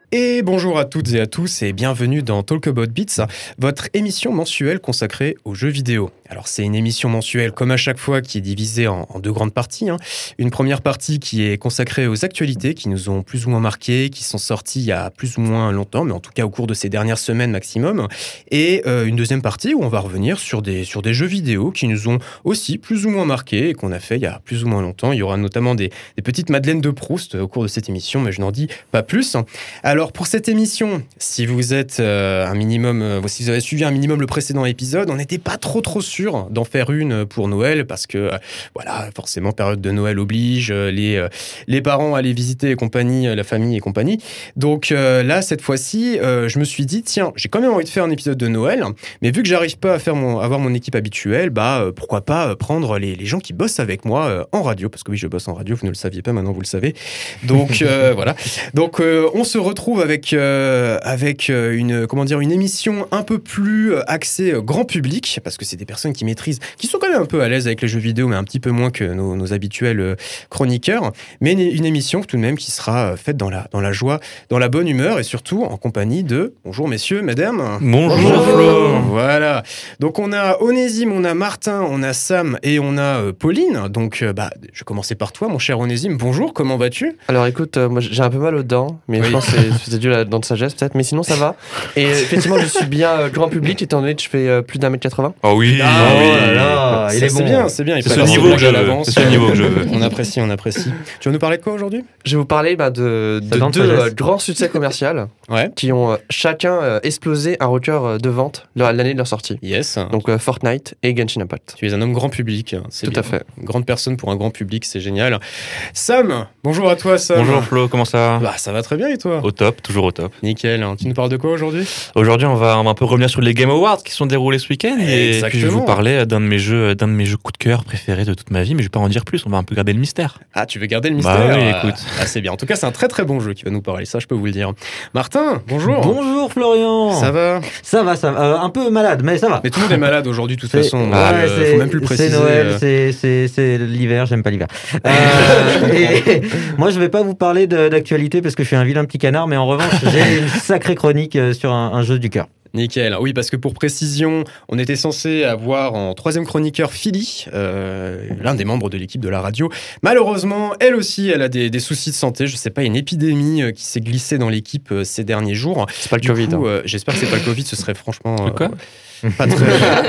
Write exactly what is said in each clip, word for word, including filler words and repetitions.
Et bonjour à toutes et à tous et bienvenue dans Talk About Beats, votre émission mensuelle consacrée aux jeux vidéo. Alors c'est une émission mensuelle comme à chaque fois qui est divisée en, en deux grandes parties. Hein. Une première partie qui est consacrée aux actualités qui nous ont plus ou moins marquées, qui sont sorties il y a plus ou moins longtemps, mais en tout cas au cours de ces dernières semaines maximum. Et euh, une deuxième partie où on va revenir sur des, sur des jeux vidéo qui nous ont aussi plus ou moins marqués et qu'on a fait il y a plus ou moins longtemps. Il y aura notamment des, des petites madeleines de Proust au cours de cette émission, mais je n'en dis pas plus. Alors, Alors pour cette émission, si vous êtes euh, un minimum, euh, si vous avez suivi un minimum le précédent épisode, on n'était pas trop trop sûr d'en faire une pour Noël parce que euh, voilà, forcément période de Noël oblige, euh, les euh, les parents allaient visiter et compagnie, euh, la famille et compagnie. Donc euh, là cette fois-ci, euh, je me suis dit tiens, j'ai quand même envie de faire un épisode de Noël, mais vu que j'arrive pas à faire mon, avoir mon équipe habituelle, bah euh, pourquoi pas prendre les, les gens qui bossent avec moi euh, en radio, parce que oui je bosse en radio, vous ne le saviez pas, maintenant vous le savez. Donc euh, voilà, donc euh, on se retrouve avec euh, avec euh, une comment dire une émission un peu plus euh, axée euh, grand public parce que c'est des personnes qui maîtrisent, qui sont quand même un peu à l'aise avec les jeux vidéo, mais un petit peu moins que nos, nos habituels euh, chroniqueurs. Mais une, une émission tout de même qui sera euh, faite dans la dans la joie, dans la bonne humeur et surtout en compagnie de bonjour messieurs, mesdames. Bonjour, bonjour Flo. Voilà. Donc on a Onésime, on a Martin, on a Sam et on a euh, Pauline. Donc euh, bah je vais commencer par toi, mon cher Onésime. Bonjour, comment vas-tu ? Alors écoute, euh, moi j'ai un peu mal aux dents, mais oui. Je pense que c'est c'est dû à la dent de sagesse peut-être, mais sinon ça va. Et euh, effectivement, je suis bien euh, grand public étant donné que je fais euh, plus d'un mètre quatre-vingts. Oh oui, ah, oh oui. Là, là, il est bon. C'est bien, c'est bien. Il c'est ce niveau que je veux. C'est ce niveau que je veux. On apprécie, on apprécie. Tu vas nous parler de quoi aujourd'hui ? Je vais vous parler bah, de, de deux euh, grands succès commerciaux ouais. qui ont euh, chacun euh, explosé un record euh, de vente l'année de leur sortie. Yes. Donc euh, Fortnite et Genshin Impact. Tu es un homme grand public. C'est tout bien. à fait. Une grande personne pour un grand public, c'est génial. Sam, bonjour à toi Sam. Bonjour Flo, comment ça va ? Bah ça va très bien et toi ? Au top, toujours au top. Nickel. Tu nous parles de quoi aujourd'hui ? Aujourd'hui, on va, on va un peu revenir sur les Game Awards qui sont déroulés ce week-end. Et Exactement. puis je vais vous parler d'un de mes jeux, d'un de mes jeux coup de cœur préférés de toute ma vie, mais je vais pas en dire plus. On va un peu garder le mystère. Ah, tu veux garder le mystère ? Bah oui, écoute. Ah, c'est bien. En tout cas, c'est un très très bon jeu qui va nous parler. Ça, je peux vous le dire. Martin, bonjour. Bonjour Florian. Ça va ? Ça va, ça va. Euh, un peu malade, mais ça va. Mais tout le monde est malade aujourd'hui, de toute c'est... façon. Ah, euh, c'est... Faut même plus le préciser. C'est Noël, euh... c'est, c'est, c'est l'hiver. J'aime pas l'hiver. Euh, et moi, je vais pas vous parler de, d'actualité parce que je suis un vilain petit canard, mais en revanche, j'ai une sacrée chronique sur un, un jeu du cœur. Nickel. Oui, parce que pour précision, on était censé avoir en troisième chroniqueur Philly, euh, l'un des membres de l'équipe de la radio. Malheureusement, elle aussi, elle a des, des soucis de santé. Je sais pas, il y a une épidémie qui s'est glissée dans l'équipe ces derniers jours. C'est pas le du Covid. Coup, hein. euh, j'espère que c'est pas le Covid. Ce serait franchement. Euh, quoi Pas très.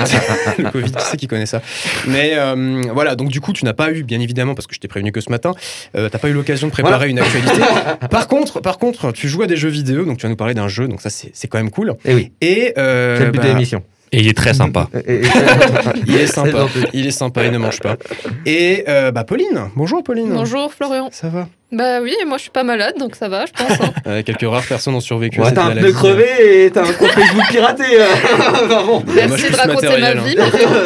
Le Covid, qui c'est qui connaît ça ? Mais euh, voilà, donc du coup, tu n'as pas eu, bien évidemment, parce que je t'ai prévenu que ce matin, euh, t'as pas eu l'occasion de préparer voilà. une actualité. par contre, par contre, tu joues à des jeux vidéo, donc tu vas nous parler d'un jeu, donc ça c'est, c'est quand même cool. Et oui. Et euh, c'est le but bah, de l'émission. Et il est très sympa. il est sympa. Il est sympa, il ne mange pas. Et euh, bah Pauline, bonjour Pauline. Bonjour Florian. Ça va ? Bah oui, moi je suis pas malade, donc ça va, je pense. Hein. Euh, quelques rares personnes ont survécu ouais, à cette t'as maladie. un pneu crevé et t'as un compte Facebook piraté. Enfin, bon. Merci moi, je de raconter ma vie.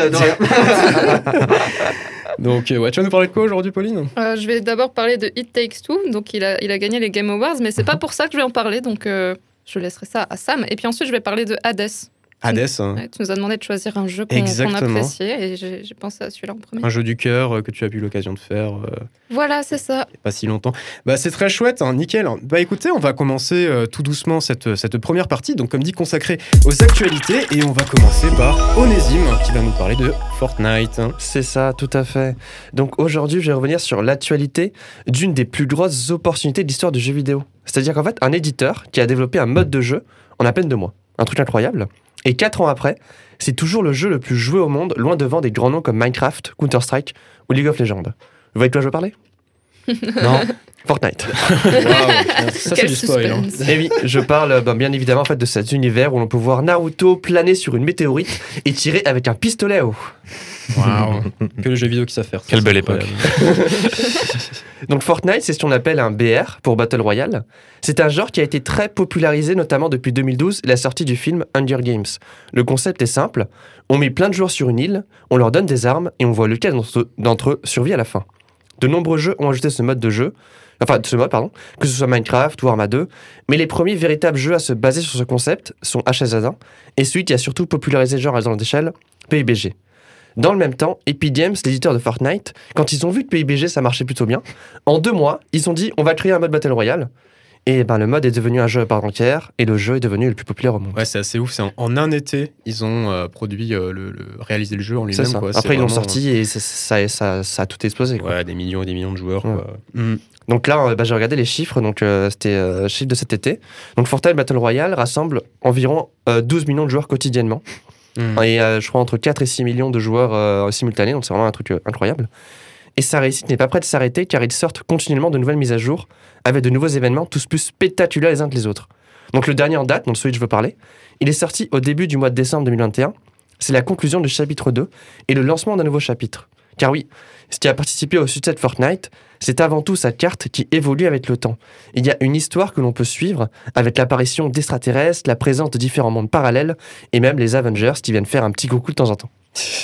Hein. Donc, euh, ouais, tu vas nous parler de quoi aujourd'hui, Pauline ? euh, Je vais d'abord parler de It Takes Two. Donc, il a, il a gagné les Game Awards, mais c'est pas pour ça que je vais en parler. Donc, euh, je laisserai ça à Sam. Et puis ensuite, je vais parler de Hades. Hades. Hein. Ouais, tu nous as demandé de choisir un jeu qu'on, qu'on appréciait et j'ai, j'ai pensé à celui-là en premier. Un jeu du cœur euh, que tu as eu l'occasion de faire. Euh, voilà, c'est ça. Pas si longtemps. Bah, c'est très chouette, hein, nickel. Bah écoutez, on va commencer euh, tout doucement cette, cette première partie, donc comme dit consacrée aux actualités, et on va commencer par Onésime qui va nous parler de Fortnite. C'est ça, tout à fait. Donc aujourd'hui, je vais revenir sur l'actualité d'une des plus grosses opportunités de l'histoire du jeu vidéo. C'est-à-dire qu'en fait, un éditeur qui a développé un mode de jeu en à peine deux mois. Un truc incroyable. Et quatre ans après, c'est toujours le jeu le plus joué au monde, loin devant des grands noms comme Minecraft, Counter-Strike ou League of Legends. Vous voyez de quoi je veux parler ? Non. Fortnite. Wow, ça c'est du spoil. Hein. Et oui, je parle ben, bien évidemment en fait, de cet univers où l'on peut voir Naruto planer sur une météorite et tirer avec un pistolet à eau. Waouh. Que le jeu vidéo qui savent faire. Quelle belle époque. Donc Fortnite, c'est ce qu'on appelle un B R pour Battle Royale. C'est un genre qui a été très popularisé notamment depuis deux mille douze, la sortie du film Hunger Games. Le concept est simple, on met plein de joueurs sur une île, on leur donne des armes et on voit lequel d'entre eux survit à la fin. De nombreux jeux ont ajouté ce mode de jeu, enfin ce mode pardon, que ce soit Minecraft ou Arma deux, mais les premiers véritables jeux à se baser sur ce concept sont H S un et celui qui a surtout popularisé le genre à grande échelle, P U B G. Dans le même temps, Epic Games, l'éditeur de Fortnite, quand ils ont vu que P U B G ça marchait plutôt bien, en deux mois, ils ont dit on va créer un mode Battle Royale. Et ben, le mode est devenu un jeu à part entière et le jeu est devenu le plus populaire au monde. Ouais, c'est assez ouf. C'est en, en un été, ils ont euh, produit, euh, le, le- réalisé le jeu en C'est lui-même. ça. Quoi. C'est Après, ils l'ont vraiment, sorti et ça, ça, ça, ça a tout explosé. euh, Quoi. Ouais, des millions et des millions de joueurs. Ouais. Quoi. Mm. Donc là, euh, bah, j'ai regardé les chiffres. Donc euh, c'était euh, chiffre de cet été. Donc Fortnite Battle Royale rassemble environ euh, douze millions de joueurs quotidiennement. Mm. Et euh, je crois entre quatre et six millions de joueurs euh, simultanés. Donc c'est vraiment un truc euh, incroyable. Et sa réussite n'est pas prête de s'arrêter car ils sortent continuellement de nouvelles mises à jour avec de nouveaux événements tous plus spectaculaires les uns que les autres. Donc le dernier en date, donc celui que je veux parler, il est sorti au début du mois de décembre deux mille vingt et un. C'est la conclusion du chapitre deux et le lancement d'un nouveau chapitre. Car oui, ce qui a participé au succès de Fortnite, c'est avant tout sa carte qui évolue avec le temps. Il y a une histoire que l'on peut suivre avec l'apparition d'extraterrestres, la présence de différents mondes parallèles et même les Avengers qui viennent faire un petit coucou de temps en temps.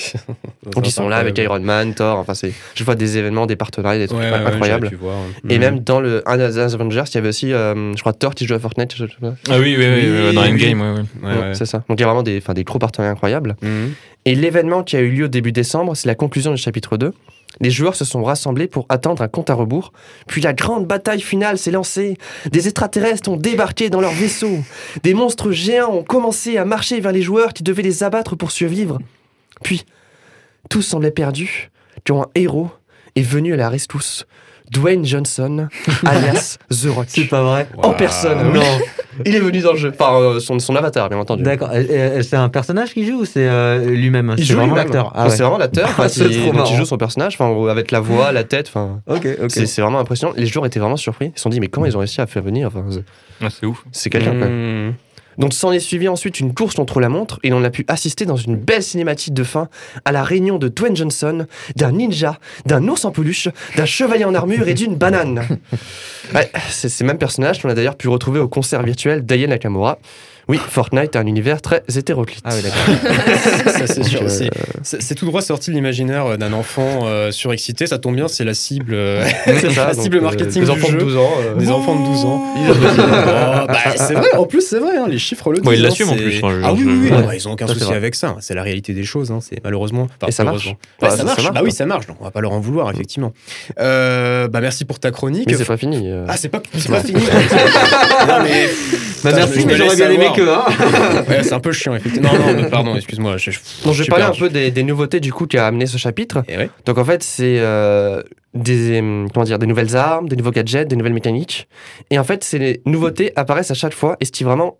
Donc ils sont là avec Iron Man, Thor, enfin c'est, je vois des événements, des partenariats, des trucs Ouais, ouais, ouais, incroyables. j'avais pu voir, ouais. Et Mm. même dans le un des Avengers, il y avait aussi, euh, je crois, Thor qui jouait à Fortnite. je- je sais pas. Ah oui, oui, oui, Oui, oui, dans oui. Endgame, ouais, ouais. Ouais, Ouais, ouais. C'est ça. Donc il y a vraiment des, enfin, des gros partenariats incroyables. Mm. Et l'événement qui a eu lieu début décembre, c'est la conclusion du chapitre deux. Les joueurs se sont rassemblés pour attendre un compte à rebours. Puis la grande bataille finale s'est lancée. Des extraterrestres ont débarqué dans leur vaisseau. Des monstres géants ont commencé à marcher vers les joueurs qui devaient les abattre pour survivre. Puis, tout semblait perdu quand un héros est venu à la rescousse. Dwayne Johnson, alias The Rock. C'est pas vrai. En Waouh. personne. Non. Il est venu dans le jeu. Enfin, euh, son, son avatar, bien entendu. D'accord. Et- et- C'est un personnage qui joue ou c'est euh, lui-même Il C'est joue vraiment lui-même. l'acteur. Ah Enfin, ouais. C'est vraiment l'acteur enfin, C'est qui, trop donc, marrant. il joue son personnage, enfin, avec la voix, la tête. Enfin, Ok, ok. c'est, c'est vraiment impressionnant. Les joueurs étaient vraiment surpris. Ils se sont dit, mais comment ils ont réussi à faire venir enfin, c'est- Ah, c'est ouf. C'est quelqu'un, quand même. Mm. Donc, s'en est suivi ensuite une course contre la montre et on a pu assister dans une belle cinématique de fin à la réunion de Dwayne Johnson, d'un ninja, d'un ours en peluche, d'un chevalier en armure et d'une banane. Ouais, c'est ces mêmes personnages qu'on a d'ailleurs pu retrouver au concert virtuel d'Aya Nakamura. Oui, Fortnite a un univers très hétéroclite. Ah oui, d'accord. Ça, c'est sûr. Donc, euh, C'est- C'est c'est tout droit sorti de l'imaginaire d'un enfant euh, surexcité. Ça tombe bien, c'est la cible, euh, C'est ça, la donc, cible euh, marketing des du enfants de jeu. douze ans. euh, Des enfants de douze ans. Ils- Oh, bah, c'est vrai, en plus, c'est vrai, hein, les chiffres le disent. Bon, ils hein, l'assument en c'est- plus, hein, je- ah oui, je- oui, oui, Ouais. non, ils ont aucun Ça, c'est souci vrai. avec ça. C'est la réalité des choses, hein, c'est malheureusement. Enfin, Et ça marche. heureusement. Bah, Ouais, ça- ça ça marche. marche, Bah oui, quoi. ça marche. Donc, on va pas leur en vouloir, effectivement. Euh, bah, merci pour ta chronique. Mais c'est pas fini. euh. Ah, c'est pas, c'est pas fini. non, mais. Bah, Putain, merci, je me mais j'aurais laisse bien aimé avoir. que. Hein. Ouais, c'est un peu chiant, effectivement. Non, non, mais pardon, excuse-moi. Je, je, Donc, je vais suis parler un perdu. peu des, des nouveautés du coup qui a amené ce chapitre. Et ouais. Donc en fait, c'est euh, des, euh, comment dire, des nouvelles armes, des nouveaux gadgets, des nouvelles mécaniques. Et en fait, ces nouveautés apparaissent à chaque fois et ce qui vraiment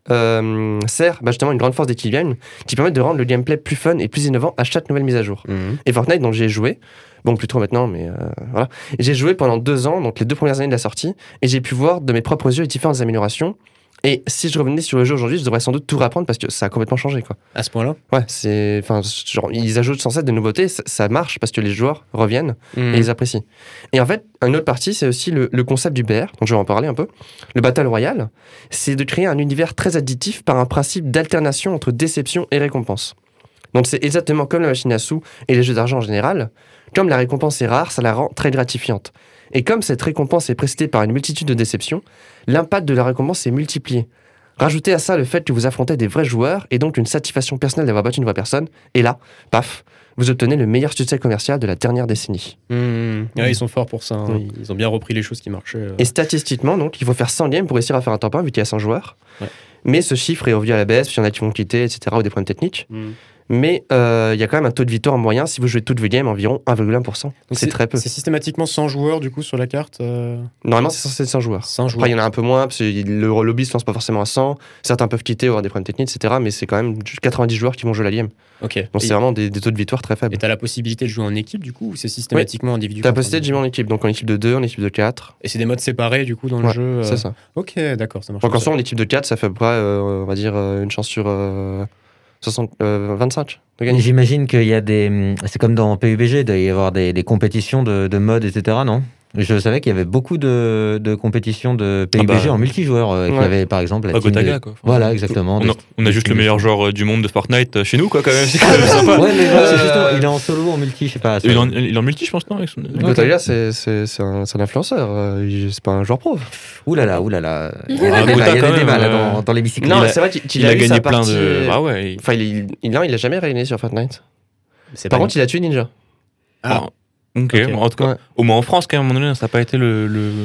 euh, sert bah, justement une grande force d'Equilibrium qui permet de rendre le gameplay plus fun et plus innovant à chaque nouvelle mise à jour. Mhm. Et Fortnite, donc j'ai joué, bon plus trop maintenant, mais euh, voilà. Et j'ai joué pendant deux ans, donc les deux premières années de la sortie, et j'ai pu voir de mes propres yeux les différentes améliorations. Et si je revenais sur le jeu aujourd'hui, je devrais sans doute tout réapprendre parce que ça a complètement changé, quoi. À ce point-là. Ouais, c'est, enfin, genre, ils ajoutent sans cesse de nouveautés, ça, ça marche parce que les joueurs reviennent Mhm. et ils apprécient. Et en fait, une autre partie, c'est aussi le, le concept du B R, donc je vais en parler un peu. Le Battle Royale, c'est de créer un univers très additif par un principe d'alternation entre déception et récompense. Donc c'est exactement comme la machine à sous et les jeux d'argent en général. Comme la récompense est rare, ça la rend très gratifiante. Et comme cette récompense est précédée par une multitude de déceptions, l'impact de la récompense est multiplié. Rajoutez à ça le fait que vous affrontez des vrais joueurs et donc une satisfaction personnelle d'avoir battu une vraie personne, et là, paf, vous obtenez le meilleur succès commercial de la dernière décennie. Mhm. Ouais, ils sont forts pour ça. hein. Oui. Ils ont bien repris les choses qui marchaient. euh. Et statistiquement, donc, il faut faire cent games pour réussir à faire un top un, vu qu'il y a cent joueurs. Ouais. Mais ce chiffre est revu à la baisse, puis il y en a qui vont quitter, et cetera, ou des problèmes techniques. Mhm. Mais euh, il y a quand même un taux de victoire moyen, si vous jouez toutes vos games, environ un virgule un pour cent. Donc C'est très peu. C'est systématiquement cent joueurs du coup sur la carte. euh, Normalement, c'est censé être cent joueurs. cent joueurs. Après, il y en a un peu moins, parce que le lobby se lance pas forcément à cent. Certains peuvent quitter ou avoir des problèmes techniques, et cetera. Mais c'est quand même quatre-vingt-dix joueurs qui vont jouer la game. Ok. Donc Et- c'est vraiment des, des taux de victoire très faibles. Et t'as la possibilité de jouer en équipe du coup ou c'est systématiquement individuel? T'as la possibilité de jouer en équipe, donc en équipe de deux, en équipe de quatre. Et c'est des modes séparés du coup dans le Ouais, jeu. euh, C'est ça. Ok, d'accord, ça marche. Donc en comme soi, en équipe de quatre, ça fait à peu près, euh, on va dire, euh, une chance sur euh, soixante, euh, vingt-cinq de gagner. J'imagine qu'il y a des. C'est comme dans P U B G, il doit y avoir des, des compétitions de, de mode, et cetera. Non? Je savais qu'il y avait beaucoup de, de compétitions de P U B G Ah bah, en multijoueur. euh, qu'il y ouais. avait par exemple la Ah, team Gotaga, de- quoi. Enfin, Voilà, exactement. On des- a, on a juste des- le meilleur joueur euh, du monde de Fortnite euh, chez nous, quoi, quand même. C'est quand même sympa. Ouais, mais voilà, c'est Euh, justement, il est en solo ou en multi, je sais pas. ça- Il est en, il est en multi, je pense, non avec son- Gotaga, c'est c'est- c'est un, c'est un influenceur, euh, il- c'est pas un joueur pro. Ouh là là, ouh là là. Il y Ah, a des débats, Gotha, il y a quand des débats même, là, euh, dans, dans les bicyclettes. Non, a- c'est vrai qu'il qu'il Il a eu gagné sa plein partie- de. Ah ouais. il- Enfin, il, il, il, non, il a jamais régné sur Fortnite. C'est Par pas contre, il a tué Ninja. Ah. Ok, Ok. bon, en tout cas, Ouais. au moins en France, quand même, à un moment donné, ça n'a pas été le. le...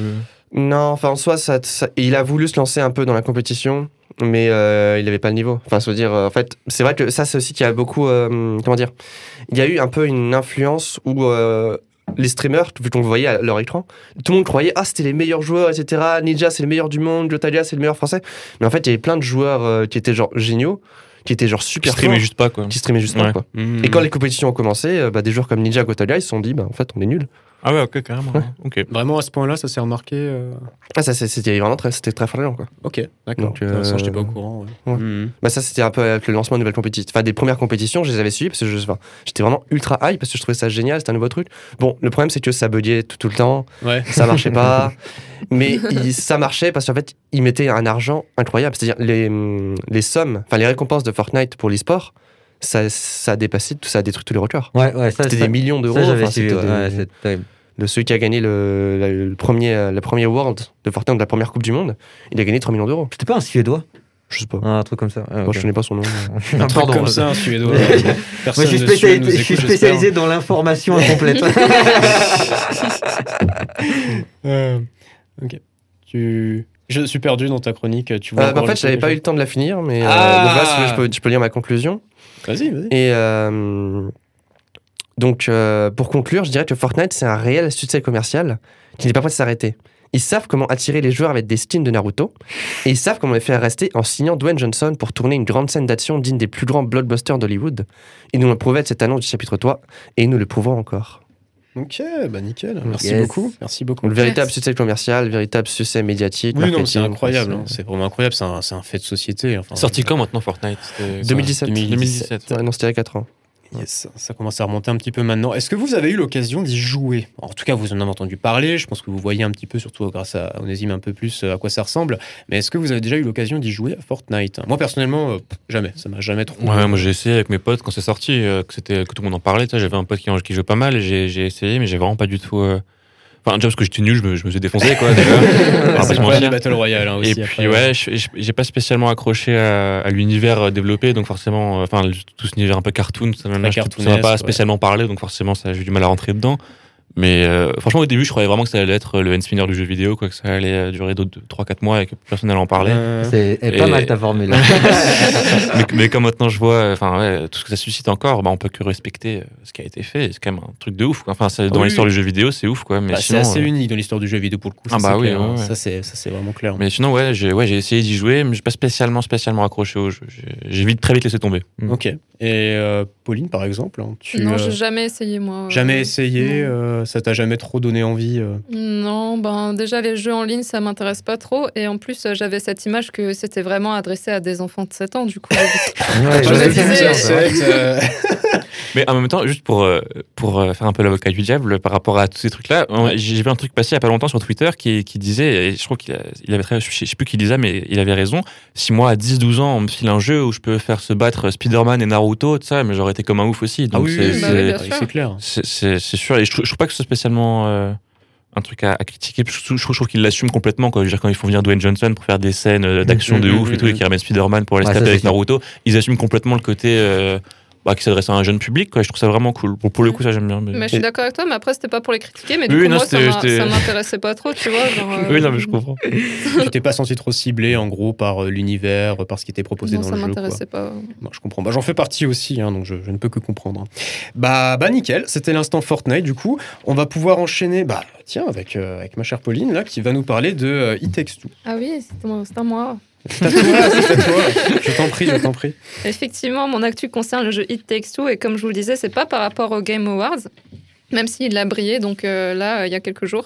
Non, enfin en soi, ça, ça- il a voulu se lancer un peu dans la compétition, mais euh, il n'avait pas le niveau. Enfin, se dire, euh, en fait, c'est vrai que ça, c'est aussi qu'il y a beaucoup, euh, comment dire, il y a eu un peu une influence où euh, les streamers, vu qu'on le voyait à leur écran, tout le monde croyait, ah, c'était les meilleurs joueurs, et cetera. Ninja, c'est le meilleur du monde, Gotalia, c'est le meilleur français. Mais en fait, il y avait plein de joueurs euh, qui étaient genre géniaux, qui étaient genre Qui super streamait forts, juste pas, quoi. qui streamaient juste pas, Ouais. quoi. Mmh. Et quand les compétitions ont commencé, euh, bah, des joueurs comme Ninja, Gotalia, ils se sont dit, bah, en fait, on est nuls. Ah ouais, ok, carrément. Ouais. Ok. Vraiment à ce point-là, ça s'est remarqué. euh, Ah, ça, c'est- c'était vraiment très, c'était très flagrant, quoi. Ok, d'accord. Donc, euh, Intéressant, j'étais pas au courant. Ouais. ouais. Mmh. Bah ça c'était un peu avec le lancement de nouvelles compétitions, enfin des premières compétitions, je les avais suivies parce que je, enfin, j'étais vraiment ultra hype parce que je trouvais ça génial, c'était un nouveau truc. Bon, le problème c'est que ça buguait tout, tout le temps, Ouais. ça marchait pas, mais il- ça marchait parce qu'en fait ils mettaient un argent incroyable, c'est-à-dire les, hum, les sommes, enfin les récompenses de Fortnite pour l'e-sport, ça, ça a dépassé, tout ça a détruit tous les records. Ouais, ouais, ça, C'était ça, des millions d'euros. ça, j'avais enfin, suivi. c'était Ouais, ouais, des- c'est terrible. de celui qui a gagné le, le, le premier, le premier World de Fortnite de la première Coupe du Monde, il a gagné trois millions d'euros. C'était pas un Suédois, Je sais pas. un truc comme ça. Ah, Moi ok. je connais pas son nom. Un truc Pardon. comme ça, un suédois. Moi, Personne je suis, de spécialisé- Suède nous je suis écoute, spécialisé dans l'information incomplète. Euh, ok. Tu... Je suis perdu dans ta chronique. Tu vois Euh, bah, encore en fait, le j'avais truc pas que eu le temps de la finir, mais euh, Ah donc là, si vous voulez, je peux, je peux lire ma conclusion. j'ai- Vas-y, vas-y. Et euh, donc, euh, pour conclure, je dirais que Fortnite, c'est un réel succès commercial qui n'est pas prêt de s'arrêter. Ils savent comment attirer les joueurs avec des skins de Naruto, et ils savent comment les faire rester en signant Dwayne Johnson pour tourner une grande scène d'action digne des plus grands blockbusters d'Hollywood. Ils nous l'ont prouvé de cette annonce du chapitre trois, et ils nous le prouveront encore. Ok, bah nickel. Merci Yes. beaucoup. Merci beaucoup. Le véritable Merci. succès commercial, le véritable succès médiatique. Oui, non, marketing, c'est incroyable. enfin, hein. C'est vraiment incroyable. C'est un, c'est un fait de société. Enfin, Sorti quand maintenant Fortnite? C'était- deux mille dix-sept. deux mille dix-sept. Ouais, non, c'était il y a quatre ans. Yes, ça commence à remonter un petit peu maintenant. Est-ce que vous avez eu l'occasion d'y jouer? En tout cas, vous en avez entendu parler. Je pense que vous voyez un petit peu, surtout grâce à Onésime, un peu plus à quoi ça ressemble. Mais est-ce que vous avez déjà eu l'occasion d'y jouer à Fortnite? Moi, personnellement, euh, pff, jamais. Ça m'a jamais trop. Ouais, moi j'ai essayé avec mes potes quand c'est sorti, euh, que, c'était, que tout le monde en parlait. tu sais, J'avais un pote qui, en- qui jouait pas mal et j'ai, j'ai essayé, mais j'ai vraiment pas du tout. euh, Enfin, déjà parce que j'étais nul, je me, je me suis défoncé, quoi. Déjà. On va C'est pas se le problème mentir. des Battle Royale hein, aussi. Et puis après. ouais, je- je- j'ai pas spécialement accroché à, à l'univers euh, développé, donc forcément, euh, enfin tout ce univers un peu cartoon, ça m'a ça m'a cartoonesque, pas ouais. spécialement parlé, donc forcément ça, j'ai eu du mal à rentrer dedans. Mais euh, franchement au début je croyais vraiment que ça allait être le end spinner du jeu vidéo, quoi, que ça allait euh, durer d'autres trois quatre mois et que personne n'allait en parler. Euh, C'est eh, pas Et- mal ta formule. mais, mais comme maintenant je vois, enfin ouais, tout ce que ça suscite encore, bah, on peut que respecter euh, ce qui a été fait. C'est quand même un truc de ouf, quoi. Enfin, c'est, dans Oui, l'histoire oui. du jeu vidéo, c'est ouf, quoi. Mais bah, c'est sinon, assez euh, unique dans l'histoire du jeu vidéo pour le coup. Ah ça, bah c'est oui, clair, hein. ouais, ouais. Ça, c'est, ça, c'est vraiment clair. mais sinon, ouais, j'ai, ouais, j'ai essayé d'y jouer, mais j'ai pas spécialement, spécialement accroché au jeu. J'ai, j'ai vite, très vite laissé tomber. Ok. Et euh, Pauline, par exemple, hein, tu Non, euh, j'ai jamais essayé, moi. jamais Euh, essayé, non. euh, ça t'a jamais trop donné envie euh, Non, ben déjà les jeux en ligne, ça m'intéresse pas trop. Et en plus, euh, j'avais cette image que c'était vraiment adressé à des enfants de sept ans, du coup. Ouais, Je ouais, me c'est disais- ça, ça. euh, Mais en même temps, juste pour, euh, pour euh, faire un peu l'avocat du diable par rapport à tous ces trucs-là, euh, j'ai vu un truc passer il y a pas longtemps sur Twitter qui, qui disait, et je crois qu'il a- il avait très, je sais plus qui disait, mais il avait raison. Si moi, à dix douze ans, on me file un jeu où je peux faire se battre Spider-Man et Naruto, tout ça, mais j'aurais été comme un ouf aussi. Donc Ah oui, c'est, oui, bah c'est, oui, bien c'est- sûr. c'est clair. c'est, c'est- c'est sûr. Et je, trouve- je trouve pas que ce soit spécialement euh, un truc à, à critiquer. Je, trouve- je trouve qu'ils l'assument complètement. Quoi. Je veux dire, quand ils font venir Dwayne Johnson pour faire des scènes euh, d'action Mm, de mm, ouf mm, et tout, et mm. qu'ils ramènent Spider-Man pour aller Ouais, se ça, taper c'est avec sûr. Naruto, ils assument complètement le côté euh, bah, qui s'adresse à un jeune public. Quoi. Je trouve ça vraiment cool. Pour, pour le coup, ça j'aime bien. Mais... Mais je suis d'accord avec toi, mais après, c'était pas pour les critiquer. Mais du Oui, coup, non, moi, ça, c'était- m'a- c'était- ça m'intéressait pas trop, tu vois. Genre, euh, Oui, non, mais je comprends. Tu t'es pas senti trop ciblé en gros par euh, l'univers, par ce qui était proposé Non, dans ça le jeu. Quoi. m'intéressait pas. Non, je comprends. Bah, j'en fais partie aussi, hein, donc je, je ne peux que comprendre. Bah, bah nickel, c'était l'instant Fortnite. Du coup, on va pouvoir enchaîner, bah tiens, avec, euh, avec ma chère Pauline là, qui va nous parler de euh, It Takes Two. Ah oui, c'est à- c'est à moi. C'est à toi, c'est à toi. Je t'en prie, je t'en prie. Effectivement, mon actu concerne le jeu It Takes Two et comme je vous le disais, c'est pas par rapport aux Game Awards, même s'il a brillé donc euh, là euh, il y a quelques jours,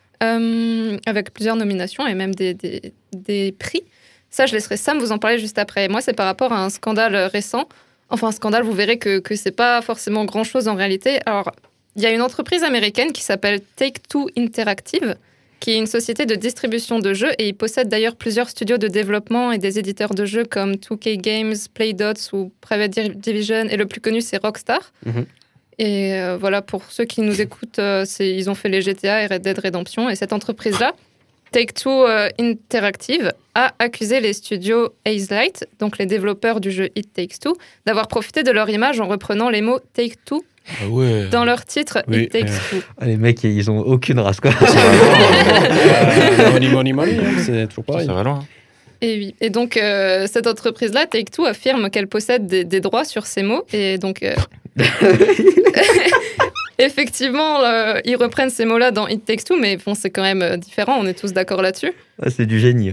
euh, avec plusieurs nominations et même des, des, des prix. Ça, je laisserai Sam vous en parler juste après. Moi, c'est par rapport à un scandale récent. Enfin, un scandale, vous verrez que que c'est pas forcément grand chose en réalité. Alors, il y a une entreprise américaine qui s'appelle Take-Two Interactive, qui est une société de distribution de jeux et il possède d'ailleurs plusieurs studios de développement et des éditeurs de jeux comme two K Games, Playdots ou Private Division et le plus connu c'est Rockstar. Mhm. Et euh, voilà, pour ceux qui nous écoutent, euh, c'est, ils ont fait les G T A et Red Dead Redemption et cette entreprise-là, Take-Two euh, Interactive, a accusé les studios Hazelight, donc les développeurs du jeu It Takes Two, d'avoir profité de leur image en reprenant les mots Take-Two Ah ouais. Dans leur titre, Oui, It Takes euh, Two. Ah, les mecs, ils ont aucune race, quoi. Euh, money, money, money, hein, c'est toujours Ça, pareil. ça va loin. Et oui. Et donc, euh, cette entreprise-là, Take-Two, affirme qu'elle possède des, des droits sur ces mots. Et donc, euh, effectivement, euh, ils reprennent ces mots-là dans It Takes Two, mais bon, c'est quand même euh, différent. On est tous d'accord là-dessus. Ah, c'est du génie.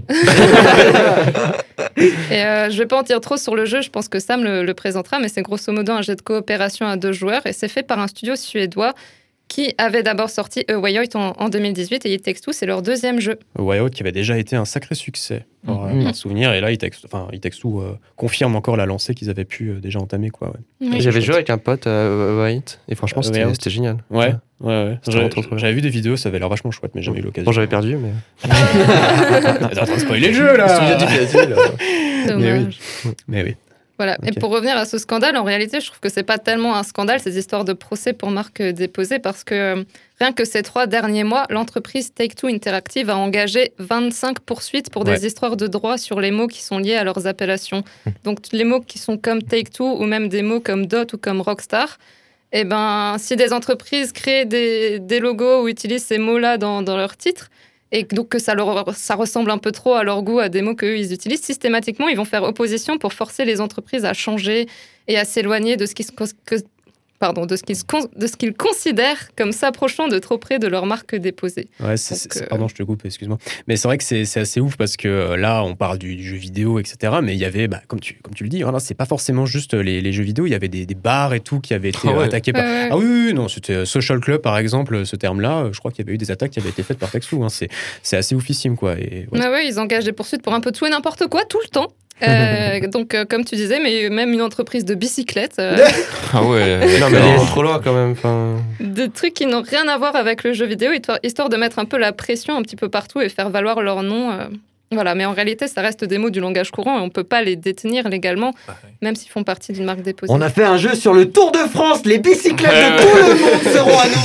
Et euh, je vais pas en dire trop sur le jeu. Je pense que Sam le, le présentera, mais c'est grosso modo un jeu de coopération à deux joueurs. Et c'est fait par un studio suédois qui avait d'abord sorti A Way Out en, en deux mille dix-huit. Et It Takes Two, c'est leur deuxième jeu. Wild qui avait déjà été un sacré succès, pour Mhm. un souvenir. Et là, It Takes, enfin, It Takes Two euh, confirme encore la lancée qu'ils avaient pu euh, déjà entamer. Quoi, ouais. Oui. J'avais joué avec un pote euh, White et franchement, Euh, c'était Way Out. c'était génial. Ouais, ouais, ouais. C'était J'avais, vraiment trop, trop bien. j'avais vu des vidéos, ça avait l'air vachement chouette, mais jamais eu l'occasion. Bon, j'avais perdu, mais. T'es en train de spoiler le jeu là. Dommage. Mais oui. Voilà. Ok. Et pour revenir à ce scandale, en réalité, je trouve que c'est pas tellement un scandale, ces histoires de procès pour marque euh, déposée, parce que euh, rien que ces trois derniers mois, l'entreprise Take-Two Interactive a engagé vingt-cinq poursuites pour Ouais. des histoires de droit sur les mots qui sont liés à leurs appellations. Donc les mots qui sont comme Take-Two ou même des mots comme Dot ou comme Rockstar. Eh ben, si des entreprises créent des, des logos ou utilisent ces mots-là dans, dans leur titre, et donc que ça, leur, ça ressemble un peu trop à leur goût, à des mots qu'eux, ils utilisent, systématiquement, ils vont faire opposition pour forcer les entreprises à changer et à s'éloigner de ce qu'ils, que, pardon, de ce qu'ils, de ce qu'ils considèrent comme s'approchant de trop près de leur marque déposée. Ouais, c'est, Donc, c'est- euh, pardon, je te coupe, excuse-moi. Mais c'est vrai que c'est, c'est assez ouf parce que euh, là, on parle du, du jeu vidéo, et cetera. Mais il y avait, bah, comme, tu, comme tu le dis, voilà, c'est pas forcément juste les, les jeux vidéo. Il y avait des, des bars et tout qui avaient été Ah ouais. euh, attaqués par. Ouais, ouais. Ah oui, oui, oui, non, c'était euh, Social Club par exemple, ce terme-là. euh, Je crois qu'il y avait eu des attaques qui avaient été faites par Take-Two. Hein. C'est, c'est assez oufissime, quoi. Et, ouais. Ouais, ouais, ils engagent des poursuites pour un peu tout et n'importe quoi, tout le temps. Euh, donc, euh, comme tu disais, mais même une entreprise de bicyclettes, euh, Ah ouais. Non, mais d'accord. on est trop loin quand même. Enfin... des trucs qui n'ont rien à voir avec le jeu vidéo, histoire, histoire de mettre un peu la pression un petit peu partout et faire valoir leur nom. euh, Voilà, mais en réalité, ça reste des mots du langage courant et on ne peut pas les détenir légalement, même s'ils font partie d'une marque déposée. On a fait un jeu sur le Tour de France. Les bicyclettes de tout le monde seront à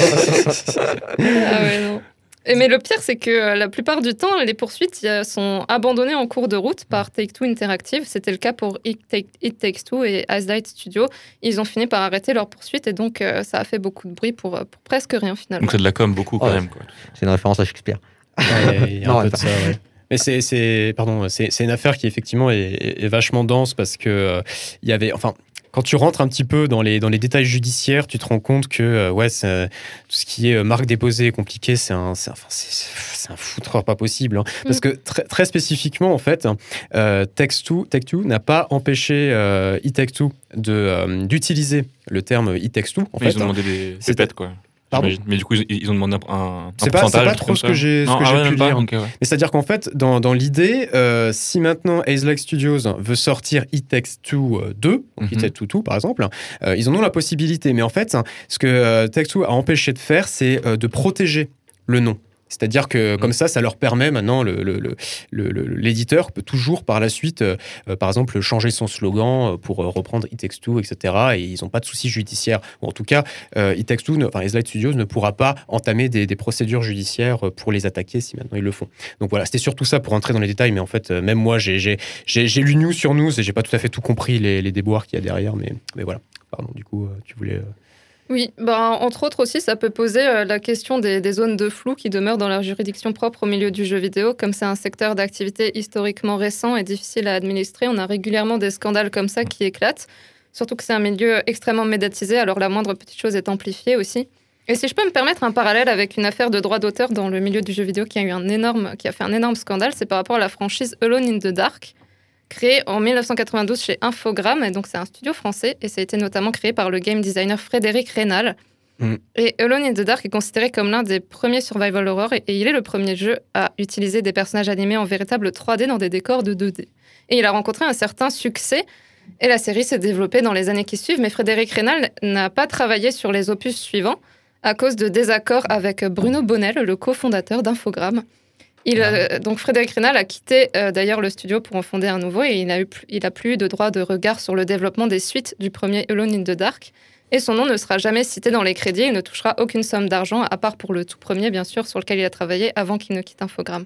nous. Ah ouais, non. Et mais le pire, c'est que euh, la plupart du temps, les poursuites euh, sont abandonnées en cours de route par Take-Two Interactive. C'était le cas pour It, Take, It Takes Two et Aslight Studio. Ils ont fini par arrêter leurs poursuites et donc euh, ça a fait beaucoup de bruit pour, euh, pour presque rien finalement. Donc c'est de la com beaucoup quand Ouais. même. Quoi. C'est une référence à Shakespeare. Ouais, il y a Non, un peu ouais, de ça, ouais. Mais c'est, c'est, pardon, c'est, c'est une affaire qui effectivement est, est vachement dense parce que euh, il y avait, enfin, quand tu rentres un petit peu dans les, dans les détails judiciaires, tu te rends compte que euh, ouais, c'est, tout ce qui est euh, marque déposée et compliqué, c'est un, c'est, enfin, c'est, c'est un foutreur pas possible. Hein. Parce que très, très spécifiquement, en fait, euh, Take-Two, Take-Two n'a pas empêché euh, It Takes Two de, euh, d'utiliser le terme It Takes Two. En Mais fait, ils ont hein. demandé des C'était- pépettes quoi. Pardon. J'imagine. Mais du coup, ils, ils ont demandé un, un, un C'est pas- c'est pourcentage. pas un trop truc ce comme que ça. j'ai- ce Non, que ah j'ai ouais, pu même pas lire. Ok, ouais. Mais c'est-à-dire qu'en fait, dans, dans l'idée, euh, si maintenant Hazelight Studios veut sortir It Takes Two euh, deux, donc It Mhm. Takes Two deux par exemple, euh, ils en ont la possibilité. Mais en fait, ce que euh, Take-Two a empêché de faire, c'est euh, de protéger le nom. C'est-à-dire que Mhm. comme ça, ça leur permet maintenant, le, le- le- le- le- l'éditeur peut toujours par la suite, euh, euh, par exemple, changer son slogan euh, pour euh, reprendre It Takes Two, et cetera. Et ils n'ont pas de soucis judiciaires. Ou en tout cas, euh, It Takes Two, ne- enfin, Hazelight Studios ne pourra pas entamer des, des procédures judiciaires euh, pour les attaquer si maintenant ils le font. Donc voilà, c'était surtout ça pour entrer dans les détails. Mais en fait, euh, même moi, j'ai, j'ai, j'ai, j'ai lu news sur news et j'ai pas tout à fait tout compris les, les déboires qu'il y a derrière. Mais, mais voilà. Pardon, du coup, euh, tu voulais. euh, Oui, ben, entre autres aussi, ça peut poser euh, la question des, des zones de flou qui demeurent dans leur juridiction propre au milieu du jeu vidéo. Comme c'est un secteur d'activité historiquement récent et difficile à administrer, on a régulièrement des scandales comme ça qui éclatent. Surtout que c'est un milieu extrêmement médiatisé, alors la moindre petite chose est amplifiée aussi. Et si je peux me permettre un parallèle avec une affaire de droit d'auteur dans le milieu du jeu vidéo qui a, eu un énorme, qui a fait un énorme scandale, c'est par rapport à la franchise Alone in the Dark, créée en dix-neuf cent quatre-vingt-douze chez Infogrames, et donc c'est un studio français, et ça a été notamment créé par le game designer Frédéric Rénal. Mm. Et Alone in the Dark est considéré comme l'un des premiers survival horror, et, et il est le premier jeu à utiliser des personnages animés en véritable trois D dans des décors de deux D. Et il a rencontré un certain succès, et la série s'est développée dans les années qui suivent, mais Frédéric Rénal n'a pas travaillé sur les opus suivants à cause de désaccords avec Bruno Bonnel, le cofondateur d'Infogrames. Il, euh, donc Frédéric Rénal a quitté euh, d'ailleurs le studio pour en fonder un nouveau et il a, eu, il a plus eu de droit de regard sur le développement des suites du premier Alone in the Dark. Et son nom ne sera jamais cité dans les crédits et ne touchera aucune somme d'argent, à part pour le tout premier, bien sûr, sur lequel il a travaillé avant qu'il ne quitte Infogrames.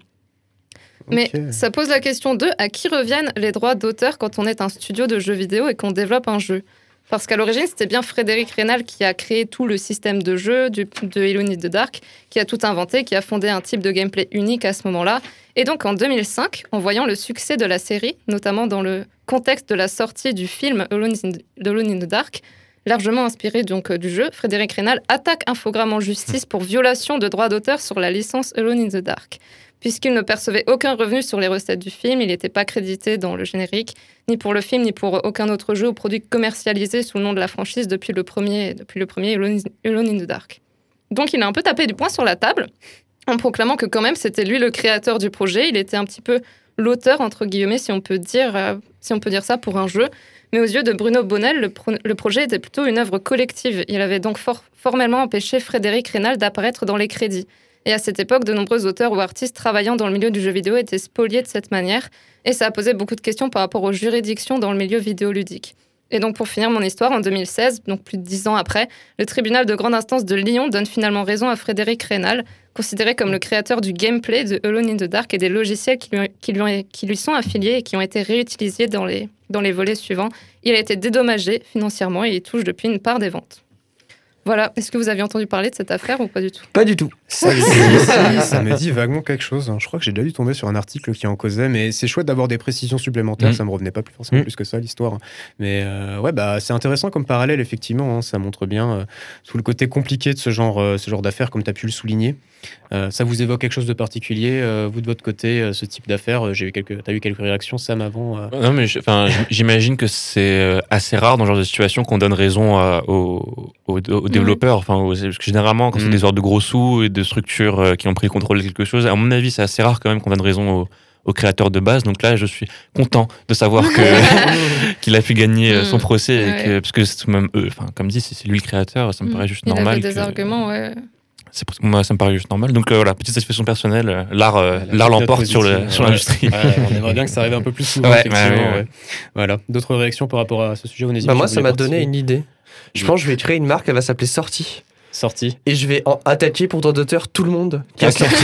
Mais ok. ça pose la question de à qui reviennent les droits d'auteur quand on est un studio de jeux vidéo et qu'on développe un jeu. Parce qu'à l'origine, c'était bien Frédéric Reynal qui a créé tout le système de jeu du, de Alone in the Dark, qui a tout inventé, qui a fondé un type de gameplay unique à ce moment-là. Et donc en deux mille cinq, en voyant le succès de la série, notamment dans le contexte de la sortie du film Alone in the, Alone in the Dark, largement inspiré donc du jeu, Frédéric Reynal attaque Infogrames en justice pour violation de droits d'auteur sur la licence Alone in the Dark. Puisqu'il ne percevait aucun revenu sur les recettes du film, il n'était pas crédité dans le générique, ni pour le film, ni pour aucun autre jeu ou produit commercialisé sous le nom de la franchise depuis le premier, depuis le premier Alone in the Dark. Donc il a un peu tapé du poing sur la table, en proclamant que quand même c'était lui le créateur du projet, il était un petit peu l'auteur, entre guillemets, si on peut dire, euh, si on peut dire ça, pour un jeu. Mais aux yeux de Bruno Bonnell, le, pro- le projet était plutôt une œuvre collective. Il avait donc for- formellement empêché Frédéric Reynal d'apparaître dans les crédits. Et à cette époque, de nombreux auteurs ou artistes travaillant dans le milieu du jeu vidéo étaient spoliés de cette manière, et ça a posé beaucoup de questions par rapport aux juridictions dans le milieu vidéoludique. Et donc pour finir mon histoire, en deux mille seize, donc plus de dix ans après, le tribunal de grande instance de Lyon donne finalement raison à Frédéric Reynal, considéré comme le créateur du gameplay de Alone in the Dark et des logiciels qui lui, qui lui, ont, qui lui sont affiliés et qui ont été réutilisés dans les, dans les volets suivants. Il a été dédommagé financièrement et il touche depuis une part des ventes. Voilà, est-ce que vous aviez entendu parler de cette affaire ou pas du tout ? Pas du tout. Ça, ça, ça me dit vaguement quelque chose. Je crois que j'ai déjà dû tomber sur un article qui en causait, mais c'est chouette d'avoir des précisions supplémentaires. Mmh. Ça me revenait pas plus forcément mmh. plus que ça, l'histoire. Mais euh, ouais, bah, c'est intéressant comme parallèle, effectivement. Hein, ça montre bien euh, tout le côté compliqué de ce genre, euh, ce genre d'affaires, comme tu as pu le souligner. Euh, ça vous évoque quelque chose de particulier, euh, vous de votre côté, euh, ce type d'affaires? J'ai eu quelques, t'as eu quelques réactions, Sam, avant euh... Non, mais j'imagine que c'est assez rare dans ce genre de situation qu'on donne raison à, aux, aux, aux développeurs. Enfin, aux, parce que généralement, quand mmh. c'est des ordres de gros sous et de structures euh, qui ont pris le contrôle de quelque chose, à mon avis, c'est assez rare quand même qu'on donne raison aux, aux créateurs de base. Donc là, je suis content de savoir que qu'il a pu gagner mmh. son procès, et ouais. que, parce que c'est même eux. Enfin, comme dit, c'est lui le créateur, ça me mmh. paraît juste Il normal. Il avait des que, arguments, ouais. C'est pour, moi, ça me paraît juste normal. Donc euh, voilà, petite satisfaction personnelle, euh, l'art, euh, l'art l'emporte sur, le, sur ouais. l'industrie. Ouais, on aimerait bien que ça arrive un peu plus souvent, ouais, effectivement. ouais, ouais. Ouais. Voilà. D'autres réactions par rapport à ce sujet? Bah moi, ça m'a donné une idée. Je oui. pense que je vais créer une marque, elle va s'appeler Sortie. Sortie. Et je vais en attaquer pour droit d'auteur tout le monde qui a sorti.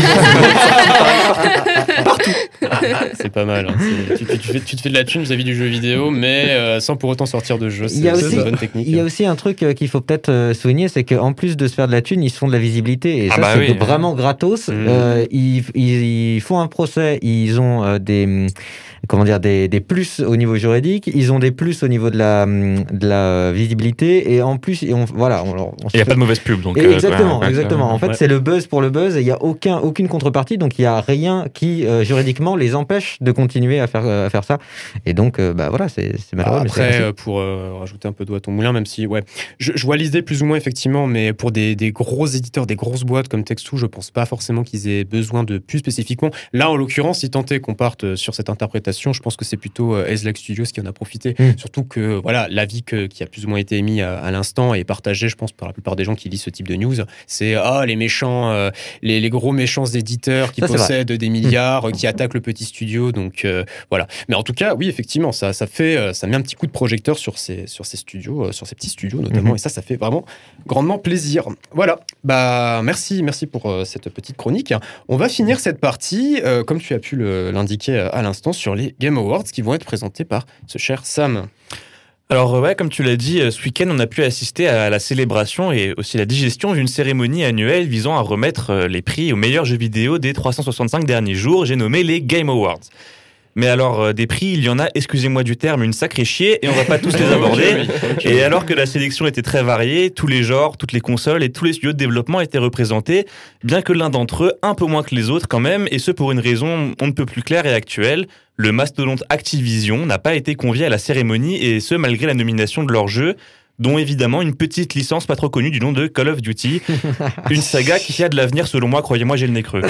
Partout. C'est pas mal. Hein. C'est, tu, tu, tu, fais, tu te fais de la thune vis-à-vis du jeu vidéo, mais euh, sans pour autant sortir de jeu. C'est, c'est aussi, une bonne technique. Il y a aussi un truc euh, qu'il faut peut-être euh, souligner, c'est qu'en plus de se faire de la thune, ils se font de la visibilité. Et ah ça, bah c'est oui, vraiment ouais. gratos. Mmh. Euh, ils, ils, ils font un procès, ils ont euh, des... comment dire, des, des plus au niveau juridique, ils ont des plus au niveau de la, de la visibilité, et en plus, on, voilà. On, on il n'y a fait... pas de mauvaise pub, donc. Et exactement, ouais, exactement. Ouais, en fait, ouais. c'est le buzz pour le buzz, et il n'y a aucun, aucune contrepartie, donc il n'y a rien qui, euh, juridiquement, les empêche de continuer à faire, euh, à faire ça. Et donc, euh, bah voilà, c'est, c'est malheureux. Ah, après, mais c'est euh, pour euh, rajouter un peu d'eau à ton moulin, même si, ouais, je, je vois l'idée plus ou moins, effectivement, mais pour des, des gros éditeurs, des grosses boîtes comme Textoo, je ne pense pas forcément qu'ils aient besoin de plus spécifiquement. Là, en l'occurrence, si tant est qu'on parte sur cette interprétation, je pense que c'est plutôt euh, Ezlag Studios qui en a profité. Mmh. Surtout que, voilà, l'avis que, qui a plus ou moins été émis à, à l'instant et partagé, je pense, par la plupart des gens qui lisent ce type de news, c'est ah, les méchants, euh, les, les gros méchants éditeurs qui ça, possèdent des milliards, mmh. qui attaquent le petit studio. Donc euh, voilà. Mais en tout cas, oui, effectivement, ça, ça fait, ça met un petit coup de projecteur sur ces, sur ces studios, euh, sur ces petits studios notamment. Mmh. Et ça, ça fait vraiment grandement plaisir. Voilà. Bah merci, merci pour euh, cette petite chronique. On va finir cette partie, euh, comme tu as pu le, l'indiquer à l'instant, sur les Game Awards qui vont être présentés par ce cher Sam. Alors ouais, comme tu l'as dit, ce week-end, on a pu assister à la célébration et aussi la digestion d'une cérémonie annuelle visant à remettre les prix aux meilleurs jeux vidéo des trois cent soixante-cinq derniers jours. J'ai nommé les Game Awards. Mais alors, euh, des prix, il y en a, excusez-moi du terme, une sacrée chier, et on va pas tous les aborder. Et alors que la sélection était très variée, tous les genres, toutes les consoles et tous les studios de développement étaient représentés, bien que l'un d'entre eux, un peu moins que les autres quand même, et ce pour une raison on ne peut plus claire et actuelle. Le mastodonte Activision n'a pas été convié à la cérémonie, et ce malgré la nomination de leur jeu, dont évidemment une petite licence pas trop connue du nom de Call of Duty. Une saga qui a de l'avenir selon moi, croyez-moi, j'ai le nez creux.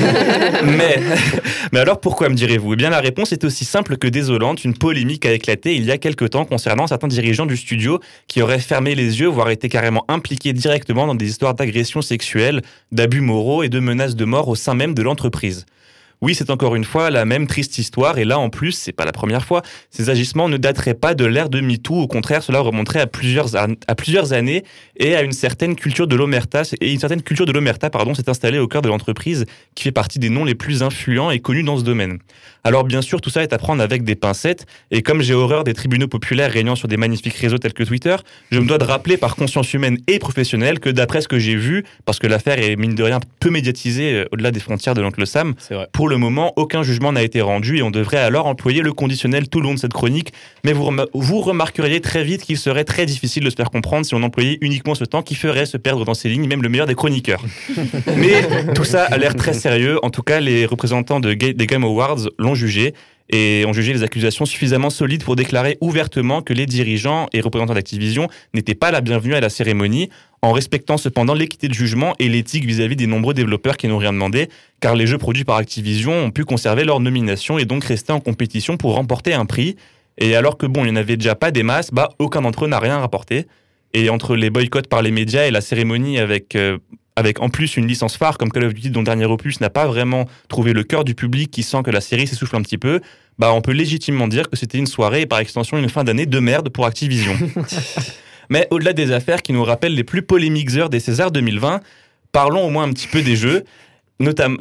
mais, mais alors pourquoi, me direz-vous ? Eh bien la réponse est aussi simple que désolante. Une polémique a éclaté il y a quelque temps concernant certains dirigeants du studio qui auraient fermé les yeux, voire été carrément impliqués directement dans des histoires d'agressions sexuelles, d'abus moraux et de menaces de mort au sein même de l'entreprise. Oui, c'est encore une fois la même triste histoire, et là en plus, c'est pas la première fois. Ces agissements ne dateraient pas de l'ère de MeToo, au contraire, cela remonterait à plusieurs, à plusieurs années et à une certaine culture de l'omerta, et une certaine culture de l'omerta, pardon, s'est installée au cœur de l'entreprise, qui fait partie des noms les plus influents et connus dans ce domaine. Alors bien sûr, tout ça est à prendre avec des pincettes, et comme j'ai horreur des tribunaux populaires régnant sur des magnifiques réseaux tels que Twitter, je me dois de rappeler par conscience humaine et professionnelle que d'après ce que j'ai vu, parce que l'affaire est mine de rien peu médiatisée euh, au-delà des frontières de l'oncle Sam, pour le moment, aucun jugement n'a été rendu et on devrait alors employer le conditionnel tout le long de cette chronique, mais vous, rem- vous remarqueriez très vite qu'il serait très difficile de se faire comprendre si on employait uniquement ce temps qui ferait se perdre dans ces lignes même le meilleur des chroniqueurs. Mais tout ça a l'air très sérieux, en tout cas les représentants de Ga- des Game Awards l'ont jugé, et ont jugé les accusations suffisamment solides pour déclarer ouvertement que les dirigeants et représentants d'Activision n'étaient pas la bienvenue à la cérémonie, en respectant cependant l'équité de jugement et l'éthique vis-à-vis des nombreux développeurs qui n'ont rien demandé, car les jeux produits par Activision ont pu conserver leur nomination et donc rester en compétition pour remporter un prix. Et alors que bon, il n'y en avait déjà pas des masses, bah aucun d'entre eux n'a rien rapporté. Et entre les boycotts par les médias et la cérémonie avec... Euh, avec en plus une licence phare comme Call of Duty dont le dernier opus n'a pas vraiment trouvé le cœur du public qui sent que la série s'essouffle un petit peu, bah on peut légitimement dire que c'était une soirée et par extension une fin d'année de merde pour Activision. Mais au-delà des affaires qui nous rappellent les plus polémiques heures des Césars deux mille vingt, parlons au moins un petit peu des jeux. Notamment.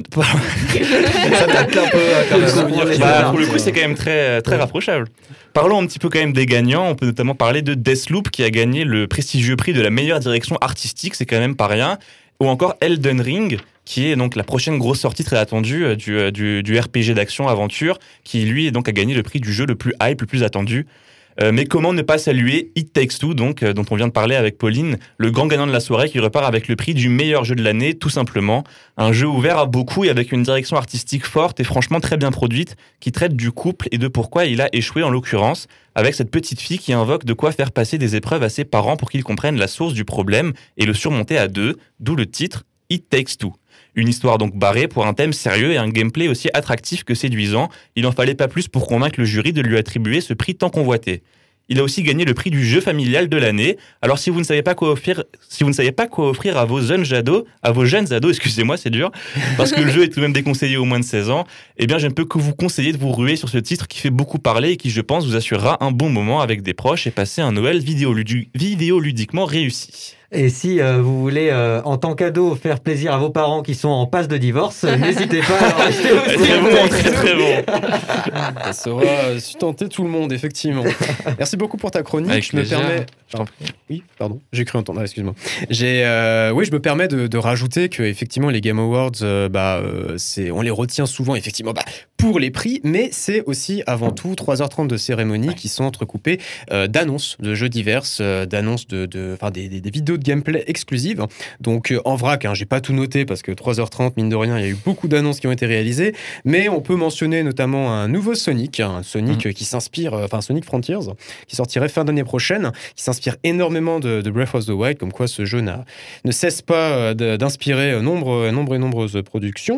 Ça tacle un peu quand même. Bah, pour le coup, c'est quand même très, très rapprochable. Parlons un petit peu quand même des gagnants. On peut notamment parler de Deathloop qui a gagné le prestigieux prix de la meilleure direction artistique, c'est quand même pas rien. Ou encore Elden Ring, qui est donc la prochaine grosse sortie très attendue du, du, du R P G d'action-aventure, qui lui donc a gagné le prix du jeu le plus hype, le plus attendu. Euh, mais comment ne pas saluer It Takes Two, donc, euh, dont on vient de parler avec Pauline, le grand gagnant de la soirée qui repart avec le prix du meilleur jeu de l'année, tout simplement. Un jeu ouvert à beaucoup et avec une direction artistique forte et franchement très bien produite, qui traite du couple et de pourquoi il a échoué en l'occurrence, avec cette petite fille qui invoque de quoi faire passer des épreuves à ses parents pour qu'ils comprennent la source du problème et le surmonter à deux, d'où le titre It Takes Two. Une histoire donc barrée pour un thème sérieux et un gameplay aussi attractif que séduisant. Il n'en fallait pas plus pour convaincre le jury de lui attribuer ce prix tant convoité. Il a aussi gagné le prix du jeu familial de l'année. Alors si vous ne savez pas quoi offrir, si vous ne savez pas quoi offrir à vos jeunes ados, à vos jeunes ados, excusez-moi, c'est dur, parce que le jeu est tout de même déconseillé aux moins de seize ans, eh bien je ne peux que vous conseiller de vous ruer sur ce titre qui fait beaucoup parler et qui, je pense, vous assurera un bon moment avec des proches et passer un Noël vidéoludi- vidéoludiquement réussi. Et si euh, vous voulez, euh, en tant qu'ado, faire plaisir à vos parents qui sont en passe de divorce, euh, n'hésitez pas à leur acheter aussi. Très bon, très très bon. Ça saura euh, tenter tout le monde, effectivement. Merci beaucoup pour ta chronique. Avec je me plaisir. permets... Pardon. Oui, pardon. J'ai cru entendre. Ah, excuse-moi. J'ai, euh, oui, je me permets de, de rajouter que effectivement les Game Awards, euh, bah, euh, c'est, on les retient souvent effectivement bah, pour les prix, mais c'est aussi avant tout trois heures trente de cérémonies qui sont entrecoupées euh, d'annonces de jeux divers, euh, d'annonces de, de, enfin des, des, des vidéos de gameplay exclusives. Donc euh, en vrac, hein, j'ai pas tout noté parce que trois heures trente, mine de rien, il y a eu beaucoup d'annonces qui ont été réalisées, mais on peut mentionner notamment un nouveau Sonic, un Sonic mmh. qui s'inspire, enfin Sonic Frontiers, qui sortirait fin d'année prochaine, qui s'inspire énormément de, de Breath of the Wild, comme quoi ce jeu n'a, ne cesse pas de, d'inspirer nombre, nombre et nombreuses productions,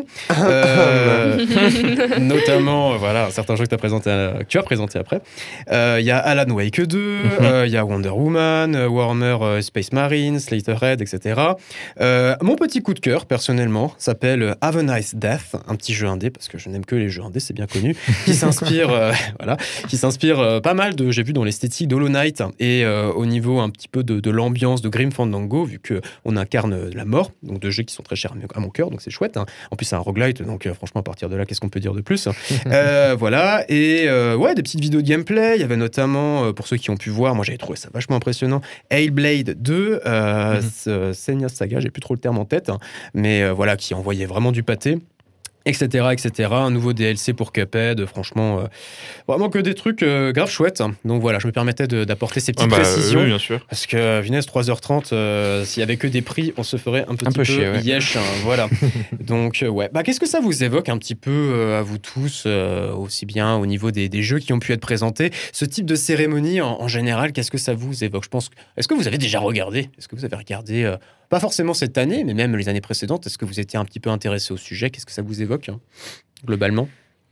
euh, notamment voilà, certains jeux que, t'as présenté à, que tu as présenté après. Il euh, y a Alan Wake deux, il mm-hmm. euh, y a Wonder Woman, Warhammer euh, Space Marine, Slaughterhead, et cetera. Euh, mon petit coup de cœur, personnellement, s'appelle Have a Nice Death, un petit jeu indé, parce que je n'aime que les jeux indés, c'est bien connu, qui s'inspire, euh, voilà, qui s'inspire euh, pas mal de, j'ai vu dans l'esthétique d'Hollow Knight et euh, au niveau un petit peu de, de l'ambiance de Grim Fandango, vu qu'on incarne la mort, donc deux jeux qui sont très chers à mon cœur, donc c'est chouette. Hein. En plus, c'est un roguelite, donc euh, franchement, à partir de là, qu'est-ce qu'on peut dire de plus euh, Voilà, et euh, ouais, des petites vidéos de gameplay. Il y avait notamment, euh, pour ceux qui ont pu voir, moi j'avais trouvé ça vachement impressionnant, Hellblade deux, euh, mm-hmm. Senua's Saga, j'ai plus trop le terme en tête, hein, mais euh, voilà, qui envoyait vraiment du pâté. Etc, et cetera. Un nouveau D L C pour Cuphead, franchement, euh, vraiment que des trucs euh, grave chouettes. Donc voilà, je me permettais de, d'apporter ces petites ah bah, précisions. Oui, bien sûr. Parce que, Vinesse, trois heures trente, euh, s'il y avait que des prix, on se ferait un petit un peu, peu chier, ouais. Yesh, hein, voilà. Donc, euh, ouais. Bah, qu'est-ce que ça vous évoque un petit peu euh, à vous tous, euh, aussi bien au niveau des, des jeux qui ont pu être présentés? Ce type de cérémonie, en, en général, qu'est-ce que ça vous évoque? Je pense. Est-ce que vous avez déjà regardé? Est-ce que vous avez regardé euh, pas forcément cette année, mais même les années précédentes, est-ce que vous étiez un petit peu intéressé au sujet? Qu'est-ce que ça vous évoque, hein, globalement?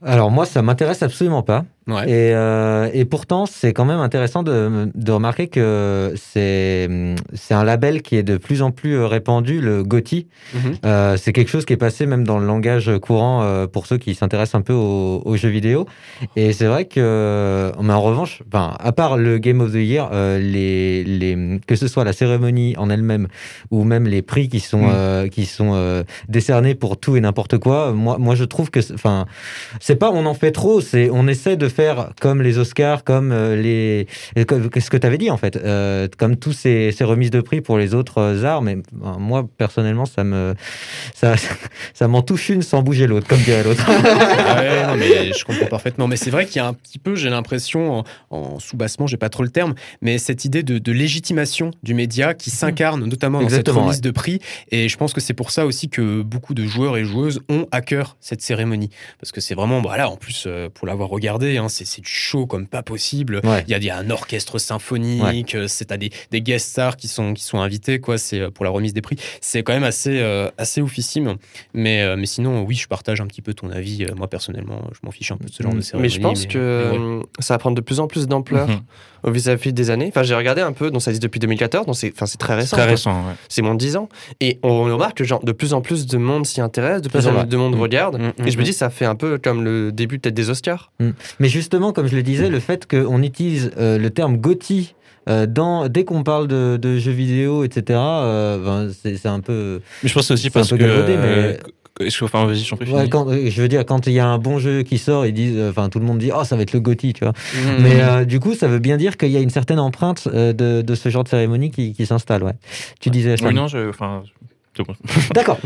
Alors moi, ça m'intéresse absolument pas. Ouais. Et, euh, et pourtant, c'est quand même intéressant de, de remarquer que c'est, c'est un label qui est de plus en plus répandu, le GOTY. Mm-hmm. Euh, c'est quelque chose qui est passé même dans le langage courant euh, pour ceux qui s'intéressent un peu aux, aux jeux vidéo. Et c'est vrai que, mais en revanche, ben, à part le Game of the Year, euh, les, les, que ce soit la cérémonie en elle-même ou même les prix qui sont, mm. euh, qui sont euh, décernés pour tout et n'importe quoi, moi, moi je trouve que, enfin, c'est pas on en fait trop, c'est on essaie de faire comme les Oscars, comme euh, les... ce que tu avais dit en fait, euh, comme tous ces, ces remises de prix pour les autres euh, arts, mais ben, moi personnellement ça me ça, ça, ça m'en touche une sans bouger l'autre, comme dirait l'autre. Ah ouais, non, mais je comprends parfaitement, mais c'est vrai qu'il y a un petit peu, j'ai l'impression, en, en sous-bassement, j'ai pas trop le terme, mais cette idée de, de légitimation du média qui s'incarne notamment dans Exactement, cette remise ouais. de prix, et je pense que c'est pour ça aussi que beaucoup de joueurs et joueuses ont à cœur cette cérémonie, parce que c'est vraiment, voilà, en plus euh, pour l'avoir regardé, hein, c'est, c'est du show comme pas possible. Il ouais. y, y a un orchestre symphonique, ouais. c'est à des, des guest stars qui sont, qui sont invités, quoi, c'est pour la remise des prix. C'est quand même assez, euh, assez oufissime. Mais, euh, mais sinon, oui, je partage un petit peu ton avis. Euh, moi, personnellement, je m'en fiche un peu de ce genre de cérémonie. Mais je pense mais, que mais ouais. ça va prendre de plus en plus d'ampleur mm-hmm. au vis-à-vis des années. Enfin, j'ai regardé un peu, donc ça existe depuis deux mille quatorze, donc c'est, enfin, c'est très récent. C'est très récent, ouais. C'est moins de dix ans. Et on remarque que genre, de plus en plus de monde s'y intéresse, de plus ça, en plus de monde mm-hmm. regarde. Mm-hmm. Et je me dis, ça fait un peu comme le début peut-être des Oscars. Mm. Mais justement, comme je le disais, le fait qu'on utilise euh, le terme GOTY euh, dans, dès qu'on parle de, de jeux vidéo, et cetera, euh, ben, c'est, c'est un peu. Mais je pense aussi parce que. Galvaudé, mais... Enfin, vas-y, j'en prie. Ouais, quand, je veux dire, quand il y a un bon jeu qui sort, ils disent, enfin, tout le monde dit, oh, ça va être le GOTY, tu vois. Mmh. Mais euh, du coup, ça veut bien dire qu'il y a une certaine empreinte euh, de, de ce genre de cérémonie qui, qui s'installe, ouais. Tu ouais. disais ça. Oui, non, je, enfin. D'accord.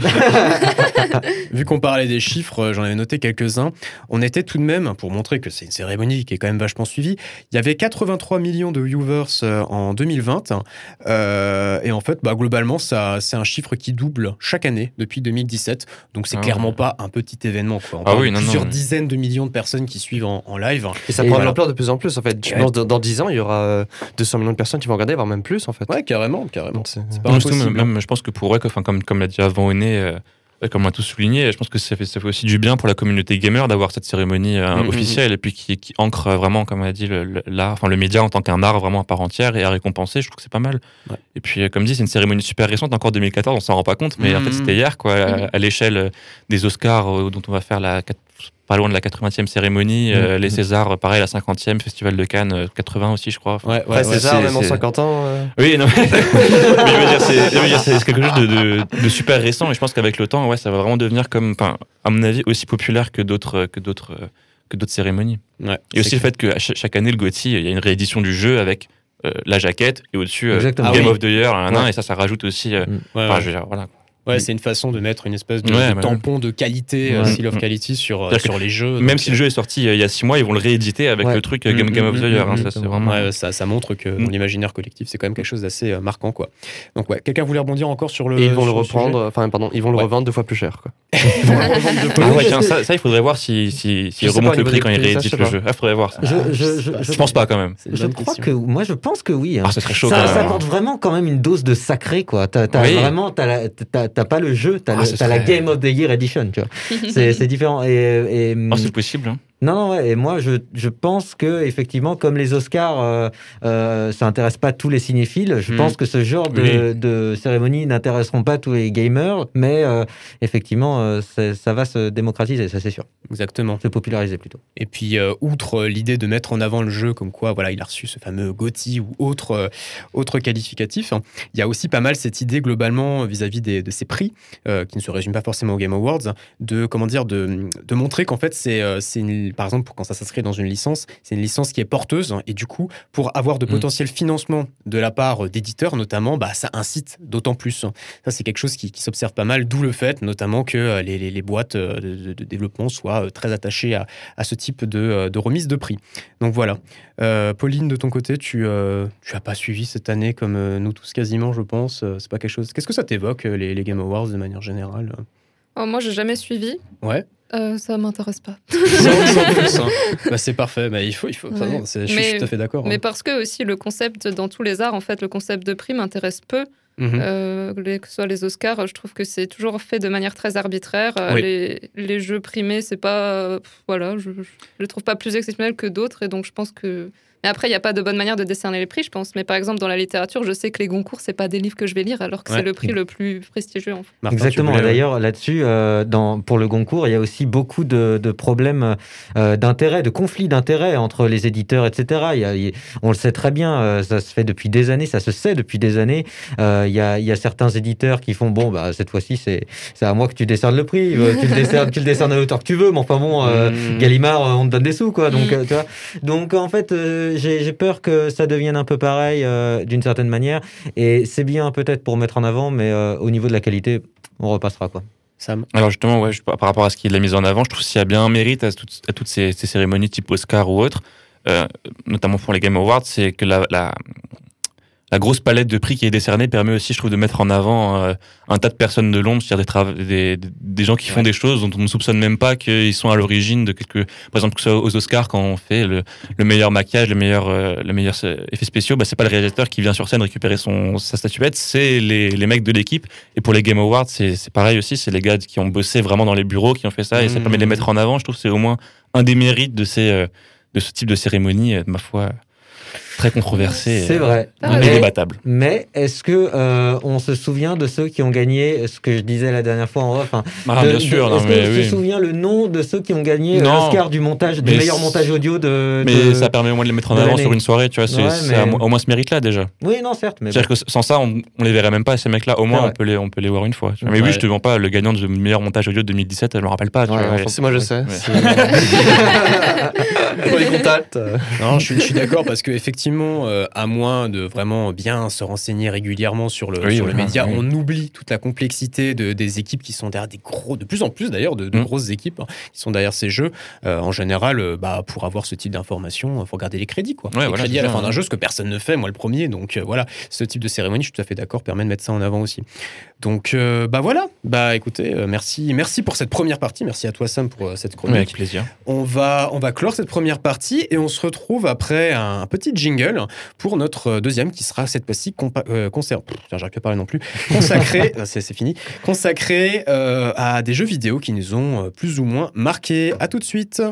Vu qu'on parlait des chiffres, j'en avais noté quelques-uns. On était tout de même, pour montrer que c'est une cérémonie qui est quand même vachement suivie, il y avait quatre-vingt-trois millions de viewers en deux mille vingt. Euh, et en fait, bah, globalement, ça, c'est un chiffre qui double chaque année depuis deux mille dix-sept. Donc, c'est ah, clairement ouais. pas un petit événement, quoi. On ah, parle oui, de non, plusieurs non. dizaines de millions de personnes qui suivent en, en live. Et ça et prend voilà. de l'ampleur de plus en plus, en fait. Je ouais. pense que dans dix ans, il y aura deux cents millions de personnes qui vont regarder, voire même plus, en fait. Ouais, carrément, carrément. C'est, c'est pas impossible. Même, même, je pense que pour eux, enfin, comme, comme l'a dit avant, Euh, comme on a tous souligné, je pense que ça fait, ça fait aussi du bien pour la communauté gamer d'avoir cette cérémonie euh, mmh, officielle mmh. et puis qui, qui ancre vraiment, comme on a dit, le, le, l'art, enfin le média en tant qu'un art vraiment à part entière et à récompenser. Je trouve que c'est pas mal. Ouais. Et puis, comme dit, c'est une cérémonie super récente, encore deux mille quatorze, on s'en rend pas compte, mais mmh. en fait c'était hier, quoi, mmh. à, à l'échelle des Oscars euh, dont on va faire la pas loin de la quatre-vingtième cérémonie, mmh. euh, les Césars, pareil, la cinquantième, Festival de Cannes, euh, quatre-vingts aussi, je crois. Ouais, ouais, ouais César, ouais, même en cinquante ans. Euh... Oui, non, mais, mais je veux dire, c'est, je veux dire, c'est quelque chose de, de, de super récent, et je pense qu'avec le temps, ouais, ça va vraiment devenir comme, enfin, à mon avis, aussi populaire que d'autres, que d'autres, que d'autres cérémonies. Ouais, et aussi clair. Le fait que chaque année, le GOTY, il y a une réédition du jeu avec euh, la jaquette, et au-dessus, euh, Game ah, oui. of the Year, un, un, ouais. et ça, ça rajoute aussi, euh, mmh. ouais, ouais. je veux dire, voilà. Ouais, c'est une façon de mettre une espèce de, ouais, de tampon de qualité, ouais. seal of quality sur, sur les jeux. Même donc, si le jeu est sorti euh, il y a six mois, ils vont le rééditer avec ouais. le truc euh, Game, Game of the Year. Hein, ça, c'est vraiment... ouais, ça, ça montre que dans l'imaginaire collectif, c'est quand même quelque chose d'assez euh, marquant, quoi. Donc, ouais, quelqu'un voulait rebondir encore sur le. Et ils vont le reprendre, enfin, pardon, ils vont le ouais. revendre deux fois plus cher, quoi. Ils vont le revendre deux fois plus cher. Ça, ça, il faudrait voir s'ils si, si, si remontent le prix quand ils rééditent le jeu. Il faudrait voir ça. Je pense pas, quand même. Je crois que. Moi, je pense que oui. Ah, ça serait chaud. Ça apporte vraiment quand même une dose de sacré, quoi. T'as vraiment, t'as pas le jeu, t'as la Game of the Year Edition, tu vois. c'est, c'est différent. Et, et, oh, c'est possible, hein. Non, non, ouais. Et moi, je, je pense que effectivement, comme les Oscars, euh, euh, ça intéresse pas tous les cinéphiles. Je mmh. pense que ce genre de, oui. de cérémonie n'intéresseront pas tous les gamers, mais euh, effectivement, euh, ça va se démocratiser, ça c'est sûr. Exactement. Se populariser plutôt. Et puis, euh, outre l'idée de mettre en avant le jeu, comme quoi, voilà, il a reçu ce fameux GOTY ou autre, euh, autre qualificatif, hein, il y a aussi pas mal cette idée globalement vis-à-vis des, de ces prix, euh, qui ne se résument pas forcément aux Game Awards, de comment dire, de, de montrer qu'en fait c'est, euh, c'est une par exemple, quand ça s'inscrit dans une licence, c'est une licence qui est porteuse et du coup, pour avoir de potentiels mmh. financements de la part d'éditeurs notamment, bah, ça incite d'autant plus. Ça, c'est quelque chose qui, qui s'observe pas mal, d'où le fait notamment que les, les, les boîtes de, de développement soient très attachées à, à ce type de, de remise de prix. Donc voilà. Euh, Pauline, de ton côté, tu euh, tu as pas suivi cette année comme euh, nous tous quasiment, je pense. C'est pas quelque chose. Qu'est-ce que ça t'évoque, les, les Game Awards de manière générale? Oh, moi, j'ai jamais suivi. Ouais. Euh, ça m'intéresse pas. sans, sans plus, hein. Bah, c'est parfait. Bah, il faut, il faut. Enfin, ouais. non, c'est, je mais, suis tout à fait d'accord. Mais hein. parce que aussi le concept dans tous les arts, en fait, le concept de prix m'intéresse peu. Mmh. Euh, les, que ce soit les Oscars, je trouve que c'est toujours fait de manière très arbitraire. Oui. Les, les jeux primés, c'est pas... Pff, voilà, je ne les trouve pas plus exceptionnels que d'autres. Et donc, je pense que... Mais après, il n'y a pas de bonne manière de décerner les prix, je pense. Mais par exemple, dans la littérature, je sais que les Goncourt, c'est pas des livres que je vais lire, alors que ouais. c'est le prix le plus prestigieux. En fait. Martin, exactement. Voulais, D'ailleurs, ouais. là-dessus, euh, dans, pour le Goncourt, il y a aussi beaucoup de, de problèmes euh, d'intérêt, de conflits d'intérêt entre les éditeurs, et cetera. Il y a, il, on le sait très bien, euh, ça se fait depuis des années, ça se sait depuis des années. Euh, il, y a, il y a certains éditeurs qui font, bon, bah, cette fois-ci, c'est, c'est à moi que tu décernes le prix. Euh, tu, le décernes, tu le décernes à l'auteur que tu veux, mais enfin bon, euh, mmh. Gallimard, on te donne des sous, quoi. Donc, euh, tu vois. Donc en fait, euh, j'ai, j'ai peur que ça devienne un peu pareil euh, d'une certaine manière, et c'est bien peut-être pour mettre en avant, mais euh, au niveau de la qualité, on repassera quoi. Sam. Alors justement, ouais, je, par rapport à ce qui est de la mise en avant, je trouve qu'il y a bien un mérite à, tout, à toutes ces, ces cérémonies type Oscar ou autres, euh, notamment pour les Game Awards, c'est que la, la La grosse palette de prix qui est décernée permet aussi, je trouve, de mettre en avant euh, un tas de personnes de l'ombre, c'est-à-dire des, tra- des, des gens qui font ouais. des choses dont on ne soupçonne même pas qu'ils sont à l'origine de quelque... Par exemple, que ce soit aux Oscars, quand on fait le, le meilleur maquillage, le meilleur, euh, le meilleur effet spéciaux, bah, c'est pas le réalisateur qui vient sur scène récupérer son, sa statuette, c'est les, les mecs de l'équipe. Et pour les Game Awards, c'est, c'est pareil aussi, c'est les gars qui ont bossé vraiment dans les bureaux qui ont fait ça, et mmh. ça permet de les mettre en avant. Je trouve que c'est au moins un des mérites de, ces, euh, de ce type de cérémonie, de ma foi... très controversé, c'est vrai, et mais, débattable. Mais est-ce que euh, on se souvient de ceux qui ont gagné, ce que je disais la dernière fois en off, hein, ah, de, bien sûr. De, non, est-ce mais qu'on oui. se souvient le nom de ceux qui ont gagné non, l'Oscar du montage, du meilleur montage audio de. Mais de, ça permet au moins de les mettre en avant sur une soirée, tu vois. C'est, ouais, c'est mais... au moins ce mérite-là déjà. Oui, non, certes. Mais c'est-à-dire bon. que sans ça, on, on les verrait même pas ces mecs-là. Au moins, on peut les, on peut les voir une fois. Mais ouais. oui, je te vends pas le gagnant du meilleur montage audio de deux mille dix-sept. Je me rappelle pas. C'est moi, je sais. Les contacts. Non, je suis d'accord parce que effectivement, à moins de vraiment bien se renseigner régulièrement sur le, oui, sur oui, le oui, média, oui. on oublie toute la complexité de, des équipes qui sont derrière des gros, de plus en plus d'ailleurs, de, de mmh. grosses équipes hein, qui sont derrière ces jeux. Euh, en général, euh, bah, pour avoir ce type d'informations, il faut regarder les crédits. Quoi. Ouais, les voilà, crédits à la fin d'un jeu, ce que personne ne fait, moi le premier. Donc euh, voilà, ce type de cérémonie, je suis tout à fait d'accord, permet de mettre ça en avant aussi. Donc euh, bah voilà, bah écoutez, euh, merci, merci pour cette première partie, merci à toi Sam pour euh, cette chronique. Avec plaisir. On va, on va clore cette première partie et on se retrouve après un petit jingle pour notre deuxième qui sera cette fois-ci compa- euh, concert... Pff, j'arrive plus à parler non plus. Consacré, c'est, c'est fini, consacré euh, à des jeux vidéo qui nous ont euh, plus ou moins marqués. À tout de suite.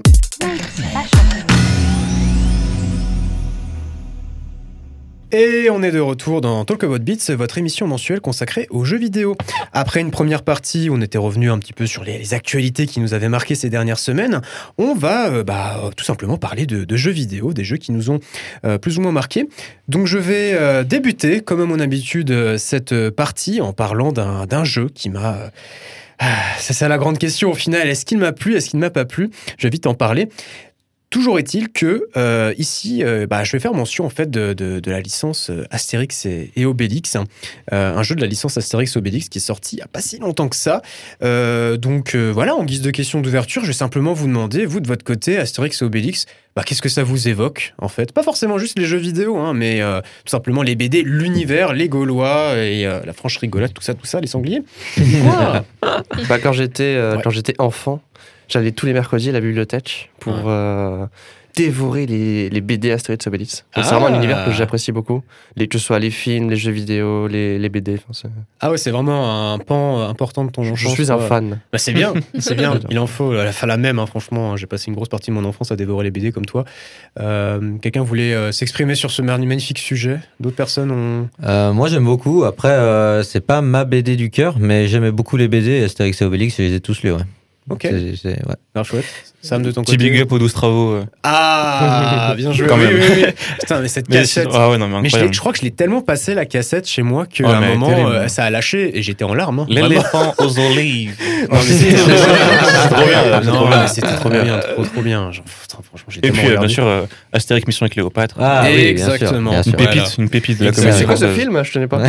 Et on est de retour dans Talk About Beats, votre émission mensuelle consacrée aux jeux vidéo. Après une première partie où on était revenu un petit peu sur les, les actualités qui nous avaient marqué ces dernières semaines, on va euh, bah, tout simplement parler de, de jeux vidéo, des jeux qui nous ont euh, plus ou moins marqués. Donc je vais euh, débuter, comme à mon habitude, cette partie en parlant d'un, d'un jeu qui m'a... Euh, c'est ça la grande question au final, est-ce qu'il m'a plu, est-ce qu'il ne m'a pas plu ? Je vais vite en parler. Toujours est-il que euh, ici, euh, bah, je vais faire mention en fait de, de, de la licence Astérix et, et Obélix, hein. euh, un jeu de la licence Astérix et Obélix qui est sorti il n'y a pas si longtemps que ça. Euh, donc euh, voilà, en guise de question d'ouverture, je vais simplement vous demander, vous de votre côté, Astérix et Obélix, bah, qu'est-ce que ça vous évoque en fait ? Pas forcément juste les jeux vidéo, hein, mais euh, tout simplement les B D, l'univers, les Gaulois et euh, la franche rigolade, tout ça, tout ça, les sangliers. Wow. Bah, quand j'étais euh, ouais. quand j'étais enfant. J'allais tous les mercredis à la bibliothèque pour ouais. euh, dévorer les, les B D Astérix et Obélix. Ah. C'est vraiment un univers que j'apprécie beaucoup. Les, que ce soit les films, les jeux vidéo, les, les B D. C'est... Ah ouais, c'est vraiment un pan important de ton enfance. Je suis un fan. Bah c'est bien, c'est bien. Il en faut. La, la même, hein, franchement. J'ai passé une grosse partie de mon enfance à dévorer les B D comme toi. Euh, quelqu'un voulait euh, s'exprimer sur ce magnifique sujet ? D'autres personnes ont... Euh, moi, j'aime beaucoup. Après, euh, c'est pas ma B D du cœur, mais j'aimais beaucoup les B D. Astérix et Obélix, je les ai tous lus, ouais. Ok. C'est, c'est, ouais. Alors chouette. Sam de ton côté. Petit big up aux douze travaux. Euh. Ah, bien joué. Quand oui, même. Oui, oui, oui. Putain, mais cette cassette. Mais, ah ouais, non, mais mais je, je crois que je l'ai tellement passé la cassette chez moi qu'à oh, un moment euh, ça a lâché et j'étais en larmes. Hein. L'éléphant aux olives. Non mais c'était trop bien. Non mais c'était trop bien, trop trop bien. Genre, putain, franchement, j'ai et puis euh, bien sûr euh, Astérix Mission avec Cléopâtre. Ah oui, exactement. Bien sûr, bien sûr. Une pépite, une pépite de la comédie. C'est quoi ce film ? Je tenais pas.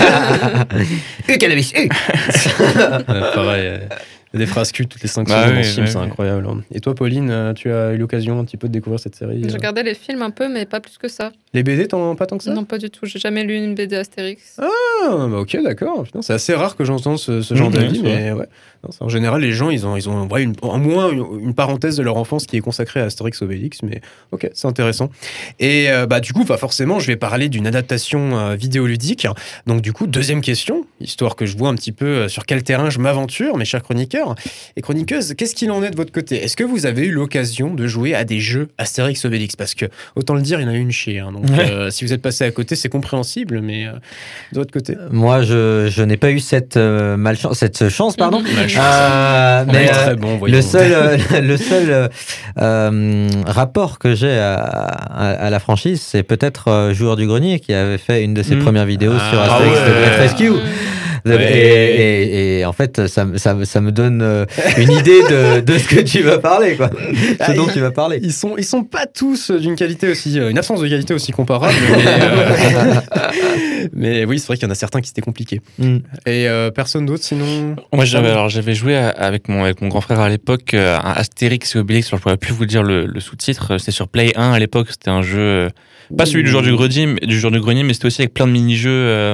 U cannabis. Pareil. Des phrases cultes toutes les cinq bah secondes oui, dans ce film, oui, c'est oui. incroyable. Et toi, Pauline, tu as eu l'occasion un petit peu de découvrir cette série ? J'ai regardé les films un peu, mais pas plus que ça. Les B D, t'en pas tant que ça? Non, pas du tout. J'ai jamais lu une B D Astérix. Ah, bah ok, d'accord. Putain, c'est assez rare que j'entende ce, ce genre mmh, d'avis, mais ouais. Non, en général, les gens, ils ont, ils ont ouais, une, au moins une, une parenthèse de leur enfance qui est consacrée à Astérix Obélix, mais ok, c'est intéressant. Et euh, bah du coup, bah, forcément, je vais parler d'une adaptation euh, vidéoludique. Donc du coup, deuxième question, histoire que je vois un petit peu sur quel terrain je m'aventure, mes chers chroniqueurs et chroniqueuses. Qu'est-ce qu'il en est de votre côté? Est-ce que vous avez eu l'occasion de jouer à des jeux Astérix Obélix? Parce que, autant le dire, il y en a eu une chier. Hein, donc, ouais. euh, si vous êtes passé à côté, c'est compréhensible, mais euh, de votre côté. Moi, je, je n'ai pas eu cette euh, malchance, cette chance, pardon. Malchance. Euh, mais euh, très bon, le seul, euh, le seul euh, rapport que j'ai à, à, à la franchise, c'est peut-être euh, Joueur du Grenier qui avait fait une de ses mmh. premières vidéos ah, sur Astérix ah ouais. The Great Rescue. Ouais. Et, et, et en fait, ça, ça, ça me donne une idée de, de ce que tu vas parler, quoi. Ce dont ils, tu vas parler. Ils sont, ils sont pas tous d'une qualité aussi, une absence de qualité aussi comparable. Mais, euh, mais oui, c'est vrai qu'il y en a certains qui c'était compliqué. Mm. Et euh, personne d'autre, sinon. Moi, j'avais, alors, j'avais joué avec mon, avec mon grand frère à l'époque, un Astérix et Obélix. Alors, je pourrais plus vous dire le, le sous-titre. C'était sur Play un à l'époque. C'était un jeu, pas celui du joueur du grenier, du joueur du grenier, mais c'était aussi avec plein de mini-jeux. Euh,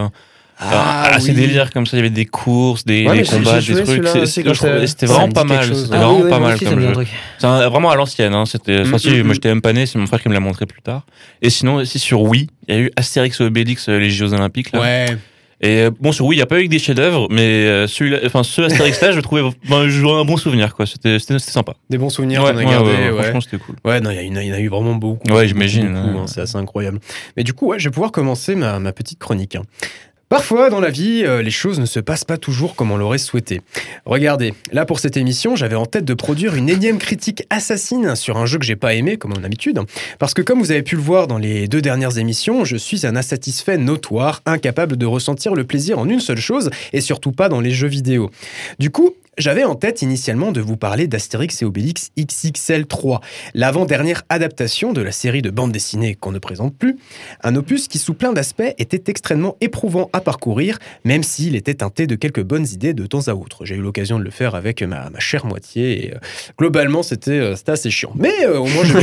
Ah, ah, oui. C'est délire comme ça, il y avait des courses, des, ouais, des combats, des trucs. C'est, c'est, je, c'était vraiment pas mal. C'était ah, vraiment oui, pas oui, mal aussi, comme jeu. C'est un, vraiment à l'ancienne. Hein. C'était, mm-hmm. si, moi j'étais même pas né, c'est mon frère qui me l'a montré plus tard. Et sinon, aussi sur Wii, il y a eu Astérix et Obélix, les Jeux Olympiques. Là. Ouais. Et bon, sur Wii, il n'y a pas eu que des chefs-d'œuvre, mais celui-là, enfin, ce Astérix-là, je trouvais ben, un bon souvenir, quoi. C'était, c'était, c'était sympa. Des bons souvenirs, ouais, on a ouais, gardé. Ouais, ouais, ouais. Franchement, c'était cool. Ouais, non, il y, y en a eu vraiment beaucoup. Ouais, j'imagine. Beaucoup, ouais. hein, c'est assez incroyable. Mais du coup, ouais, je vais pouvoir commencer ma, ma petite chronique. Parfois, dans la vie, euh, les choses ne se passent pas toujours comme on l'aurait souhaité. Regardez, là pour cette émission, j'avais en tête de produire une énième critique assassine sur un jeu que j'ai pas aimé, comme mon habitude, parce que comme vous avez pu le voir dans les deux dernières émissions, je suis un insatisfait notoire, incapable de ressentir le plaisir en une seule chose, et surtout pas dans les jeux vidéo. Du coup, j'avais en tête initialement de vous parler d'Astérix et Obélix X X L trois, l'avant-dernière adaptation de la série de bande dessinée qu'on ne présente plus, un opus qui sous plein d'aspects était extrêmement éprouvant à parcourir, même s'il était teinté de quelques bonnes idées de temps à autre. J'ai eu l'occasion de le faire avec ma, ma chère moitié, et euh, globalement c'était, euh, c'était assez chiant. Mais euh, au moins je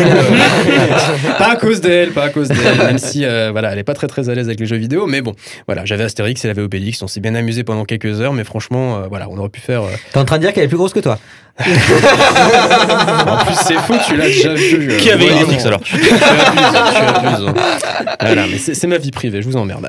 euh, pas à cause d'elle, pas à cause d'elle, même si euh, voilà, elle est pas très très à l'aise avec les jeux vidéo, mais bon, voilà, j'avais Astérix, elle avait Obélix, on s'est bien amusé pendant quelques heures, mais franchement, euh, voilà, on aurait pu faire... Euh, en train de dire qu'elle est plus grosse que toi. En plus, c'est faux, tu l'as déjà vu. Qui avait une X alors? Tu abuses, tu abuses. Voilà, mais c'est, c'est ma vie privée, je vous emmerde.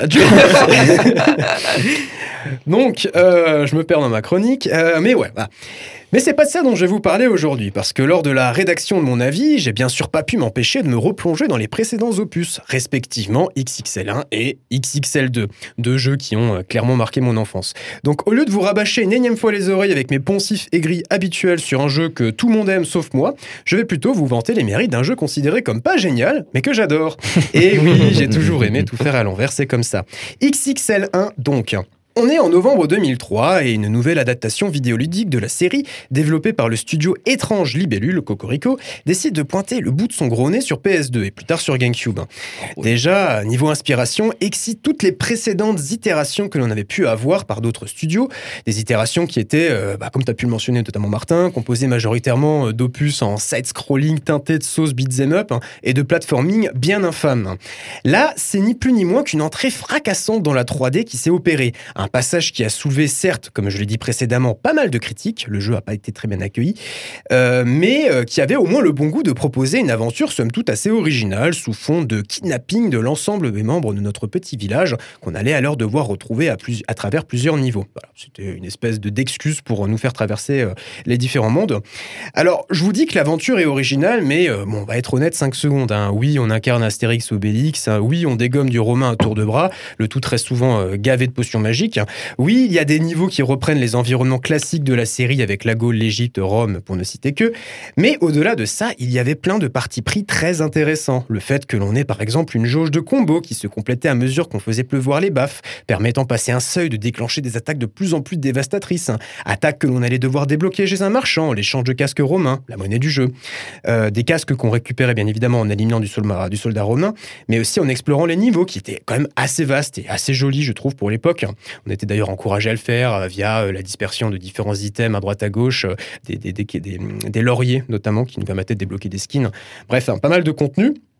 Donc, euh, je me perds dans ma chronique, euh, mais ouais, voilà. Mais c'est pas de ça dont je vais vous parler aujourd'hui, parce que lors de la rédaction de mon avis, j'ai bien sûr pas pu m'empêcher de me replonger dans les précédents opus, respectivement X X L un et X X L deux, deux jeux qui ont clairement marqué mon enfance. Donc au lieu de vous rabâcher une énième fois les oreilles avec mes poncifs aigris habituels sur un jeu que tout le monde aime sauf moi, je vais plutôt vous vanter les mérites d'un jeu considéré comme pas génial, mais que j'adore. Et oui, j'ai toujours aimé tout faire à l'envers, c'est comme ça. X X L un donc. On est en novembre deux mille trois et une nouvelle adaptation vidéoludique de la série, développée par le studio étrange Libellule, Cocorico, décide de pointer le bout de son gros nez sur P S deux et plus tard sur GameCube. Oui. Déjà, niveau inspiration, excite toutes les précédentes itérations que l'on avait pu avoir par d'autres studios, des itérations qui étaient, euh, bah, comme tu as pu le mentionner notamment Martin, composées majoritairement d'opus en side-scrolling teinté de sauce beat'em up hein, et de platforming bien infâme. Là, c'est ni plus ni moins qu'une entrée fracassante dans la trois D qui s'est opérée. Un passage qui a soulevé, certes, comme je l'ai dit précédemment, pas mal de critiques, le jeu n'a pas été très bien accueilli, euh, mais euh, qui avait au moins le bon goût de proposer une aventure somme toute assez originale, sous fond de kidnapping de l'ensemble des membres de notre petit village, qu'on allait alors devoir retrouver à, plus, à travers plusieurs niveaux. Voilà, c'était une espèce de, d'excuse pour nous faire traverser euh, les différents mondes. Alors, je vous dis que l'aventure est originale, mais euh, bon, on va être honnête cinq secondes. Hein. Oui, on incarne Astérix Obélix, hein. Oui, on dégomme du Romain à tour de bras, le tout très souvent euh, gavé de potions magiques. Oui, il y a des niveaux qui reprennent les environnements classiques de la série avec la Gaule, l'Égypte, Rome, pour ne citer que. Mais au-delà de ça, il y avait plein de partis pris très intéressants. Le fait que l'on ait par exemple une jauge de combo qui se complétait à mesure qu'on faisait pleuvoir les baffes, permettant passer un seuil de déclencher des attaques de plus en plus dévastatrices. Attaques que l'on allait devoir débloquer chez un marchand, l'échange de casques romains, la monnaie du jeu. Euh, des casques qu'on récupérait bien évidemment en éliminant du soldat, du soldat romain, mais aussi en explorant les niveaux qui étaient quand même assez vastes et assez jolis, je trouve, pour l'époque. On était d'ailleurs encouragé à le faire euh, via euh, la dispersion de différents items à droite à gauche, euh, des, des, des, des, des lauriers notamment qui nous permettaient de débloquer des skins. Bref, hein, pas mal de contenu.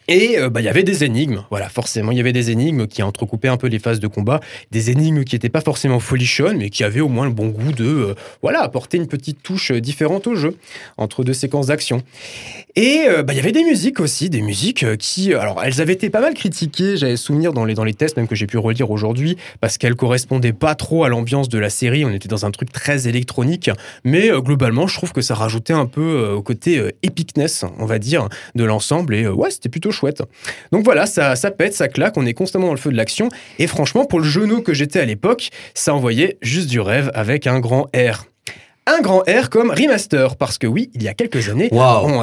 Et il euh, bah, y avait des énigmes, voilà, forcément, il y avait des énigmes qui entrecoupaient un peu les phases de combat, des énigmes qui n'étaient pas forcément folichonnes, mais qui avaient au moins le bon goût de euh, voilà, apporter une petite touche différente au jeu, entre deux séquences d'action. Et il euh, bah, y avait des musiques aussi, des musiques qui, alors elles avaient été pas mal critiquées, j'avais souvenir dans les, dans les tests, même que j'ai pu relire aujourd'hui, parce qu'elles correspondaient pas trop à l'ambiance de la série, on était dans un truc très électronique, mais euh, globalement, je trouve que ça rajoutait un peu euh, au côté euh, epicness, on va dire, de l'ensemble, et euh, ouais, c'était plutôt chouette. Donc voilà, ça, ça pète, ça claque, on est constamment dans le feu de l'action. Et franchement, pour le jeuneau que j'étais à l'époque, ça envoyait juste du rêve avec un grand R. Un grand R comme remaster, parce que oui, il y a quelques années... Waouh.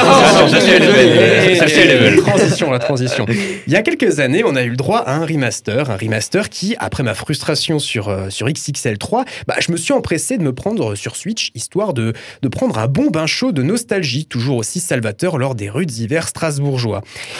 Transition, la transition. Il y a quelques années, on a eu le droit à un remaster, un remaster qui, après ma frustration sur, euh, sur X X L trois, bah, je me suis empressé de me prendre sur Switch, histoire de, de prendre un bon bain chaud de nostalgie, toujours aussi salvateur lors des rudes hivers strasbourgeois.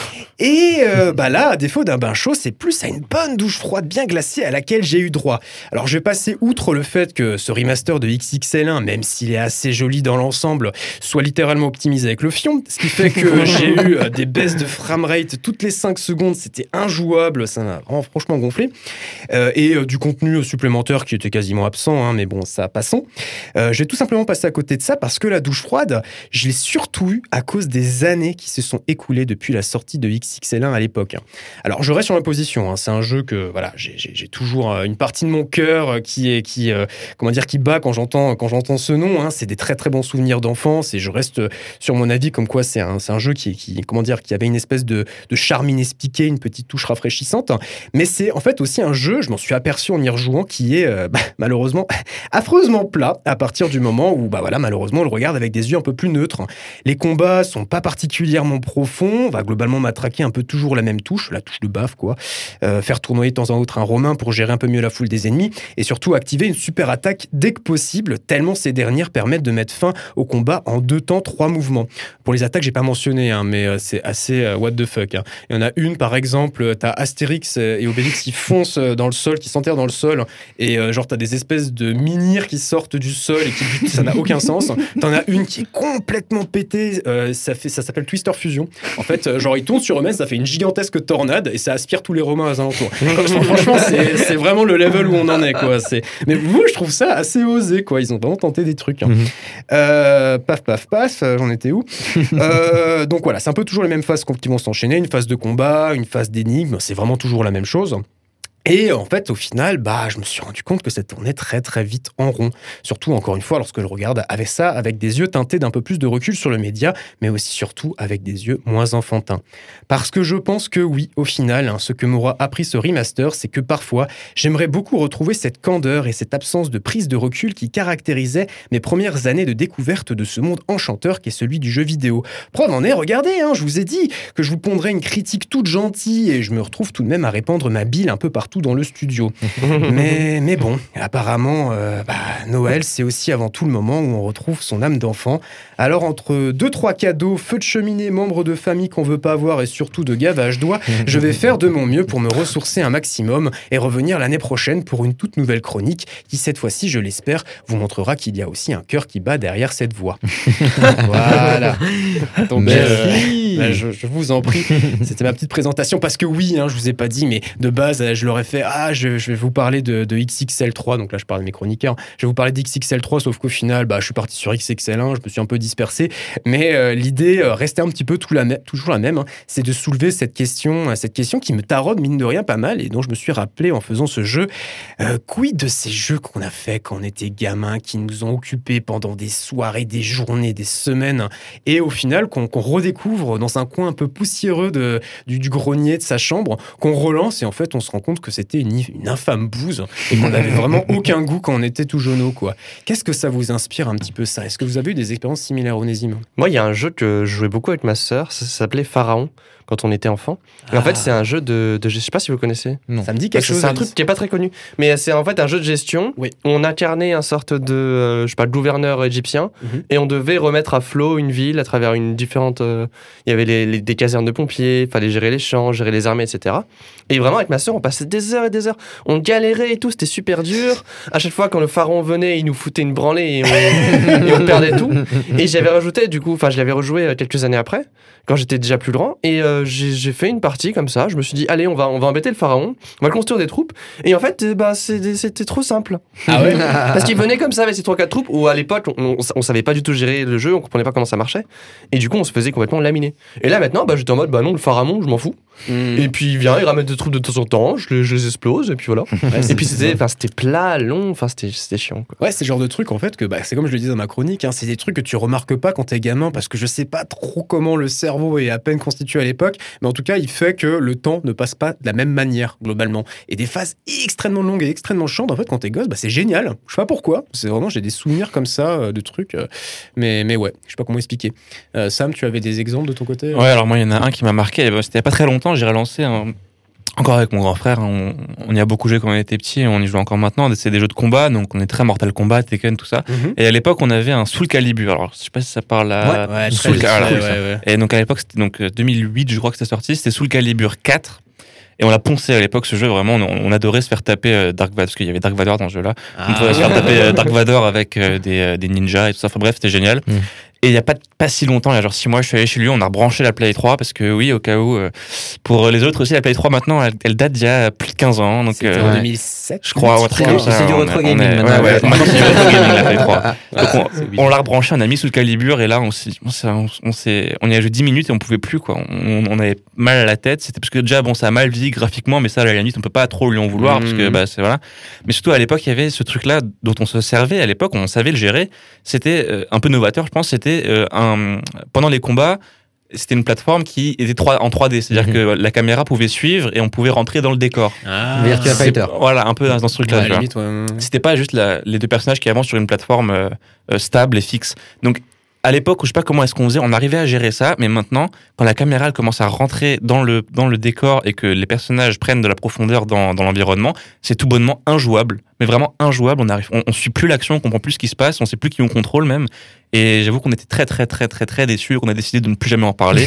Et euh, bah là, à défaut d'un bain chaud, c'est plus à une bonne douche froide bien glacée à laquelle j'ai eu droit. Alors je vais passer outre le fait que ce remaster de X X L un, même s'il est assez joli dans l'ensemble, soit littéralement optimisé avec le fion, ce qui fait que j'ai eu euh, des baisses de framerate toutes les cinq secondes, c'était injouable, ça m'a vraiment franchement gonflé, euh, et euh, du contenu supplémentaire qui était quasiment absent, hein, mais bon, ça passons. Euh, j'ai tout simplement passé à côté de ça parce que la douche froide, je l'ai surtout eu à cause des années qui se sont écoulées depuis la sortie de X X L un à l'époque. Alors je reste sur ma position, hein, c'est un jeu que voilà, j'ai, j'ai, j'ai toujours euh, une partie de mon cœur qui est qui euh, comment dire qui bat quand j'entends quand j'entends ce nom, hein, c'est des très très bons souvenirs d'enfance et je reste sur mon avis comme quoi c'est un, c'est un jeu qui, qui, comment dire, qui avait une espèce de, de charme inexpliqué, une petite touche rafraîchissante, mais c'est en fait aussi un jeu, je m'en suis aperçu en y rejouant, qui est euh, bah, malheureusement affreusement plat à partir du moment où bah, voilà, malheureusement on le regarde avec des yeux un peu plus neutres. Les combats sont pas particulièrement profonds, on va globalement matraquer un peu toujours la même touche, la touche de baffe quoi, euh, faire tournoyer de temps en temps un romain pour gérer un peu mieux la foule des ennemis et surtout activer une super attaque dès que possible, tellement ces dernières permettent de mettre fin au combat en deux temps, trois mouvements. Pour les attaques, j'ai pas mentionné, hein, mais euh, c'est assez euh, what the fuck. Hein. Il y en a une, par exemple, t'as Astérix et Obélix qui foncent dans le sol, qui s'enterrent dans le sol, et euh, genre t'as des espèces de menhirs qui sortent du sol et qui butent, ça n'a aucun sens. T'en as une qui est complètement pétée, euh, ça, fait, ça s'appelle Twister Fusion. En fait, euh, genre ils tournent sur eux-mêmes, ça fait une gigantesque tornade et ça aspire tous les Romains aux alentours. Franchement, c'est, c'est vraiment le level où on en est, quoi. C'est... Mais moi, je trouve ça assez osé, quoi. Ils ont vraiment tenté des trucs. Hein. Mm-hmm. Euh, paf, paf, paf, j'en étais où euh, Donc voilà, c'est un peu toujours les mêmes phases qui vont s'enchaîner, une phase de combat, une phase d'énigme, c'est vraiment toujours la même chose. Et en fait, au final, bah, je me suis rendu compte que ça tournait très très vite en rond. Surtout, encore une fois, lorsque je regarde avec ça, avec des yeux teintés d'un peu plus de recul sur le média, mais aussi surtout avec des yeux moins enfantins. Parce que je pense que oui, au final, hein, ce que m'aura appris ce remaster, c'est que parfois, j'aimerais beaucoup retrouver cette candeur et cette absence de prise de recul qui caractérisait mes premières années de découverte de ce monde enchanteur qu'est celui du jeu vidéo. Preuve en est, regardez, hein, je vous ai dit que je vous pondrais une critique toute gentille et je me retrouve tout de même à répandre ma bile un peu partout dans le studio. mais, mais bon, apparemment, euh, bah, Noël, c'est aussi avant tout le moment où on retrouve son âme d'enfant. Alors, entre deux, trois cadeaux, feu de cheminée, membres de famille qu'on veut pas avoir et surtout de gavage doigts, je vais faire de mon mieux pour me ressourcer un maximum et revenir l'année prochaine pour une toute nouvelle chronique qui, cette fois-ci, je l'espère, vous montrera qu'il y a aussi un cœur qui bat derrière cette voix. Voilà. Donc, euh, bah, je, je vous en prie, c'était ma petite présentation parce que oui, hein, je vous ai pas dit, mais de base, je l'aurais fait, ah, je, je vais vous parler de, de X X L trois, donc là je parle de mes chroniqueurs, je vais vous parler d'X X L trois, sauf qu'au final, bah, je suis parti sur X X L un, je me suis un peu dispersé, mais euh, l'idée euh, restait un petit peu tout la, toujours la même, hein, c'est de soulever cette question, cette question qui me taraude mine de rien pas mal, et dont je me suis rappelé en faisant ce jeu. Euh, quid de ces jeux qu'on a fait quand on était gamin, qui nous ont occupés pendant des soirées, des journées, des semaines, et au final qu'on, qu'on redécouvre dans un coin un peu poussiéreux de, du, du grenier de sa chambre, qu'on relance, et en fait on se rend compte que c'était une, une infâme bouse et qu'on n'avait vraiment aucun goût quand on était tout jeuneau, quoi. Qu'est-ce que ça vous inspire un petit peu ça ? Est-ce que vous avez eu des expériences similaires, Onésime ? Moi, il y a un jeu que je jouais beaucoup avec ma sœur, ça s'appelait Pharaon quand on était enfant. Et ah. en fait, c'est un jeu de, de... Je sais pas si vous connaissez. Non. Ça me dit quelque Parce chose. C'est un truc qui est pas très connu. Mais c'est en fait un jeu de gestion. Oui. Où on incarnait un sorte de, euh, je sais pas, de gouverneur égyptien. Mm-hmm. Et on devait remettre à flot une ville à travers une différente... Euh... Il y avait les, les, des casernes de pompiers, il fallait gérer les champs, gérer les armées, et cetera. Et vraiment, avec ma sœur, on passait des heures et des heures. On galérait et tout, c'était super dur. À chaque fois, quand le pharaon venait, il nous foutait une branlée et on, et on perdait tout. Et j'avais rajouté, du coup, enfin, je l'avais rejoué quelques années après, quand j'étais déjà plus grand. Et, euh, euh, j'ai, j'ai fait une partie comme ça. Je me suis dit, allez, on va, on va embêter le pharaon, on va construire des troupes. Et en fait, euh, bah, c'est, c'était trop simple. Ah ouais. Parce qu'il venait comme ça avec ses trois quatre troupes, où à l'époque, on, on, on savait pas du tout gérer le jeu, on comprenait pas comment ça marchait. Et du coup, on se faisait complètement laminer. Et là, maintenant, bah, j'étais en mode, bah non, le pharaon, je m'en fous. Mmh. Et puis il vient, il ramène des troupes de temps en temps, je les, je les explose, et puis voilà. Ouais, et puis c'était, c'était plat, long, enfin c'était, c'était chiant. Quoi. Ouais, c'est le genre de truc en fait que bah, c'est comme je le disais dans ma chronique, hein, c'est des trucs que tu remarques pas quand t'es gamin parce que je sais pas trop comment le cerveau est à peine constitué à l'époque, mais en tout cas il fait que le temps ne passe pas de la même manière globalement. Et des phases extrêmement longues et extrêmement chiantes en fait quand t'es gosse, bah, c'est génial. Je sais pas pourquoi, c'est vraiment, j'ai des souvenirs comme ça euh, de trucs, euh, mais, mais ouais, je sais pas comment expliquer. Euh, Sam, tu avais des exemples de ton côté euh... Ouais, alors moi il y en a un qui m'a marqué, c'était il y a pas très longtemps, j'ai relancé un. Encore avec mon grand frère, on, on y a beaucoup joué quand on était petit, et on y joue encore maintenant. C'est des jeux de combat, donc on est très Mortal Kombat, Tekken, tout ça. Mm-hmm. Et à l'époque, on avait un Soul Calibur. Alors, je sais pas si ça parle à. Ouais, ouais, Soul Calibur. Ouais, ouais. Et donc à l'époque, c'était donc deux mille huit, je crois que c'était sorti. C'était Soul Calibur quatre. Et on l'a poncé à l'époque, ce jeu, vraiment, on, on adorait se faire taper Dark Vador, parce qu'il y avait Dark Vador dans ce jeu-là. Ah. On pouvait se faire taper Dark Vador avec des, des ninjas et tout ça. Enfin bref, c'était génial. Mm. Et il n'y a pas, pas si longtemps, il y a genre six mois, je suis allé chez lui, on a rebranché la Play trois, parce que oui, au cas où, euh, pour les autres aussi, la Play trois maintenant, elle, elle date d'il y a plus de quinze ans. Donc, c'était euh, en deux mille sept, je crois, ouais, très comme ça. C'est du retro gaming est, maintenant. Ouais, ouais, maintenant c'est du retro gaming la Play trois. Donc on, on l'a rebranché, on a mis sous le Calibur, et là, on, s'est, on, s'est, on, s'est, on y a joué dix minutes et on pouvait plus, quoi. On, on avait mal à la tête, c'était parce que déjà, bon, ça a mal vieilli graphiquement, mais ça, à la limite, on peut pas trop lui en vouloir, mmh. parce que, bah, c'est voilà. Mais surtout, à l'époque, il y avait ce truc-là dont on se servait, à l'époque, on savait le gérer. C'était euh, un peu novateur, je pense, c'était euh, un. Pendant les combats, c'était une plateforme qui était en trois D, c'est-à-dire mm-hmm. que la caméra pouvait suivre et on pouvait rentrer dans le décor. Ah, Virtua Fighter. Voilà, un peu dans, dans ce truc-là. Ouais, limite, ouais. C'était pas juste la, les deux personnages qui avancent sur une plateforme euh, euh, stable et fixe. Donc, à l'époque, je sais pas comment est-ce qu'on faisait, on arrivait à gérer ça, mais maintenant, quand la caméra elle commence à rentrer dans le, dans le décor et que les personnages prennent de la profondeur dans, dans l'environnement, c'est tout bonnement injouable. Mais vraiment injouable, on arrive, on, on suit plus l'action, on comprend plus ce qui se passe, on sait plus qui on contrôle même. Et j'avoue qu'on était très très très très très déçus, qu'on a décidé de ne plus jamais en parler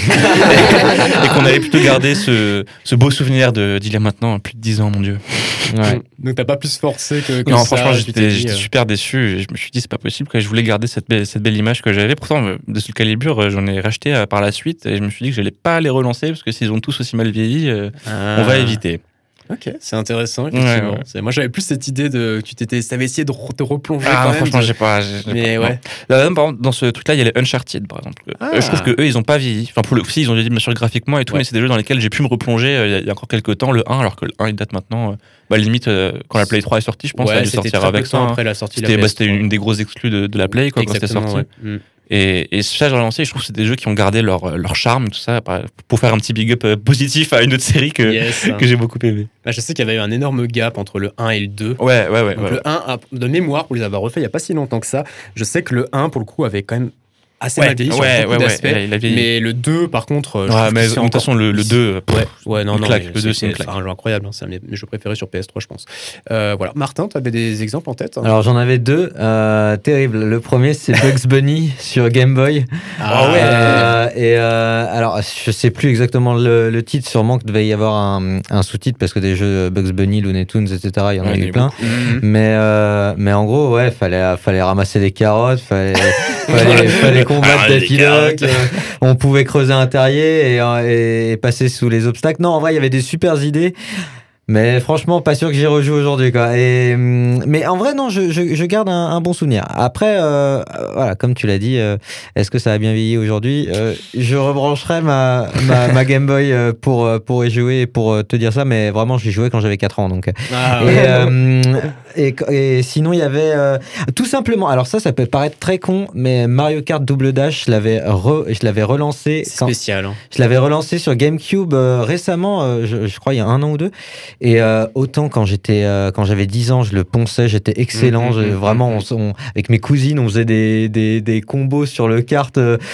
et, et qu'on allait plutôt garder ce, ce beau souvenir de, d'il y a maintenant plus de dix ans, mon Dieu. Ouais. Donc t'as pas plus forcé que, que non, ça. Franchement, j'étais, j'étais euh... super déçu. Et je me suis dit c'est pas possible, que je voulais garder cette belle, cette belle image que j'avais. Pourtant, de Soul Calibur, j'en ai racheté euh, par la suite et je me suis dit que j'allais pas les relancer parce que s'ils ont tous aussi mal vieilli, euh, ah. on va éviter. Ok, c'est intéressant, effectivement. Ouais, ouais. Moi, j'avais plus cette idée de. Tu t'étais, t'avais essayé de te replonger ah, quand non, même. Franchement, de... j'ai pas. J'ai, j'ai mais pas, ouais. Là, même, par exemple, dans ce truc-là, il y a les Uncharted, par exemple. Ah. Euh, je trouve qu'eux, ils ont pas vieilli. Enfin, pour le si, ils ont vieilli, bien sûr, graphiquement et tout, ouais. mais c'est des jeux dans lesquels j'ai pu me replonger euh, il y a encore quelques temps. Le un, alors que le un, il date maintenant. Euh, bah, limite, euh, quand la Play trois est sortie, je pense, ouais, ça a dû sortir avec ça. Après la sortie c'était, de la bah, c'était une des grosses exclus de, de la Play, quoi, quand c'était sorti. Ouais. Mm. Et, et ça, j'ai relancé, je trouve que c'est des jeux qui ont gardé leur, leur charme, tout ça, pour faire un petit big up positif à une autre série que, yes. que j'ai beaucoup aimé. Bah, je sais qu'il y avait eu un énorme gap entre le un et le deux. Ouais, ouais, ouais. Donc ouais. le un, de mémoire, pour les avoir refait il n'y a pas si longtemps que ça, je sais que le un, pour le coup, avait quand même assez ouais, mal vieilli ouais, sur beaucoup ouais, d'aspects. Ouais, il a vieilli. Mais le deux, par contre, je ouais, mais de toute façon, le, le deux, ouais, ouais, non, non, claque, le deux, c'est, c'est un jeu incroyable. Hein, c'est un de mes jeux préférés sur P S trois, je pense. Euh, voilà. Martin, tu avais des exemples en tête hein? Alors, j'en avais deux, euh, terribles. Le premier, c'est Bugs Bunny sur Game Boy. Ah ouais. Euh, et euh, alors, je sais plus exactement le, le titre. Sûrement qu'il devait y avoir un, un sous-titre parce que des jeux Bugs Bunny, Looney Tunes, et cetera. Il y en ouais, a eu plein. Mm-hmm. Mais euh, mais en gros, ouais, fallait fallait ramasser des carottes, fallait fallait, fallait combattre des pilotes. Euh, on pouvait creuser un terrier et, et passer sous les obstacles. Non, en vrai, il y avait des super idées. Mais franchement, pas sûr que j'y rejoue aujourd'hui, quoi. Et, mais en vrai, non, je, je, je garde un, un bon souvenir. Après, euh, voilà, comme tu l'as dit, euh, est-ce que ça a bien vieilli aujourd'hui euh, je rebrancherai ma, ma, ma Game Boy pour, pour y jouer et pour te dire ça, mais vraiment, j'y jouais quand j'avais quatre ans. Donc. Ah, ouais. et, euh, et, et sinon, il y avait euh, tout simplement, alors ça, ça peut paraître très con, mais Mario Kart Double Dash, je l'avais, re, je l'avais relancé. C'est spécial. Hein. Je l'avais relancé sur GameCube euh, récemment, euh, je, je crois, il y a un an ou deux. Et euh, autant quand j'étais euh, quand j'avais dix ans, je le ponçais, j'étais excellent. Mmh, mmh, vraiment, on, on, avec mes cousines, on faisait des, des, des combos sur le kart,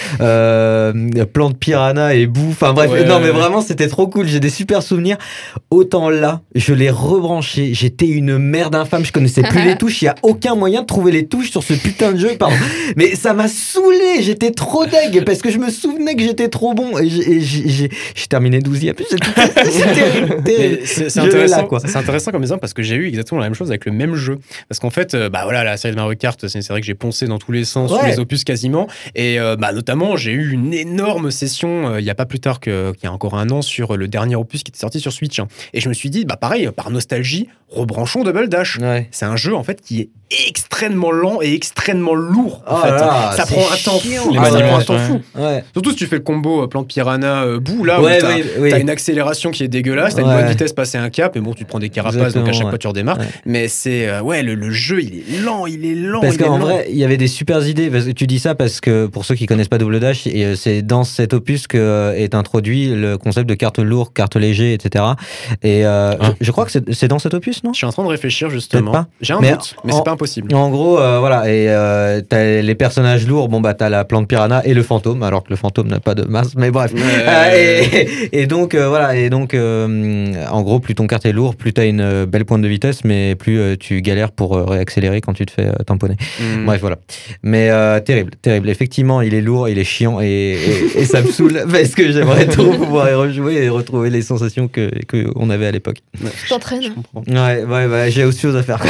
euh, plan de piranha et bouffe. Enfin bref, ouais, non mais vraiment, c'était trop cool. J'ai des super souvenirs. Autant là, je l'ai rebranché. J'étais une merde infâme. Je connaissais plus les touches. Il y a aucun moyen de trouver les touches sur ce putain de jeu. Pardon. Mais ça m'a saoulé. J'étais trop deg parce que je me souvenais que j'étais trop bon. Et j'ai, et j'ai, j'ai, j'ai terminé douzième. C'était, c'était terrible. C'est, c'est intéressant intéressant, là, quoi. c'est intéressant comme exemple parce que j'ai eu exactement la même chose avec le même jeu. Parce qu'en fait, euh, bah voilà, la série de Mario Kart, c'est une série que j'ai poncé dans tous les sens, Ouais. tous les opus quasiment. Et euh, bah, notamment, j'ai eu une énorme session euh, il y a pas plus tard que, qu'il y a encore un an sur le dernier opus qui était sorti sur Switch. Hein. Et je me suis dit, bah pareil, par nostalgie, rebranchons Double Dash. Ouais. C'est un jeu en fait qui est extrêmement lent et extrêmement lourd. En Oh fait. là, ça c'est prend un temps chiant. fou. Les Ah, ça maniements, prend un temps ouais. fou. Ouais. Surtout si tu fais le combo euh, plante piranha euh, bout là Ouais, où t'as, oui, oui. t'as une accélération qui est dégueulasse, t'as une Ouais. bonne vitesse passer un cap, mais bon tu te prends des carapaces donc à Exactement, chaque ouais. fois tu redémarres. Ouais. Mais c'est euh, ouais le, le jeu il est lent, il est lent. Parce il est qu'en lent. vrai, il y avait des super idées. Parce que tu dis ça parce que pour ceux qui connaissent pas Double Dash, et, euh, c'est dans cet opus que euh, est introduit le concept de carte lourde, carte léger, et cetera. Et euh, Ah. je, je crois que c'est, c'est dans cet opus, non? Je suis en train de réfléchir justement. Peut-être pas. J'ai un Mais doute, mais en- c'est pas impossible. En gros, euh, voilà, et euh, t'as les personnages lourds, bon bah t'as la plante piranha et le fantôme, alors que le fantôme n'a pas de masse, mais bref. Ouais. Euh, et, et donc euh, voilà, et donc euh, en gros, plus ton kart est lourd, plus t'as une euh, belle pointe de vitesse, mais plus euh, tu galères pour euh, réaccélérer quand tu te fais euh, tamponner. Mm. Bref, voilà. Mais euh, terrible, terrible. Effectivement, il est lourd, il est chiant et, et, et ça me saoule parce que j'aimerais trop pouvoir y rejouer et retrouver les sensations que qu'on avait à l'époque. Tu t'entraînes. Je comprends. Ouais, ouais, ouais, j'ai autre chose à faire.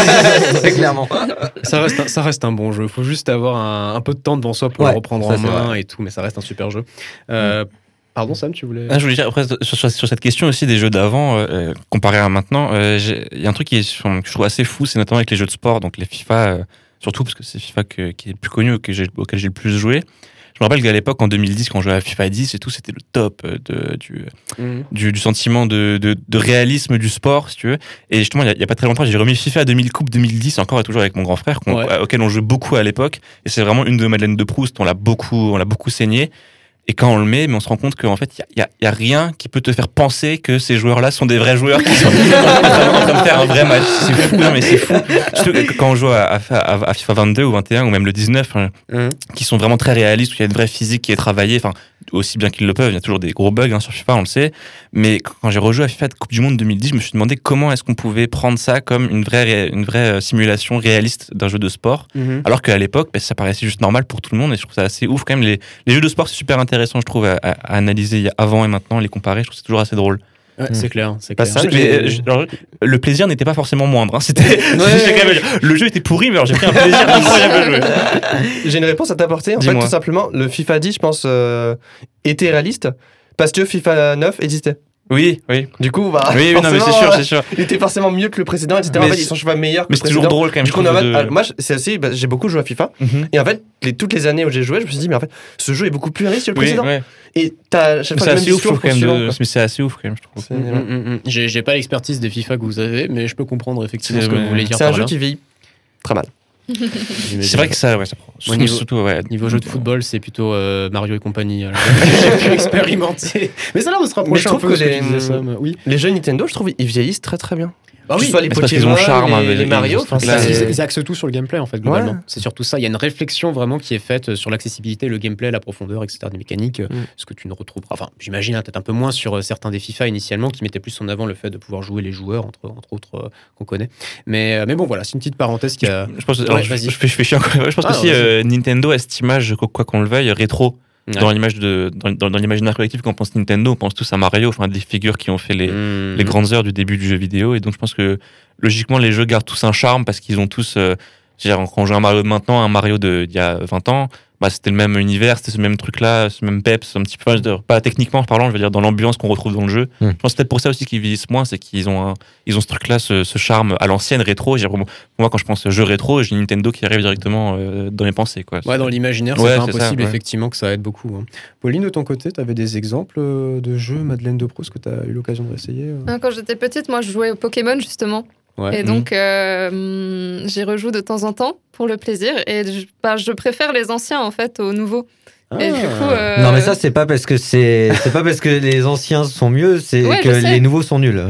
Très clairement. Ça reste, un, ça reste un bon jeu. Il faut juste avoir un, un peu de temps devant soi pour Ouais, le reprendre ça, en c'est main vrai. et tout, mais ça reste un super jeu. Euh, Pardon Sam, tu voulais... Ah, je voulais dire, après, sur, sur- sur cette question aussi des jeux d'avant, euh, comparé à maintenant, euh, j'ai- il y a un truc qui est, enfin, que je trouve assez fou, c'est notamment avec les jeux de sport, donc les FIFA, euh, surtout parce que c'est FIFA que- qui est le plus connu, que j'ai, auquel j'ai le plus joué. Je me rappelle qu'à l'époque, en deux mille dix, quand on jouait à FIFA dix et tout, c'était le top euh, de, du, Mm. du, du sentiment de, de, de réalisme du sport, si tu veux. Et justement, il n'y a, il y a pas très longtemps, j'ai remis FIFA deux mille Coupe deux mille dix, encore et toujours avec mon grand frère, qu'on- Ouais. auquel on jouait beaucoup à l'époque. Et c'est vraiment une de Madeleine de Proust, on l'a beaucoup, on l'a beaucoup saigné. Et quand on le met, mais on se rend compte qu'en fait, il n'y a, y a rien qui peut te faire penser que ces joueurs-là sont des vrais joueurs qui sont vraiment en train de faire un vrai match. C'est fou, non mais c'est fou. Surtout que quand on joue à, à, à FIFA vingt-deux ou vingt et un ou même le dix-neuf, hein, Mm. qui sont vraiment très réalistes, où il y a une vraie physique qui est travaillée, enfin, aussi bien qu'ils le peuvent, il y a toujours des gros bugs hein, sur FIFA, on le sait. Mais quand j'ai rejoué à FIFA de Coupe du Monde deux mille dix, je me suis demandé comment est-ce qu'on pouvait prendre ça comme une vraie, ré- une vraie euh, simulation réaliste d'un jeu de sport. Mhm. Alors qu'à l'époque, bah, ça paraissait juste normal pour tout le monde et je trouve ça assez ouf quand même. Les, les jeux de sport, c'est super intéressant, je trouve, à, à- à analyser il y a avant et maintenant, les comparer, je trouve que c'est toujours assez drôle. Ouais, c'est clair, c'est Pas clair. ça, Mais, j'ai- euh, je- alors, le plaisir n'était pas forcément moindre. Hein. C'était, j'ai quand même- le jeu était pourri, mais alors j'ai pris un plaisir incroyable à jouer. J'ai une réponse à t'apporter. En fait, Dis-moi. tout simplement, le FIFA dix, je pense, euh, était réaliste parce que FIFA neuf existait. Oui, oui. Du coup, bah, Oui, oui, non, mais c'est forcément, sûr, euh, c'est sûr. il était forcément mieux que le précédent, et cetera. Mais En fait, c'est- ils sont je sais pas meilleurs que Mais le c'est toujours précédent. drôle quand même. Du je coup, on trouve, a- de- ah, moi, c'est aussi, bah, j'ai beaucoup joué à FIFA. Mhm. Et en fait, les, toutes les années où j'ai joué, je me suis dit, mais en fait, ce jeu est beaucoup plus réaliste que le Oui, précédent. ouais. Et t'as à chaque Mais fois c'est le même assez ouf, je discours trouve, quand même. suivant, de- quoi. Mais c'est assez ouf, quand même, je trouve. C'est- Mm, mm, mm. J'ai, j'ai pas l'expertise des FIFA que vous avez, mais je peux comprendre effectivement C'est- ce que ouais. vous voulez dire C'est un par jeu là. qui vieillit très mal. J'imagine. C'est vrai que ça, ouais, ça prend. Au niveau- surtout, ouais. Niveau jeu de football, c'est plutôt euh, Mario et compagnie. alors, j'ai pu expérimenter. Mais ça a l'air de se Mais rapprocher je un trouve peu que de ce que les- tu disais, Sam. Oui. Les jeux Nintendo, je trouve, ils vieillissent très très bien. Ah que oui, ce soit les mais c'est parce qu'ils ont Pokémon, le charme, hein, les, les- les Mario. ils- enfin, et là, c'est- Ils, ils axent tout sur le gameplay en fait globalement. Ouais. C'est surtout ça. Il y a une réflexion vraiment qui est faite sur l'accessibilité, le gameplay, la profondeur, et cetera des mécaniques, Mm. ce que tu ne retrouveras. Enfin, j'imagine hein, peut-être un peu moins sur euh, certains des FIFA initialement qui mettaient plus en avant le fait de pouvoir jouer les joueurs entre entre autres euh, qu'on connaît. Mais euh, mais bon voilà, c'est une petite parenthèse qui a. Je pense, Ouais, alors, je, vas-y. je fais, je fais chiant, quoi. Je pense Ah, aussi vas-y. euh, Nintendo a cette image, quoi quoi qu'on le veuille, rétro. Ouais. Dans l'image de, dans, dans, dans l'imaginaire collectif, quand on pense Nintendo, on pense tous à Mario, enfin des figures qui ont fait les, Mm. les grandes heures du début du jeu vidéo. Et donc je pense que logiquement les jeux gardent tous un charme parce qu'ils ont tous, euh, je veux dire, quand on joue un Mario de maintenant, un Mario de d'il y a vingt ans, bah c'était le même univers, c'était ce même truc-là, ce même peps, un petit peu, je veux dire, pas techniquement parlant, je veux dire dans l'ambiance qu'on retrouve dans le jeu. Mm. Je pense que c'est peut-être pour ça aussi qu'ils vieillissent moins, c'est qu'ils ont un, ils ont ce truc-là, ce, ce charme à l'ancienne rétro. Je veux dire, pour moi, quand je pense jeu rétro, j'ai Nintendo qui arrive directement euh, dans mes pensées, quoi. Ouais, dans l'imaginaire, Ouais, c'est pas c'est ça, impossible, ouais. effectivement, que ça aide beaucoup. hein. Pauline, de ton côté, tu avais des exemples euh, de jeux Madeleine de Proust que tu as eu l'occasion d'essayer euh Hein, Quand j'étais petite, moi, je jouais au Pokémon, justement. Ouais. Et donc, euh, hum, j'y rejoue de temps en temps pour le plaisir. Et je, bah, je préfère les anciens, en fait, aux nouveaux. Et du coup, euh, Non mais ça c'est pas parce que c'est c'est pas parce que les anciens sont mieux, c'est Ouais, que je sais. les nouveaux sont nuls.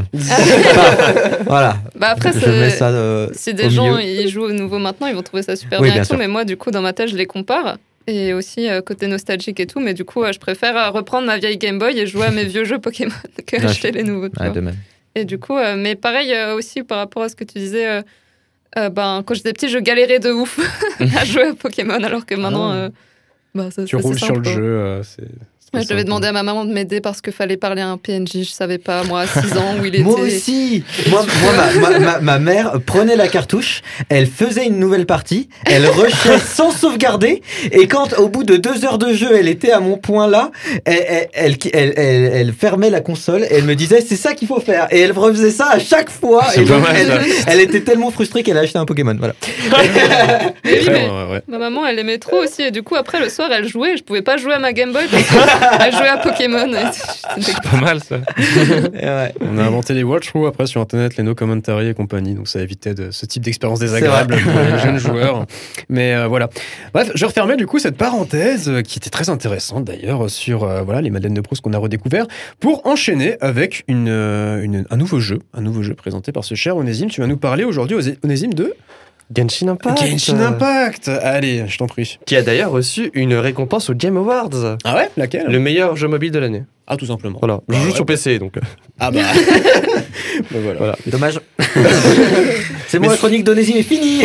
voilà. bah après, Je c'est- mets ça euh, si au des gens milieu. ils jouent au nouveau maintenant, ils vont trouver ça super Oui, bien, bien et tout. sûr. Mais moi, du coup, dans ma tête, je les compare. Et aussi euh, côté nostalgique et tout. Mais du coup, euh, je préfère euh, reprendre ma vieille Game Boy et jouer à mes vieux jeux Pokémon que Ouais, acheter les nouveaux. tu Ouais, vois. de même. Et du coup, euh, mais pareil euh, aussi par rapport à ce que tu disais, euh, euh, ben, quand j'étais petit, je galérais de ouf à jouer à Pokémon, alors que maintenant, Ah. euh, bah, ça, Tu ça, c'est roules sur simple, le quoi. jeu, euh, c'est Ouais, je devais demander à ma maman de m'aider parce qu'il fallait parler à un P N J, je savais pas, moi, à six ans, où il était. Moi aussi. Moi, moi ma, ma, ma, ma mère prenait la cartouche, elle faisait une nouvelle partie, elle rushait sans sauvegarder, et quand, au bout de deux heures de jeu, elle était à mon point là, elle, elle, elle, elle, elle, elle fermait la console, et elle me disait, c'est ça qu'il faut faire. Et elle refaisait ça à chaque fois, C'est et donc, mal, elle, elle était tellement frustrée qu'elle a acheté un Pokémon, voilà. Mais oui, mais ouais, ouais. ma maman, elle aimait trop aussi, et du coup, après, le soir, elle jouait, je pouvais pas jouer à ma Game Boy, parce qu'elle jouait à Pokémon. Et c'était C'est pas mal ça. Ouais. On a inventé les watch-through après sur internet, les no commentary et compagnie, donc ça évitait de, ce type d'expérience désagréable C'est pour les jeunes joueurs. Mais euh, voilà. Bref, je refermais du coup cette parenthèse euh, qui était très intéressante d'ailleurs sur euh, voilà, les Madeleines de Proust qu'on a redécouvert pour enchaîner avec une, euh, une, un nouveau jeu, un nouveau jeu présenté par ce cher Onésime. Tu vas nous parler aujourd'hui, Onésime, de Genshin Impact. Genshin Impact. Allez, je t'en prie. Qui a d'ailleurs reçu une récompense aux Game Awards. Ah ouais, laquelle? Le meilleur jeu mobile de l'année. Ah, tout simplement. Voilà. Je Ah joue ouais. sur P C donc. Ah bah. Bah voilà. Voilà. Dommage. C'est bon, la chronique d'Onésime est finie.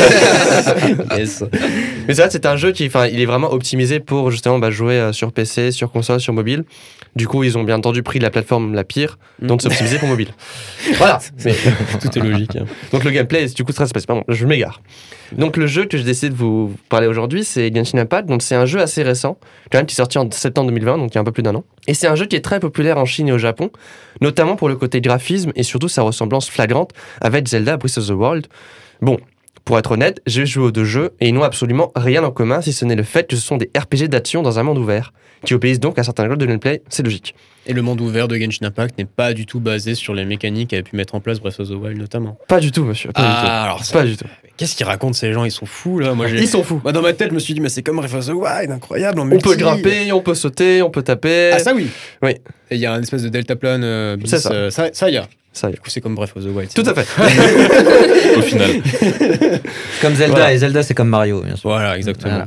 Yes. Mais c'est vrai, c'est un jeu qui, enfin, il est vraiment optimisé pour justement bah, jouer euh, sur P C, sur console, sur mobile. Du coup, ils ont bien entendu pris la plateforme la pire, donc c'est optimisé pour mobile. Voilà. Mais- Tout est logique. hein. donc le gameplay, du coup, très c'est pardon, je m'égare. Donc le jeu que j'ai décidé de vous parler aujourd'hui, c'est Genshin Impact. Donc c'est un jeu assez récent, quand même, qui est sorti en septembre deux mille vingt, donc il y a un peu plus d'un an. Et c'est un jeu qui est très populaire en Chine et au Japon, notamment pour le côté graphisme et surtout sa ressemblance flagrante avec Zelda Breath of the Wild. Bon. Pour être honnête, j'ai joué aux deux jeux et ils n'ont absolument rien en commun si ce n'est le fait que ce sont des R P G d'action dans un monde ouvert, qui obéissent donc à certaines règles de gameplay, c'est logique. Et le monde ouvert de Genshin Impact n'est pas du tout basé sur les mécaniques qu'avait pu mettre en place Breath of the Wild notamment. Pas du tout, monsieur. Pas du tout. Ah, alors ça- Pas du tout. Qu'est-ce qu'ils racontent ces gens? Ils sont fous là. Moi, j'ai... Ils sont fous. Moi, dans ma tête, je me suis dit, mais c'est comme Breath of the Wild, incroyable. En On multi. peut grimper, on peut sauter, on peut taper. Ah, ça oui. Oui. Et il y a un espèce de deltaplane euh, bis, C'est ça. euh, ça. Ça, y a. Ça y est. Du coup, c'est comme Breath of the Wild. Tout à fait. Au final. Comme Zelda, Voilà. et Zelda, c'est comme Mario, bien sûr. Voilà, exactement.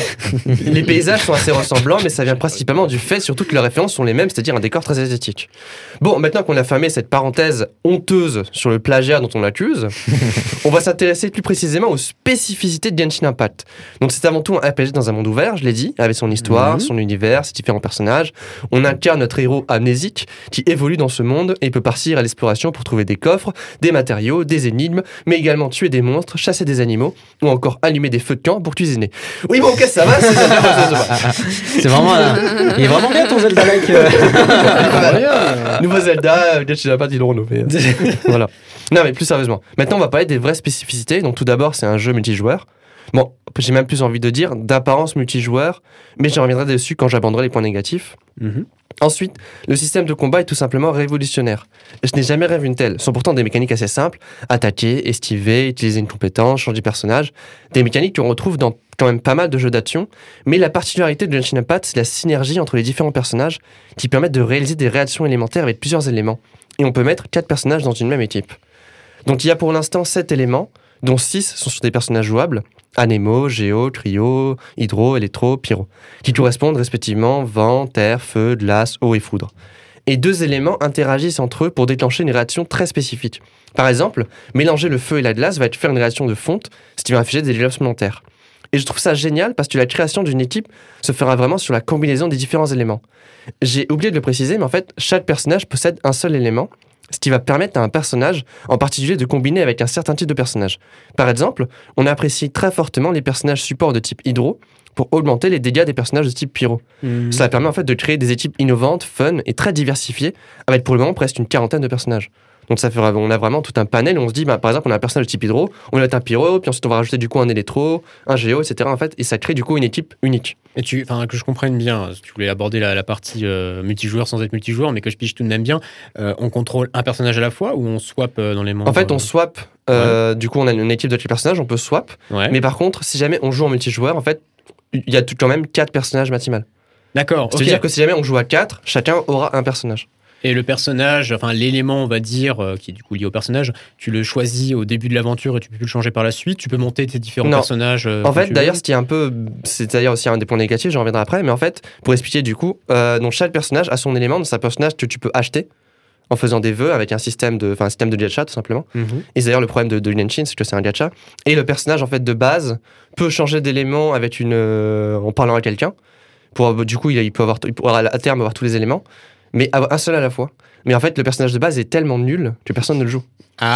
Les paysages sont assez ressemblants, mais ça vient principalement du fait surtout que leurs références sont les mêmes, c'est-à-dire un décor très esthétique. Bon, maintenant qu'on a fermé cette parenthèse honteuse sur le plagiat dont on l'accuse, on va s'intéresser plus précisément aux spécificités de Genshin Impact. Donc c'est avant tout un R P G dans un monde ouvert, je l'ai dit, avec son histoire, Mhm. son univers, ses différents personnages. On incarne notre héros amnésique qui évolue dans ce monde et peut partir à l'exploration pour trouver des coffres, des matériaux, des énigmes, mais également tuer des monstres, chasser des animaux ou encore allumer des feux de camp pour cuisiner. Oui, bon, ok, ça va, c'est ça. C'est vraiment. euh, il est vraiment bien ton Zelda-like. euh. Incroyable. Nouveau Zelda, euh, Genshin Impact, ils l'ont renouvelé. Voilà. Non, mais plus sérieusement. Maintenant, on va parler des vraies spécificités. Donc, tout d'abord, c'est un jeu multijoueur. Bon, j'ai même plus envie de dire d'apparence multijoueur, mais j'en reviendrai dessus quand j'aborderai les points négatifs. Mhm. Ensuite, le système de combat est tout simplement révolutionnaire. Je n'ai jamais rêvé une telle. Ce sont pourtant des mécaniques assez simples. Attaquer, esquiver, utiliser une compétence, changer de personnage. Des mécaniques qu'on retrouve dans quand même pas mal de jeux d'action. Mais la particularité de Genshin Impact, c'est la synergie entre les différents personnages qui permettent de réaliser des réactions élémentaires avec plusieurs éléments. Et on peut mettre quatre personnages dans une même équipe. Donc il y a pour l'instant sept éléments, dont six sont sur des personnages jouables. Anémo, Géo, Cryo, Hydro, Électro, Pyro, qui correspondent respectivement vent, terre, feu, glace, eau et foudre. Et deux éléments interagissent entre eux pour déclencher une réaction très spécifique. Par exemple, mélanger le feu et la glace va être faire une réaction de fonte, ce qui va afficher des dégâts supplémentaires. Et je trouve ça génial parce que la création d'une équipe se fera vraiment sur la combinaison des différents éléments. J'ai oublié de le préciser, mais en fait, chaque personnage possède un seul élément, ce qui va permettre à un personnage, en particulier, de combiner avec un certain type de personnage. Par exemple, on apprécie très fortement les personnages supports de type Hydro pour augmenter les dégâts des personnages de type Pyro. Mhm. Cela permet en fait de créer des équipes innovantes, fun et très diversifiées, avec pour le moment presque une quarantaine de personnages. Donc ça fait, on a vraiment tout un panel où on se dit, bah, par exemple, on a un personnage de type Hydro, on va mettre un Pyro, puis ensuite on va rajouter du coup un Électro, un Géo, et cetera. En fait, et ça crée du coup une équipe unique. Et tu, enfin, que je comprenne bien, tu voulais aborder la, la partie euh, multijoueur sans être multijoueur, mais que je pige tout de même bien, euh, on contrôle un personnage à la fois ou on swap euh, dans les membres? En fait, on swap, euh, du coup on a une équipe de quatre personnages, on peut swap, Ouais. mais par contre, si jamais on joue en multijoueur, en fait, il y a tout, quand même quatre personnages maximales. D'accord. ok. C'est-à-dire que si jamais on joue à quatre, chacun aura un personnage. Et le personnage, enfin l'élément, on va dire, euh, qui est du coup lié au personnage, tu le choisis au début de l'aventure et tu peux plus le changer par la suite. Tu peux monter tes différents Non. personnages. euh, En comme fait, tu d'ailleurs, veux. ce qui est un peu, c'est d'ailleurs aussi un des points négatifs, j'en reviendrai après, mais en fait, pour expliquer du coup, euh, donc chaque personnage a son élément, donc c'est un personnage que tu peux acheter en faisant des vœux avec un système de, enfin un système de gacha tout simplement. Mhm. Et c'est d'ailleurs le problème de, de Genshin, c'est que c'est un gacha. Et le personnage en fait de base peut changer d'élément avec une, euh, en parlant à quelqu'un. pour du coup il, il peut avoir, il pourra à terme avoir tous les éléments, mais avoir un seul à la fois. Mais en fait, le personnage de base est tellement nul que personne ne le joue.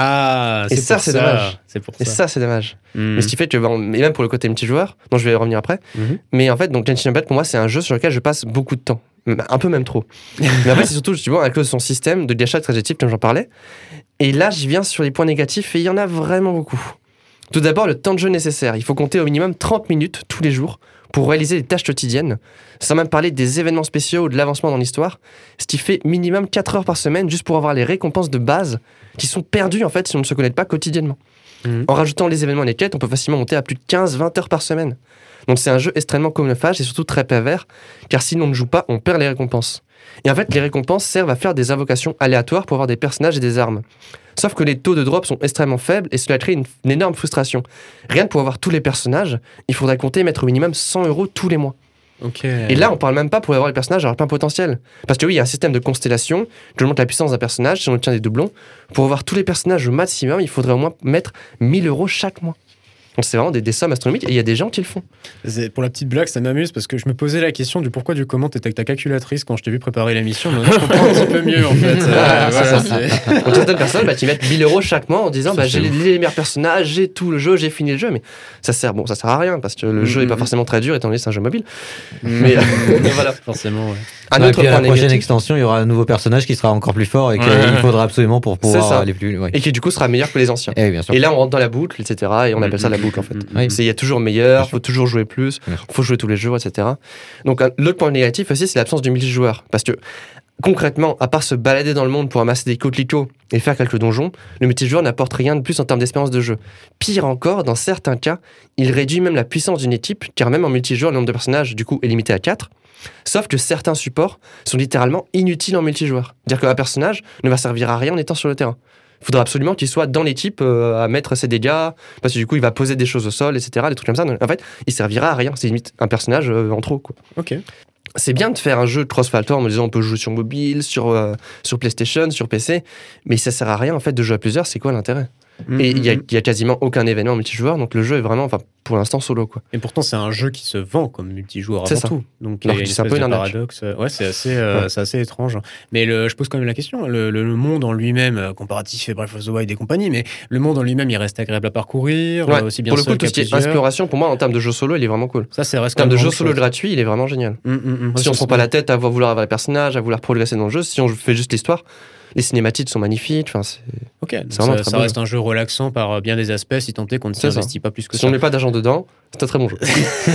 Ah, c'est et ça, pour c'est ça. dommage. C'est pour et ça. ça, c'est dommage. Mm. Mais ce qui fait que, et même pour le côté multijoueur, dont je vais revenir après, Mm-hmm. mais en fait, donc Genshin Impact, pour moi, c'est un jeu sur lequel je passe beaucoup de temps. Un peu même trop. Mais en fait, c'est surtout, tu vois, à cause de son système de gacha très adjectif, comme j'en parlais. Et là, je viens sur les points négatifs, et il y en a vraiment beaucoup. Tout d'abord, le temps de jeu nécessaire. Il faut compter au minimum trente minutes tous les jours pour réaliser les tâches quotidiennes, sans même parler des événements spéciaux ou de l'avancement dans l'histoire, ce qui fait minimum quatre heures par semaine juste pour avoir les récompenses de base qui sont perdues en fait si on ne se connecte pas quotidiennement. Mmh. En rajoutant les événements et les quêtes, on peut facilement monter à plus de quinze à vingt heures par semaine. Donc c'est un jeu extrêmement chronophage et surtout très pervers, car si l'on ne joue pas, on perd les récompenses. Et en fait, les récompenses servent à faire des invocations aléatoires pour avoir des personnages et des armes. Sauf que les taux de drop sont extrêmement faibles et cela crée une, une énorme frustration. Rien que pour avoir tous les personnages, il faudrait compter et mettre au minimum cent euros tous les mois. Okay. Et là, on parle même pas pour avoir les personnages à leur plein potentiel. Parce que oui, il y a un système de constellation qui montre la puissance d'un personnage si on obtient des doublons. Pour avoir tous les personnages au maximum, il faudrait au moins mettre mille euros chaque mois. Donc c'est vraiment des, des sommes astronomiques et il y a des gens qui le font. C'est, pour la petite blague, ça m'amuse parce que je me posais la question du pourquoi du comment t'étais avec ta calculatrice quand je t'ai vu préparer l'émission. Mais je comprends un petit peu mieux en fait. Ah, euh, voilà, c'est... Donc certaines personnes bah, qui mettent mille euros chaque mois en disant bah, j'ai les, les meilleurs personnages, j'ai tout le jeu, j'ai fini le jeu. Mais ça sert, bon, ça sert à rien parce que le mmh, jeu n'est pas forcément très dur étant donné que c'est un jeu mobile. Mmh. Mais, mais voilà. Forcément, ouais. Un ouais, autre point à la négatif. Prochaine extension, il y aura un nouveau personnage qui sera encore plus fort et qu'il ouais. faudra absolument pour pouvoir aller plus loin. Ouais. Et qui du coup sera meilleur que les anciens. Et, bien sûr. Et là, on rentre dans la boucle, et cetera. Et on appelle ça la boucle en fait. Il y a toujours meilleur, il faut toujours jouer plus, il faut jouer tous les jours, et cetera. Donc l'autre point négatif aussi, c'est l'absence du multijoueur. Parce que concrètement, à part se balader dans le monde pour amasser des coquelicots et faire quelques donjons, le multijoueur n'apporte rien de plus en termes d'expérience de jeu. Pire encore, dans certains cas, il réduit même la puissance d'une équipe, car même en multijoueur, le nombre de personnages du coup est limité à quatre. Sauf que certains supports sont littéralement inutiles en multijoueur. C'est-à-dire qu'un personnage ne va servir à rien en étant sur le terrain. Il faudra absolument qu'il soit dans l'équipe euh, à mettre ses dégâts, parce que du coup, il va poser des choses au sol, et cetera, des trucs comme ça. Donc, en fait, il servira à rien. C'est limite un personnage euh, en trop, quoi. Ok. C'est bien de faire un jeu cross-platform en disant on peut jouer sur mobile, sur, euh, sur PlayStation, sur P C, mais ça sert à rien, en fait, de jouer à plusieurs. C'est quoi l'intérêt ? Mmh, et il n'y a, y a quasiment aucun événement multijoueur, donc le jeu est vraiment, enfin, pour l'instant, solo, quoi. Et pourtant, c'est un jeu qui se vend comme multijoueur c'est avant ça. tout. Donc, alors, il y a une c'est un peu de une paradoxe. Ouais, c'est assez, euh, ouais. c'est assez étrange. Mais le, je pose quand même la question. Le, le, le monde en lui-même, euh, comparatif et Breath of the Wild et compagnie, mais le monde en lui-même, il reste agréable à parcourir. Ouais. Euh, aussi bien pour le coup, tout ce qui est exploration, pour moi, en termes de jeu solo, il est vraiment cool. Ça, c'est reste en termes de jeu solo gratuit, il est vraiment génial. Mmh, mmh, si on ne prend pas la tête à vouloir avoir les personnages, à vouloir progresser dans le jeu, si on fait juste l'histoire, les cinématiques sont magnifiques. Enfin, c'est... Ok, c'est ça, ça reste un jeu relaxant par bien des aspects, si tant est qu'on ne s'y investit pas plus que si ça. Si on met pas d'argent dedans, c'est un très bon jeu.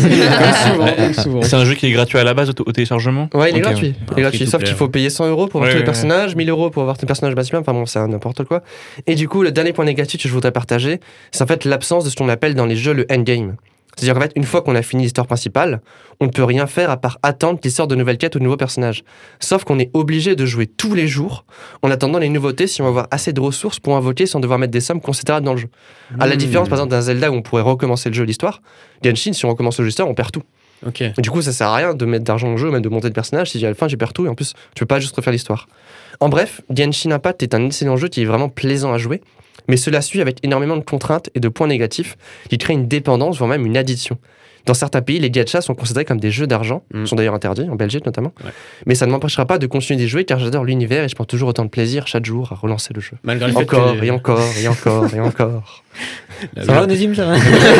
souvent, souvent. C'est un jeu qui est gratuit à la base au, au téléchargement. Ouais, il est okay, gratuit. Ouais. Il est gratuit. Sauf qu'il faut payer cent euros pour avoir ouais, tous les ouais, personnages, ouais. mille euros pour avoir tes personnages maximum. Enfin bon, c'est n'importe quoi. Et du coup, le dernier point négatif que je voudrais partager, c'est en fait l'absence de ce qu'on appelle dans les jeux le endgame. C'est-à-dire qu'en fait, une fois qu'on a fini l'histoire principale, on ne peut rien faire à part attendre qu'il sorte de nouvelles quêtes ou de nouveaux personnages. Sauf qu'on est obligé de jouer tous les jours en attendant les nouveautés si on va avoir assez de ressources pour invoquer sans devoir mettre des sommes considérables dans le jeu. Mmh. À la différence, par exemple, d'un Zelda où on pourrait recommencer le jeu l'histoire, Genshin, si on recommence le jeu l'histoire, on perd tout. Okay. Et du coup, ça sert à rien de mettre d'argent dans le jeu, même de monter de personnages, si à la fin, j'ai perdu tout, et en plus, tu peux pas juste refaire l'histoire. En bref, Genshin Impact est un excellent jeu qui est vraiment plaisant à jouer, mais cela suit avec énormément de contraintes et de points négatifs qui créent une dépendance, voire même une addiction. Dans certains pays, les gachas sont considérés comme des jeux d'argent, mmh. sont d'ailleurs interdits, en Belgique notamment. Ouais. Mais ça ne m'empêchera pas de continuer d'y jouer car j'adore l'univers et je prends toujours autant de plaisir chaque jour à relancer le jeu. Malgré le encore, fait que... et encore, et encore, et encore. Ça va, Nazim, ça va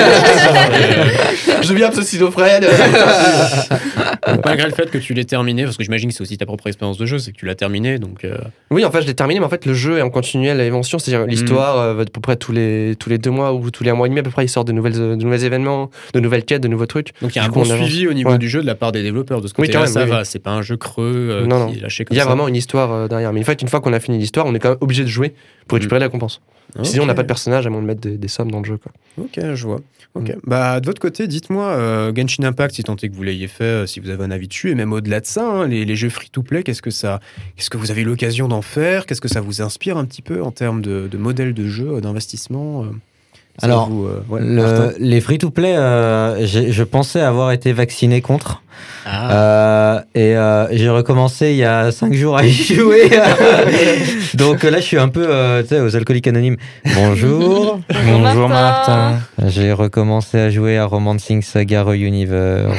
Je viens pseudo-Fred. Malgré le fait que tu l'aies terminé, parce que j'imagine que c'est aussi ta propre expérience de jeu, c'est que tu l'as terminé, donc... Euh... Oui, en fait, je l'ai terminé, mais en fait, le jeu est en continuelle évolution, c'est-à-dire l'histoire, mmh. euh, à peu près tous les, tous les deux mois ou tous les un mois et demi, à peu près, il sort de, nouvelles, de nouveaux événements, de nouvelles quêtes, de nouveaux trucs. Donc il y a un bon suivi au niveau ouais. du jeu de la part des développeurs, de ce côté-là, oui, ça oui, va, oui. c'est pas un jeu creux euh, non, qui non. est lâché comme ça. Il y a ça. Vraiment une histoire euh, derrière, mais en fait, une fois qu'on a fini l'histoire, on est quand même obligé de jouer pour récupérer mmh. la récompense. Okay. Sinon, on n'a pas de personnage à moins de mettre des, des sommes dans le jeu. Quoi. Ok, je vois. Okay. Mm. Bah, de votre côté, dites-moi, euh, Genshin Impact, si tant est que vous l'ayez fait, euh, si vous avez un avis dessus, et même au-delà de ça, hein, les, les jeux free-to-play, qu'est-ce que ça, qu'est-ce que vous avez eu l'occasion d'en faire ? Qu'est-ce que ça vous inspire un petit peu en termes de, de modèle de jeu, d'investissement ? Alors, vous, euh, ouais, le, les free-to-play, euh, je pensais avoir été vacciné contre. Ah. Euh, et euh, j'ai recommencé il y a cinq jours à y jouer. Donc là, je suis un peu euh, tu sais, aux alcooliques anonymes. Bonjour. Bonjour, Bonjour Martin. Martin. J'ai recommencé à jouer à Romancing Saga Reuniverse.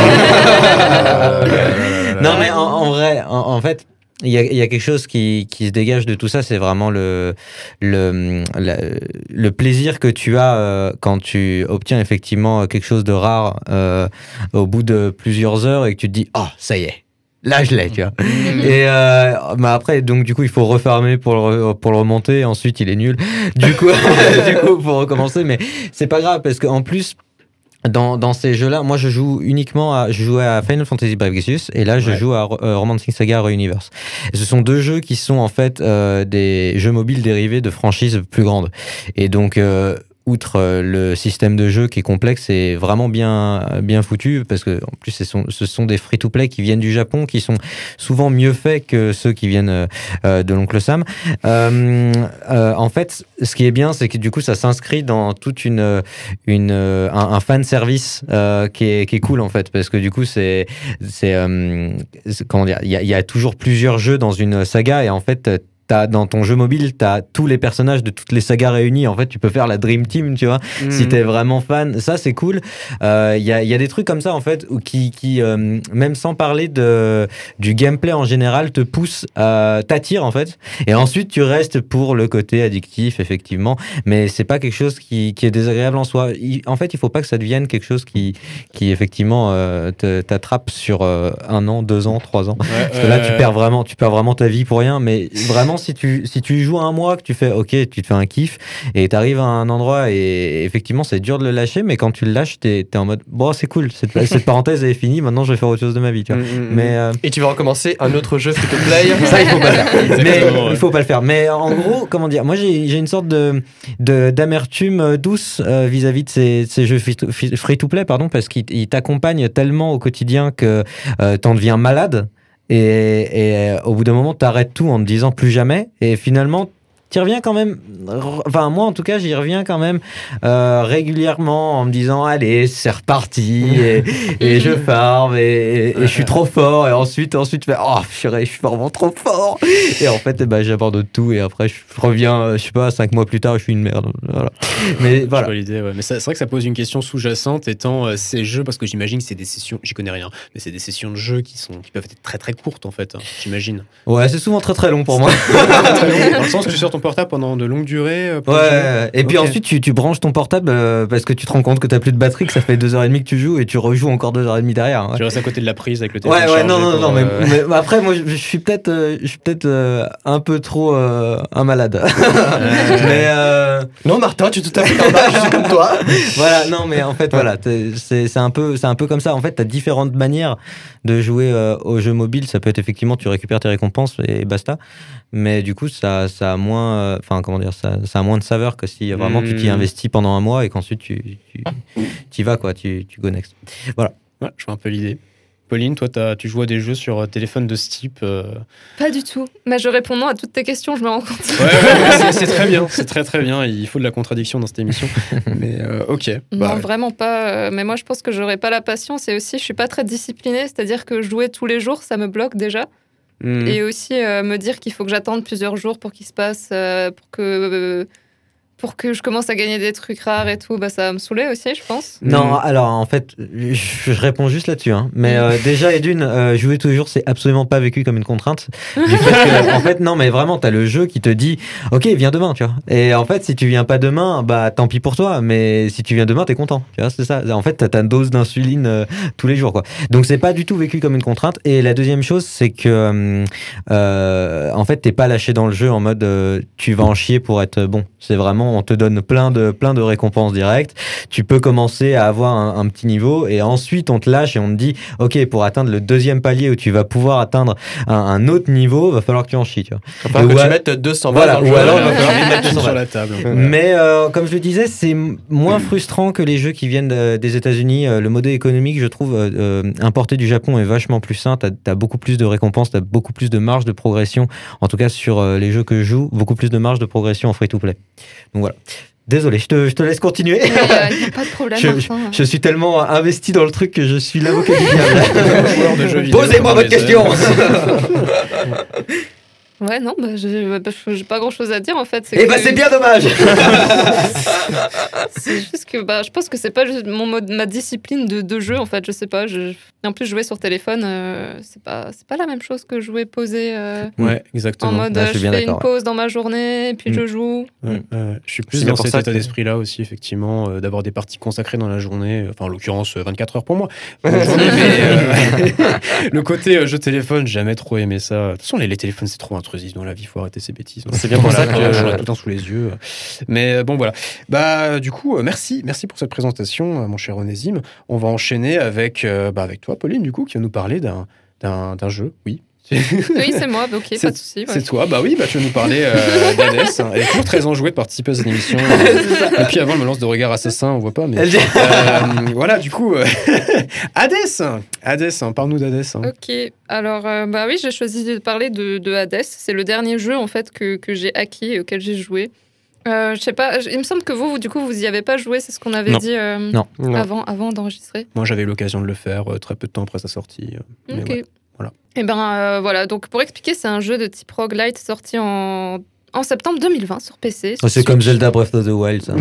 Non, mais en, en vrai, en, en fait. Il y, a, il y a quelque chose qui, qui se dégage de tout ça, c'est vraiment le, le, le, le plaisir que tu as euh, quand tu obtiens effectivement quelque chose de rare euh, au bout de plusieurs heures et que tu te dis « Ah, oh, ça y est, là je l'ai », tu vois. Et euh, bah après, donc du coup, il faut refermer pour le, pour le remonter, ensuite il est nul. Du coup, du coup, faut recommencer, mais c'est pas grave parce qu'en plus, Dans, dans ces jeux-là, moi je joue uniquement à, je jouais à Final Fantasy Brave Exvius et là je ouais. joue à euh, Romancing Saga Reuniverse. Et ce sont deux jeux qui sont en fait euh, des jeux mobiles dérivés de franchises plus grandes. Et donc euh, outre euh, le système de jeu qui est complexe, c'est vraiment bien, bien foutu parce que en plus ce sont, ce sont des free-to-play qui viennent du Japon, qui sont souvent mieux faits que ceux qui viennent euh, de l'oncle Sam. Euh, euh, en fait, ce qui est bien, c'est que du coup ça s'inscrit dans toute une, une un, un fan service euh, qui est qui est cool en fait, parce que du coup c'est c'est, euh, c'est comment dire, il y a, il y a toujours plusieurs jeux dans une saga et en fait T'as, dans ton jeu mobile, tu as tous les personnages de toutes les sagas réunis. En fait, tu peux faire la Dream Team, tu vois, mmh. si t'es vraiment fan. Ça, c'est cool. Il euh, y, a, y a des trucs comme ça, en fait, où qui, qui euh, même sans parler de, du gameplay en général, te pousse, euh, t'attire, en fait. Et ensuite, tu restes pour le côté addictif, effectivement. Mais c'est pas quelque chose qui, qui est désagréable en soi. Il, en fait, il faut pas que ça devienne quelque chose qui, qui effectivement, euh, te, t'attrape sur euh, un an, deux ans, trois ans. Ouais, Parce que là, euh... tu perds vraiment, tu perds vraiment ta vie pour rien. Mais vraiment, si tu, si tu joues un mois, que tu fais ok, tu te fais un kiff et tu arrives à un endroit et effectivement c'est dur de le lâcher, mais quand tu le lâches, tu es en mode bon, c'est cool, cette, cette parenthèse est finie, maintenant je vais faire autre chose de ma vie. Tu vois. Mm-hmm. mais, euh... Et tu vas recommencer un autre jeu free-to-play. Ça, il faut pas le faire. Mais il faut pas le faire. Mais en gros, comment dire, moi j'ai, j'ai une sorte de, de, d'amertume douce euh, vis-à-vis de ces, ces jeux free-to-play, pardon, parce qu'ils t'accompagnent tellement au quotidien que euh, t'en deviens malade. Et, et au bout d'un moment, t'arrêtes tout en te disant plus jamais. Et finalement, t'y reviens quand même. Enfin, moi, en tout cas, j'y reviens quand même euh, régulièrement en me disant allez, c'est reparti. Et, et je farm et, et, et je suis trop fort. Et ensuite, ensuite, je fais oh, je suis vraiment trop fort. Et en fait, eh ben, j'abandonne tout. Et après, je reviens, je sais pas, cinq mois plus tard, je suis une merde. Voilà. Mais voilà. Je vois l'idée, ouais. Mais c'est vrai que ça pose une question sous-jacente étant euh, ces jeux, parce que j'imagine que c'est des sessions, j'y connais rien, mais c'est des sessions de jeux qui, sont, qui peuvent être très très courtes en fait, hein, j'imagine. Ouais, c'est souvent très très long pour moi. Très long, dans le sens que tu sors ton portable pendant de longues durées. Ouais, ouais. Et okay. Puis ensuite tu, tu branches ton portable euh, parce que tu te rends compte que t'as plus de batterie, que ça fait deux heures et demie que tu joues et tu rejoues encore deux heures et demie derrière. Ouais. Tu restes à côté de la prise avec le téléphone. Ouais, ouais, non, non, non, euh... mais, mais après moi je, je suis peut-être, euh, je suis peut-être euh, un peu trop euh, un malade. mais euh... non, Martin, tu es tout à fait normal, je suis comme toi. Voilà, non, mais en fait voilà, c'est, c'est un peu, c'est un peu comme ça. En fait, t'as différentes manières de jouer euh, aux jeux mobiles. Ça peut être effectivement tu récupères tes récompenses et basta. Mais du coup, ça, ça a moins, enfin euh, comment dire, ça, ça a moins de saveur que si vraiment mmh. tu t'y investis pendant un mois et qu'ensuite tu, tu, tu y vas quoi, tu, tu go next. Voilà. Ouais, je vois un peu l'idée. Pauline, toi, tu joues à des jeux sur téléphone de ce type euh... Pas du tout. Mais je réponds non à toutes tes questions, je me rends compte. Ouais, ouais, c'est, c'est très bien, c'est très très bien. Il faut de la contradiction dans cette émission. Mais euh, ok. Bah, non, ouais. vraiment pas. Mais moi, je pense que j'aurais pas la patience et aussi, je suis pas très disciplinée. C'est-à-dire que jouer tous les jours, ça me bloque déjà. Mmh. Et aussi euh, me dire qu'il faut que j'attende plusieurs jours pour qu'il se passe, euh, pour que. Euh, pour que je commence à gagner des trucs rares et tout, bah ça va me saouler aussi, je pense. Non, mmh. alors en fait, je, je réponds juste là-dessus. Hein. Mais euh, déjà, et d'une, euh, jouer tous les jours, c'est absolument pas vécu comme une contrainte. Du fait que, en fait, non, mais vraiment, t'as le jeu qui te dit, ok, viens demain, tu vois. Et en fait, si tu viens pas demain, bah tant pis pour toi. Mais si tu viens demain, t'es content. Tu vois, c'est ça. En fait, t'as ta dose d'insuline euh, tous les jours, quoi. Donc c'est pas du tout vécu comme une contrainte. Et la deuxième chose, c'est que, euh, en fait, t'es pas lâché dans le jeu en mode, euh, tu vas en chier pour être bon. C'est vraiment on te donne plein de, plein de récompenses directes. Tu peux commencer à avoir un, un petit niveau et ensuite on te lâche et on te dit ok, pour atteindre le deuxième palier où tu vas pouvoir atteindre un, un autre niveau, va falloir que tu en chies. Tu vois. Il va falloir que à... tu mettes deux cents balles voilà, dans le ou jeu. alors il va falloir que tu mettes deux cents sur la table. Mais euh, comme je le disais, c'est moins frustrant que les jeux qui viennent de, des États-Unis. Le modèle économique, je trouve, euh, importé du Japon est vachement plus sain. T'as, t'as beaucoup plus de récompenses, t'as beaucoup plus de marge de progression. En tout cas sur euh, les jeux que je joue, beaucoup plus de marge de progression en free-to-play. Donc voilà. Désolé, je te, je te laisse continuer. Il n'y a, a pas de problème. Je, je, je suis tellement investi dans le truc que je suis l'avocat du diable. Posez-moi votre question. Ouais, non, bah, j'ai, bah, j'ai pas grand chose à dire en fait. Eh bah, c'est bien dommage! C'est juste que bah, je pense que c'est pas juste mon mode, ma discipline de, de jeu en fait, je sais pas. Je... En plus, jouer sur téléphone, euh, c'est, pas, c'est pas la même chose que jouer posé. Euh, ouais, exactement. En mode, Là, je, je fais une pause dans ma journée, et puis mmh. je joue. Ouais, euh, je suis plus c'est dans cet état que... d'esprit-là aussi, effectivement, euh, d'avoir des parties consacrées dans la journée. Enfin, en l'occurrence, vingt-quatre heures pour moi. Pour journée, mais, euh, le côté euh, jeu téléphone, j'ai jamais trop aimé ça. De toute façon, les, les téléphones, c'est trop intrusif dans la vie. Il faut arrêter ces bêtises. C'est bien pour ça que j'en ai tout le temps sous les yeux. Mais bon, voilà. Bah, du coup, euh, merci, merci pour cette présentation, euh, mon cher Onésime. On va enchaîner avec, euh, bah, avec toi, Pauline, du coup, qui va nous parler d'un, d'un, d'un jeu. Oui. Oui, c'est moi, ok, c'est, pas de souci. Ouais. C'est toi, bah oui, bah, tu vas nous parler euh, d'Hades. Elle est toujours très enjouée de participer à cette émission. Euh, et puis avant, elle me lance de regard assassin, on voit pas, mais. euh, voilà, du coup, euh, Hades Hades, hein, parle-nous d'Hades. Hein. Ok, alors, euh, bah oui, j'ai choisi de parler de, de Hades. C'est le dernier jeu, en fait, que, que j'ai acquis et auquel j'ai joué. Euh, je sais pas, il me semble que vous, du coup, vous y avez pas joué, c'est ce qu'on avait non. dit euh, non. Avant, avant d'enregistrer. Moi, j'avais eu l'occasion de le faire euh, très peu de temps après sa sortie. Euh, ok. Ouais, voilà. Et ben euh, voilà, donc pour expliquer, c'est un jeu de type roguelite sorti en, en septembre deux mille vingt sur P C. Oh, c'est comme Zelda Breath of the Wild, ça.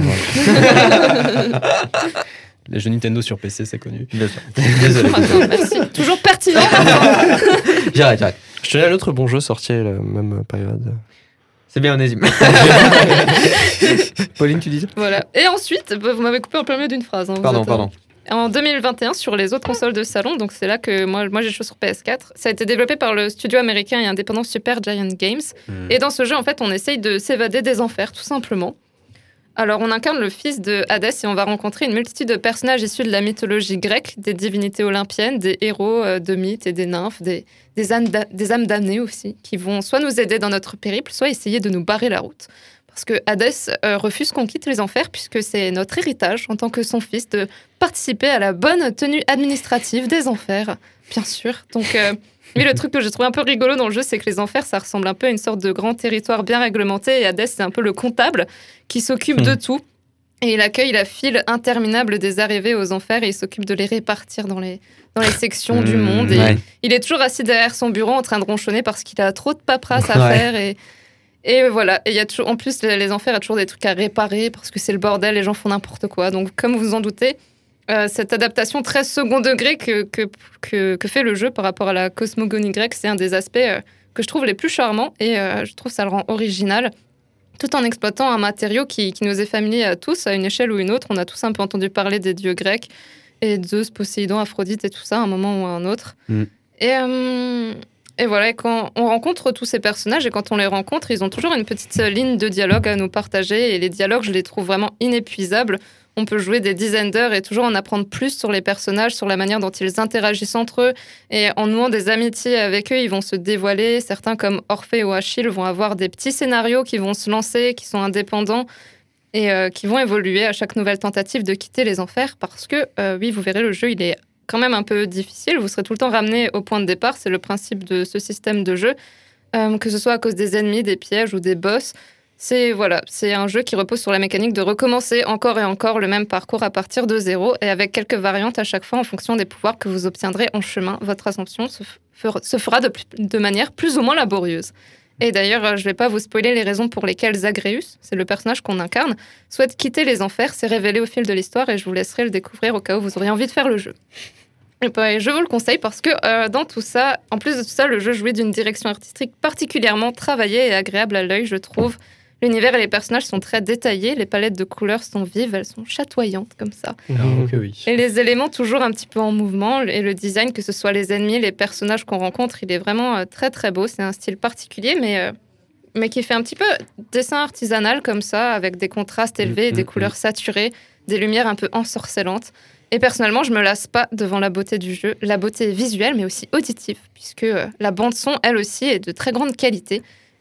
Les jeux Nintendo sur P C, c'est connu. Désolé. Attends, merci. Toujours pertinent. J'arrête, j'arrête. Je tenais à l'autre bon jeu sorti à la même période. C'est bien, Onésime. Pauline, tu disais? Voilà. Et ensuite, vous m'avez coupé en plein milieu d'une phrase. Hein, pardon, pardon. En deux mille vingt et un, sur les autres consoles de salon, donc c'est là que moi, moi j'ai joué sur P S quatre, ça a été développé par le studio américain et indépendant Supergiant Games. Mmh. Et dans ce jeu, en fait, on essaye de s'évader des enfers, tout simplement. Alors, on incarne le fils de Hadès et on va rencontrer une multitude de personnages issus de la mythologie grecque, des divinités olympiennes, des héros euh, de mythes et des nymphes, des, des, âmes da- des âmes damnées aussi, qui vont soit nous aider dans notre périple, soit essayer de nous barrer la route. Parce que Hadès euh, refuse qu'on quitte les enfers, puisque c'est notre héritage, en tant que son fils, de participer à la bonne tenue administrative des enfers, bien sûr. Donc, euh, oui, le truc que j'ai trouvé un peu rigolo dans le jeu, c'est que les enfers, ça ressemble un peu à une sorte de grand territoire bien réglementé, et Hadès, c'est un peu le comptable qui s'occupe mmh. de tout. Et il accueille la file interminable des arrivées aux enfers, et il s'occupe de les répartir dans les, dans les sections mmh, du monde. Et ouais. il est toujours assis derrière son bureau en train de ronchonner parce qu'il a trop de paperasse à ouais. faire, et... Et voilà, et y a toujours, en plus, les enfers, il y a toujours des trucs à réparer parce que c'est le bordel, les gens font n'importe quoi. Donc, comme vous vous en doutez, euh, cette adaptation très second degré que, que, que, que fait le jeu par rapport à la cosmogonie grecque, c'est un des aspects euh, que je trouve les plus charmants et euh, je trouve ça le rend original, tout en exploitant un matériau qui, qui nous est familier à tous, à une échelle ou une autre. On a tous un peu entendu parler des dieux grecs et Zeus, Poséidon, Aphrodite et tout ça, à un moment ou à un autre. Mm. Et... Euh, Et voilà, et quand on rencontre tous ces personnages, et quand on les rencontre, ils ont toujours une petite ligne de dialogue à nous partager. Et les dialogues, je les trouve vraiment inépuisables. On peut jouer des dizaines d'heures et toujours en apprendre plus sur les personnages, sur la manière dont ils interagissent entre eux. Et en nouant des amitiés avec eux, ils vont se dévoiler. Certains, comme Orphée ou Achille, vont avoir des petits scénarios qui vont se lancer, qui sont indépendants et euh, qui vont évoluer à chaque nouvelle tentative de quitter les enfers. Parce que, euh, oui, vous verrez, le jeu, il est quand même un peu difficile, vous serez tout le temps ramené au point de départ, c'est le principe de ce système de jeu, euh, que ce soit à cause des ennemis, des pièges ou des boss. C'est, voilà, c'est un jeu qui repose sur la mécanique de recommencer encore et encore le même parcours à partir de zéro et avec quelques variantes à chaque fois en fonction des pouvoirs que vous obtiendrez en chemin. Votre ascension se, f- se fera de, de manière plus ou moins laborieuse. Et d'ailleurs, je ne vais pas vous spoiler les raisons pour lesquelles Zagreus, c'est le personnage qu'on incarne, souhaite quitter les enfers. C'est révélé au fil de l'histoire et je vous laisserai le découvrir au cas où vous auriez envie de faire le jeu. Et bah, je vous le conseille parce que euh, dans tout ça, en plus de tout ça, le jeu jouit d'une direction artistique particulièrement travaillée et agréable à l'œil, je trouve. L'univers et les personnages sont très détaillés, les palettes de couleurs sont vives, elles sont chatoyantes comme ça. Ah, okay, oui. Et les éléments toujours un petit peu en mouvement, et le design, que ce soit les ennemis, les personnages qu'on rencontre, il est vraiment euh, très très beau. C'est un style particulier, mais, euh, mais qui fait un petit peu dessin artisanal comme ça, avec des contrastes élevés, mmh, des mmh, couleurs saturées, des lumières un peu ensorcelantes. Et personnellement, je me lasse pas devant la beauté du jeu, la beauté visuelle, mais aussi auditive, puisque euh, la bande-son, elle aussi, est de très grande qualité. Et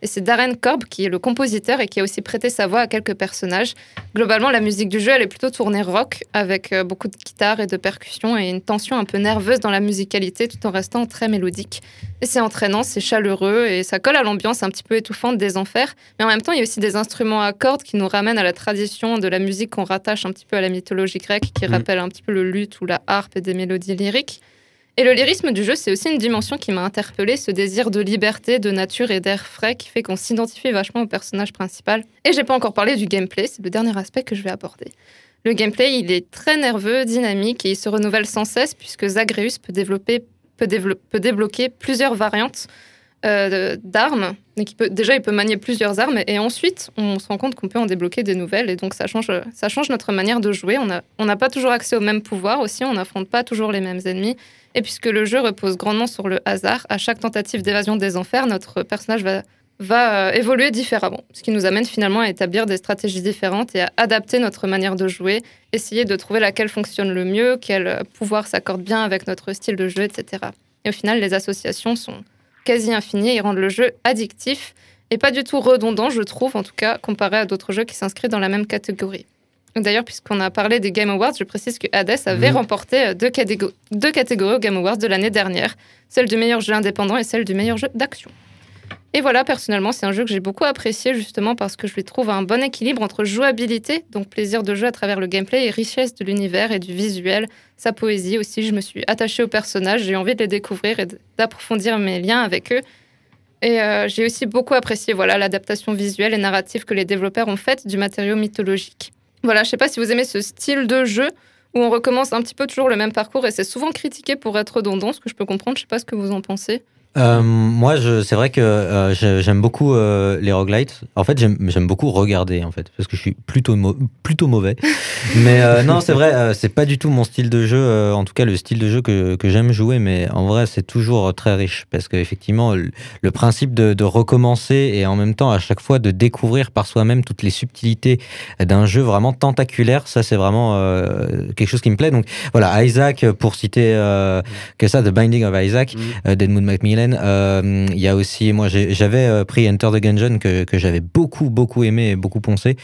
Et c'est Darren Korb qui est le compositeur et qui a aussi prêté sa voix à quelques personnages. Globalement, la musique du jeu, elle est plutôt tournée rock, avec beaucoup de guitares et de percussions et une tension un peu nerveuse dans la musicalité, tout en restant très mélodique. Et c'est entraînant, c'est chaleureux et ça colle à l'ambiance un petit peu étouffante des enfers. Mais en même temps, il y a aussi des instruments à cordes qui nous ramènent à la tradition de la musique qu'on rattache un petit peu à la mythologie grecque, qui mmh. rappelle un petit peu le luth ou la harpe et des mélodies lyriques. Et le lyrisme du jeu, c'est aussi une dimension qui m'a interpellée, ce désir de liberté, de nature et d'air frais qui fait qu'on s'identifie vachement au personnage principal. Et j'ai pas encore parlé du gameplay, c'est le dernier aspect que je vais aborder. Le gameplay, il est très nerveux, dynamique et il se renouvelle sans cesse puisque Zagreus peut développer Peut, dévelop- peut débloquer plusieurs variantes euh, d'armes. Donc il peut, déjà, il peut manier plusieurs armes et ensuite, on se rend compte qu'on peut en débloquer des nouvelles et donc ça change, ça change notre manière de jouer. On n'a on n'a pas toujours accès aux mêmes pouvoirs aussi, on n'affronte pas toujours les mêmes ennemis. Et puisque le jeu repose grandement sur le hasard, à chaque tentative d'évasion des enfers, notre personnage va, va euh, évoluer différemment. Ce qui nous amène finalement à établir des stratégies différentes et à adapter notre manière de jouer, essayer de trouver laquelle fonctionne le mieux, quel pouvoir s'accorde bien avec notre style de jeu, et cetera. Et au final, les associations sont quasi infinies et rendent le jeu addictif et pas du tout redondant, je trouve, en tout cas, comparé à d'autres jeux qui s'inscrivent dans la même catégorie. D'ailleurs, puisqu'on a parlé des Game Awards, je précise que Hades avait mmh. remporté deux, catég- deux catégories aux Game Awards de l'année dernière, celle du meilleur jeu indépendant et celle du meilleur jeu d'action. Et voilà, personnellement, c'est un jeu que j'ai beaucoup apprécié justement parce que je lui trouve un bon équilibre entre jouabilité, donc plaisir de jeu à travers le gameplay, et richesse de l'univers et du visuel, sa poésie aussi. Je me suis attachée aux personnages, j'ai envie de les découvrir et d'approfondir mes liens avec eux. Et euh, j'ai aussi beaucoup apprécié voilà, l'adaptation visuelle et narrative que les développeurs ont faite du matériau mythologique. Voilà, je ne sais pas si vous aimez ce style de jeu où on recommence un petit peu toujours le même parcours et c'est souvent critiqué pour être redondant, ce que je peux comprendre. Je ne sais pas ce que vous en pensez. Euh, moi, je, c'est vrai que euh, j'aime beaucoup euh, les roguelites. En fait, j'aime, j'aime beaucoup regarder, en fait, parce que je suis plutôt, mo- plutôt mauvais. Mais euh, non, c'est vrai, euh, c'est pas du tout mon style de jeu. Euh, en tout cas, le style de jeu que, que j'aime jouer. Mais en vrai, c'est toujours très riche, parce qu'effectivement, le, le principe de, de recommencer et en même temps, à chaque fois, de découvrir par soi-même toutes les subtilités d'un jeu vraiment tentaculaire, ça, c'est vraiment euh, quelque chose qui me plaît. Donc voilà, Isaac, pour citer euh, que ça, The Binding of Isaac, mmh. euh, d'Edmund Macmillan. Il euh, y a aussi, moi j'ai, j'avais euh, pris Enter the Gungeon que, que j'avais beaucoup beaucoup aimé et beaucoup poncé.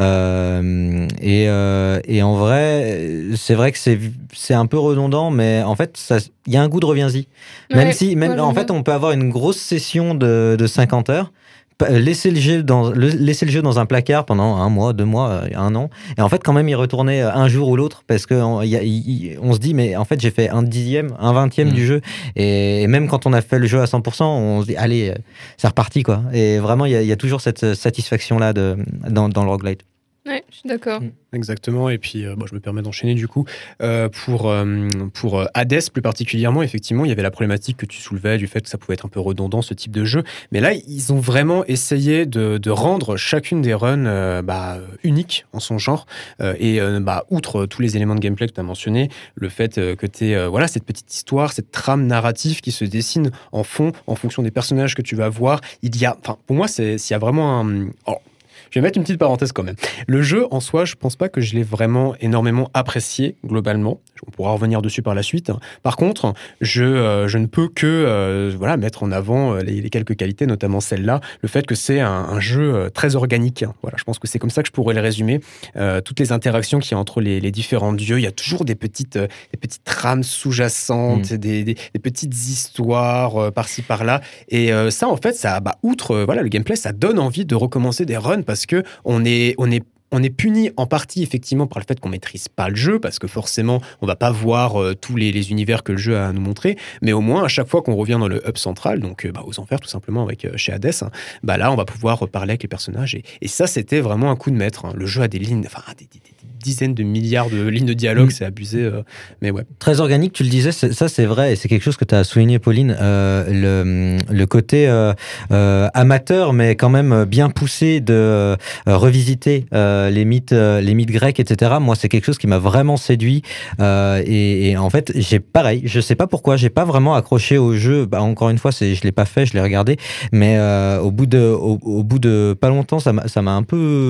Euh, et, euh, et en vrai, c'est vrai que c'est, c'est un peu redondant, mais en fait, il y a un goût de reviens-y. Même ouais, si, même, ouais, en fait, on peut avoir une grosse session de, de cinquante heures. Laisser le, jeu dans, le, laisser le jeu dans un placard pendant un mois, deux mois, un an, et en fait quand même y retourner un jour ou l'autre parce qu'on y a, y, on se dit mais en fait j'ai fait un dixième, un vingtième mmh. du jeu et, et même quand on a fait le jeu à cent pour cent on se dit allez c'est reparti quoi, et vraiment il y, y a toujours cette satisfaction là de, dans, dans le roguelite. Oui, je suis d'accord. Exactement, et puis euh, bon, je me permets d'enchaîner du coup. Euh, pour, euh, pour Hades plus particulièrement, effectivement, il y avait la problématique que tu soulevais du fait que ça pouvait être un peu redondant ce type de jeu, mais là, ils ont vraiment essayé de, de rendre chacune des runs euh, bah, unique en son genre, euh, et euh, bah, outre tous les éléments de gameplay que tu as mentionnés, le fait euh, que tu aies euh, voilà, cette petite histoire, cette trame narrative qui se dessine en fond, en fonction des personnages que tu vas voir, il y a, enfin, pour moi, c'est, s'il y a vraiment un... Oh, je vais mettre une petite parenthèse quand même. Le jeu, en soi, je pense pas que je l'ai vraiment énormément apprécié, globalement. On pourra revenir dessus par la suite. Par contre, je, euh, je ne peux que euh, voilà, mettre en avant les, les quelques qualités, notamment celle-là, le fait que c'est un, un jeu très organique. Voilà, je pense que c'est comme ça que je pourrais le résumer. Euh, toutes les interactions qu'il y a entre les, les différents dieux, il y a toujours des petites, euh, des petites trames sous-jacentes, mmh. des, des, des petites histoires euh, par-ci, par-là. Et euh, ça, en fait, ça, bah, outre euh, voilà, le gameplay, ça donne envie de recommencer des runs parce que on est, on est On est puni en partie effectivement par le fait qu'on maîtrise pas le jeu, parce que forcément on va pas voir euh, tous les, les univers que le jeu a à nous montrer, mais au moins à chaque fois qu'on revient dans le hub central, donc euh, bah, aux enfers tout simplement avec euh, chez Hades, hein, bah là on va pouvoir parler avec les personnages, et, et ça c'était vraiment un coup de maître. Hein. Le jeu a des lignes, enfin des, des, des dizaines de milliards de lignes de dialogue, mmh. c'est abusé, euh, mais ouais. Très organique, tu le disais, c'est, ça c'est vrai, et c'est quelque chose que tu as souligné, Pauline, euh, le, le côté euh, euh, amateur, mais quand même bien poussé de euh, revisiter euh, les mythes, euh, les mythes grecs, et cetera. Moi, c'est quelque chose qui m'a vraiment séduit, euh, et, et en fait, j'ai pareil, je sais pas pourquoi, j'ai pas vraiment accroché au jeu. Bah, encore une fois, c'est, je l'ai pas fait, je l'ai regardé, mais euh, au bout de, au, au bout de pas longtemps, ça m'a, ça m'a un peu,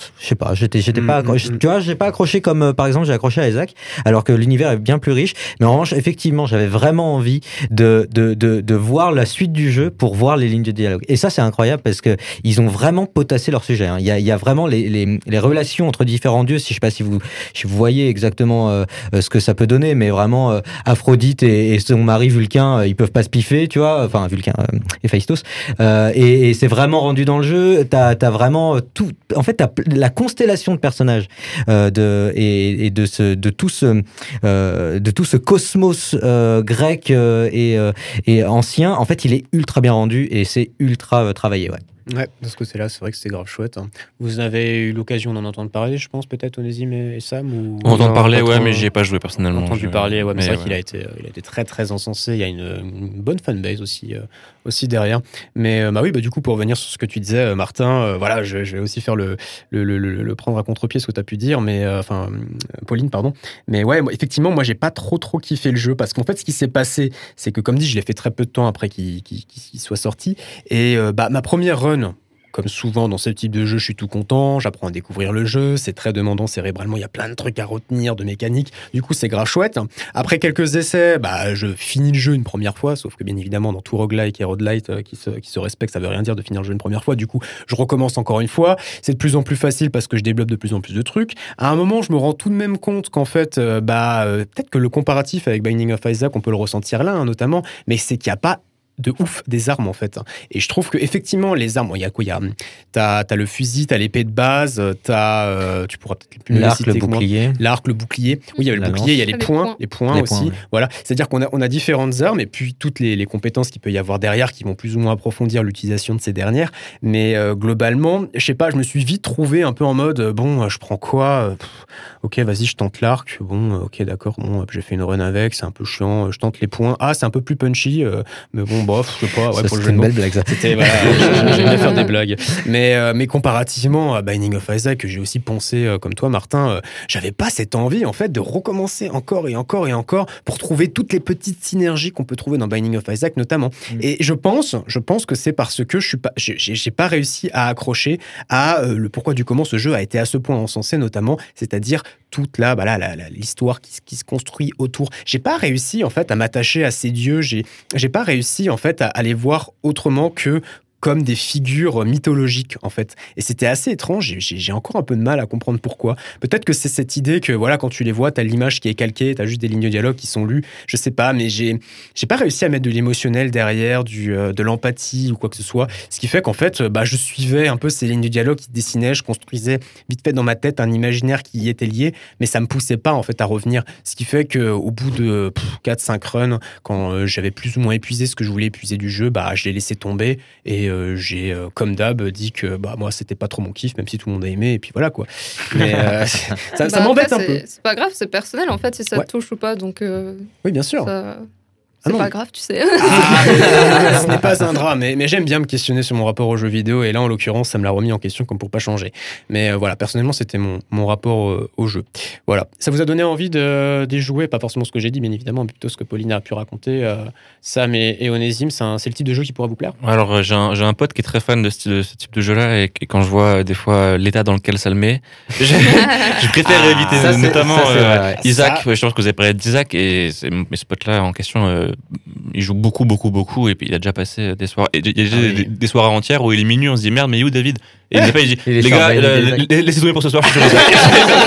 je sais pas, j'étais, j'étais mmh, pas, accro- mmh. tu vois, j'ai pas accroché comme, euh, par exemple, j'ai accroché à Isaac, alors que l'univers est bien plus riche. Mais en revanche, effectivement, j'avais vraiment envie de, de, de, de voir la suite du jeu pour voir les lignes de dialogue. Et ça, c'est incroyable parce que ils ont vraiment potassé leur sujet. Hein. Il y a, il y a vraiment les, les, les relations entre différents dieux. Si je sais pas si vous, si vous voyez exactement euh, ce que ça peut donner, mais vraiment euh, Aphrodite et, et son mari Vulcain, euh, ils peuvent pas se piffer, tu vois. Enfin, Vulcain euh, et Héphaïstos. Euh, et, et c'est vraiment rendu dans le jeu. T'as, t'as vraiment tout. En fait, t'as la constellation de personnages euh, de et, et de ce, de tout ce, euh, de tout ce cosmos euh, grec euh, et, euh, et ancien. En fait, il est ultra bien rendu et c'est ultra euh, travaillé, ouais. Ouais, de ce côté-là, c'est vrai que c'était grave chouette. Hein. Vous avez eu l'occasion d'en entendre parler, je pense, peut-être, Onésime et Sam ou... On entend parler, ouais, mais j'y ai pas joué personnellement. On a entendu je... parler, ouais, mais, mais c'est vrai ouais. qu'il a été, euh, il a été très, très encensé. Il y a une, une bonne fanbase aussi, euh, aussi derrière. Mais euh, bah oui, bah, du coup, pour revenir sur ce que tu disais, euh, Martin, euh, voilà, je, je vais aussi faire le, le, le, le, le prendre à contre-pied, ce que tu as pu dire, mais enfin, euh, Pauline, pardon. Mais ouais, moi, effectivement, moi, j'ai pas trop, trop kiffé le jeu parce qu'en fait, ce qui s'est passé, c'est que, comme dit, je l'ai fait très peu de temps après qu'il, qu'il, qu'il soit sorti. Et euh, bah, ma première run, comme souvent dans ce type de jeu, je suis tout content, j'apprends à découvrir le jeu, c'est très demandant cérébralement, il y a plein de trucs à retenir, de mécaniques, du coup c'est grave chouette. Après quelques essais, bah, je finis le jeu une première fois, sauf que bien évidemment dans tout roguelike et roguelite euh, qui, se, qui se respecte, ça veut rien dire de finir le jeu une première fois, du coup je recommence encore une fois, c'est de plus en plus facile parce que je développe de plus en plus de trucs. À un moment, je me rends tout de même compte qu'en fait, euh, bah, euh, peut-être que le comparatif avec Binding of Isaac, on peut le ressentir là, hein, notamment, mais c'est qu'il n'y a pas de ouf des armes en fait. Et je trouve que effectivement les armes, il y a quoi, il y a t'as, t'as le fusil, t'as l'épée de base, t'as euh, tu pourras peut-être plus l'arc, le bouclier, moi. l'arc, le bouclier. Oui, il y a le La bouclier, il y a les, les points, points, les points les aussi. points, ouais. Voilà, c'est-à-dire qu'on a on a différentes armes et puis toutes les, les compétences qu'il peut y avoir derrière qui vont plus ou moins approfondir l'utilisation de ces dernières. Mais euh, globalement, je sais pas, je me suis vite trouvé un peu en mode euh, bon, je prends quoi Pff, ok, vas-y, je tente l'arc. Bon, ok, d'accord. Bon, j'ai fait une run avec, c'est un peu chiant. Je tente les points. Ah, c'est un peu plus punchy, euh, mais bon, bof, je sais pas. Ouais, ça, pour le c'était jeu une belle blague, ça. C'était, voilà, j'aime bien faire des blagues. Mais, euh, mais comparativement à Binding of Isaac, que j'ai aussi pensé euh, comme toi, Martin, euh, j'avais pas cette envie, en fait, de recommencer encore et encore et encore pour trouver toutes les petites synergies qu'on peut trouver dans Binding of Isaac, notamment. Mm. Et je pense, je pense que c'est parce que je suis pas, j'ai, j'ai pas réussi à accrocher à euh, le pourquoi du comment ce jeu a été à ce point encensé, notamment, c'est-à-dire toute la, bah là, la, la, l'histoire qui, qui se construit autour. J'ai pas réussi, en fait, à m'attacher à ces dieux. J'ai, j'ai pas réussi, en fait, à, à les voir autrement que comme des figures mythologiques, en fait. Et c'était assez étrange, j'ai, j'ai encore un peu de mal à comprendre pourquoi. Peut-être que c'est cette idée que, voilà, quand tu les vois, t'as l'image qui est calquée, t'as juste des lignes de dialogue qui sont lues, je sais pas, mais j'ai, j'ai pas réussi à mettre de l'émotionnel derrière, du, euh, de l'empathie ou quoi que ce soit, ce qui fait qu'en fait, bah, je suivais un peu ces lignes de dialogue qui se dessinaient, je construisais vite fait dans ma tête un imaginaire qui y était lié, mais ça me poussait pas, en fait, à revenir. Ce qui fait qu'au bout de quatre cinq runs, quand euh, j'avais plus ou moins épuisé ce que je voulais épuiser du jeu, bah, je l'ai laissé tomber, et Euh, j'ai, euh, comme d'hab, dit que bah, moi, c'était pas trop mon kiff, même si tout le monde a aimé, et puis voilà, quoi. Mais euh, ça, bah ça m'embête après, un peu. C'est pas grave, c'est personnel, en fait, si ça ouais. te touche ou pas, donc... Euh, oui, bien sûr. Ça... Ah c'est non. pas grave, tu sais. Ah, ce n'est pas un drame, mais, mais j'aime bien me questionner sur mon rapport aux jeux vidéo, et là, en l'occurrence, ça me l'a remis en question comme pour pas changer. Mais euh, voilà, personnellement, c'était mon, mon rapport euh, au jeu. Voilà. Ça vous a donné envie de, d'y jouer, pas forcément ce que j'ai dit, bien évidemment, mais plutôt ce que Pauline a pu raconter. Euh, Sam et, et Onésime, c'est, un, c'est le type de jeu qui pourra vous plaire? Alors, euh, j'ai, un, j'ai un pote qui est très fan de ce, de ce type de jeu-là, et, et quand je vois euh, des fois l'état dans lequel ça le met, je, je préfère ah, éviter, ça, notamment ça, euh, vrai, ouais. Isaac. Ça... Je pense que vous avez parlé d'Isaac, et c'est, mais ce pote-là en question, euh, il joue beaucoup, beaucoup, beaucoup, et puis il a déjà passé des soirs, il y a déjà ah, oui. des, des soirs avant-hier où il est minuit, on se dit merde, mais où David? Et il, pas, il dit, les, les gars, laissez tomber pour ce soir, je suis sur Isaac.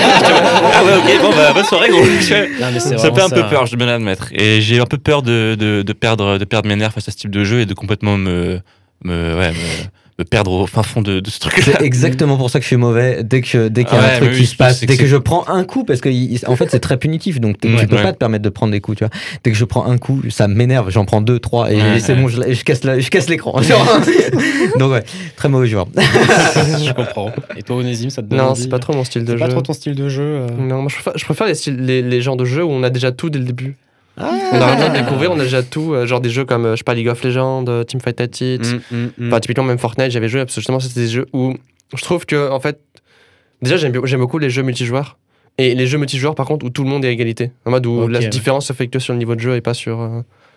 Ah ouais, ok, bon, bah, bonne soirée, gros. Non, ça fait un ça. peu peur, je dois bien l'admettre. Et j'ai un peu peur de, de, de, perdre, de perdre mes nerfs face à ce type de jeu et de complètement me, me, ouais, me, me perdre au fin fond de, de ce truc-là. C'est exactement pour ça que je suis mauvais. Dès que dès qu'il y a ah ouais, un truc qui oui, se passe, dès que, que je prends un coup, parce que en fait c'est très punitif, donc ouais, tu peux ouais. pas te permettre de prendre des coups, tu vois. Dès que je prends un coup, ça m'énerve. J'en prends deux, trois, et ouais, c'est ouais. bon, je, je casse la, je casse l'écran. Donc ouais, très mauvais joueur. Je comprends. Et toi, Onésime, ça te donne Non, envie? c'est pas trop mon style de c'est jeu. Pas trop ton style de jeu. Euh... Non, moi je préfère, je préfère les, styles, les, les genres de jeux où on a déjà tout dès le début. Ah. On a rien à découvrir, on a déjà tout, euh, genre des jeux comme, je sais pas, League of Legends, Teamfight Tactics, mm, mm, mm. Enfin, typiquement même Fortnite, j'avais joué parce que justement c'était des jeux où je trouve que, en fait, déjà j'aime, j'aime beaucoup les jeux multijoueurs, et les jeux multijoueurs par contre où tout le monde est à égalité, en mode où okay, la ouais. différence se fait que sur le niveau de jeu et pas sur... Euh...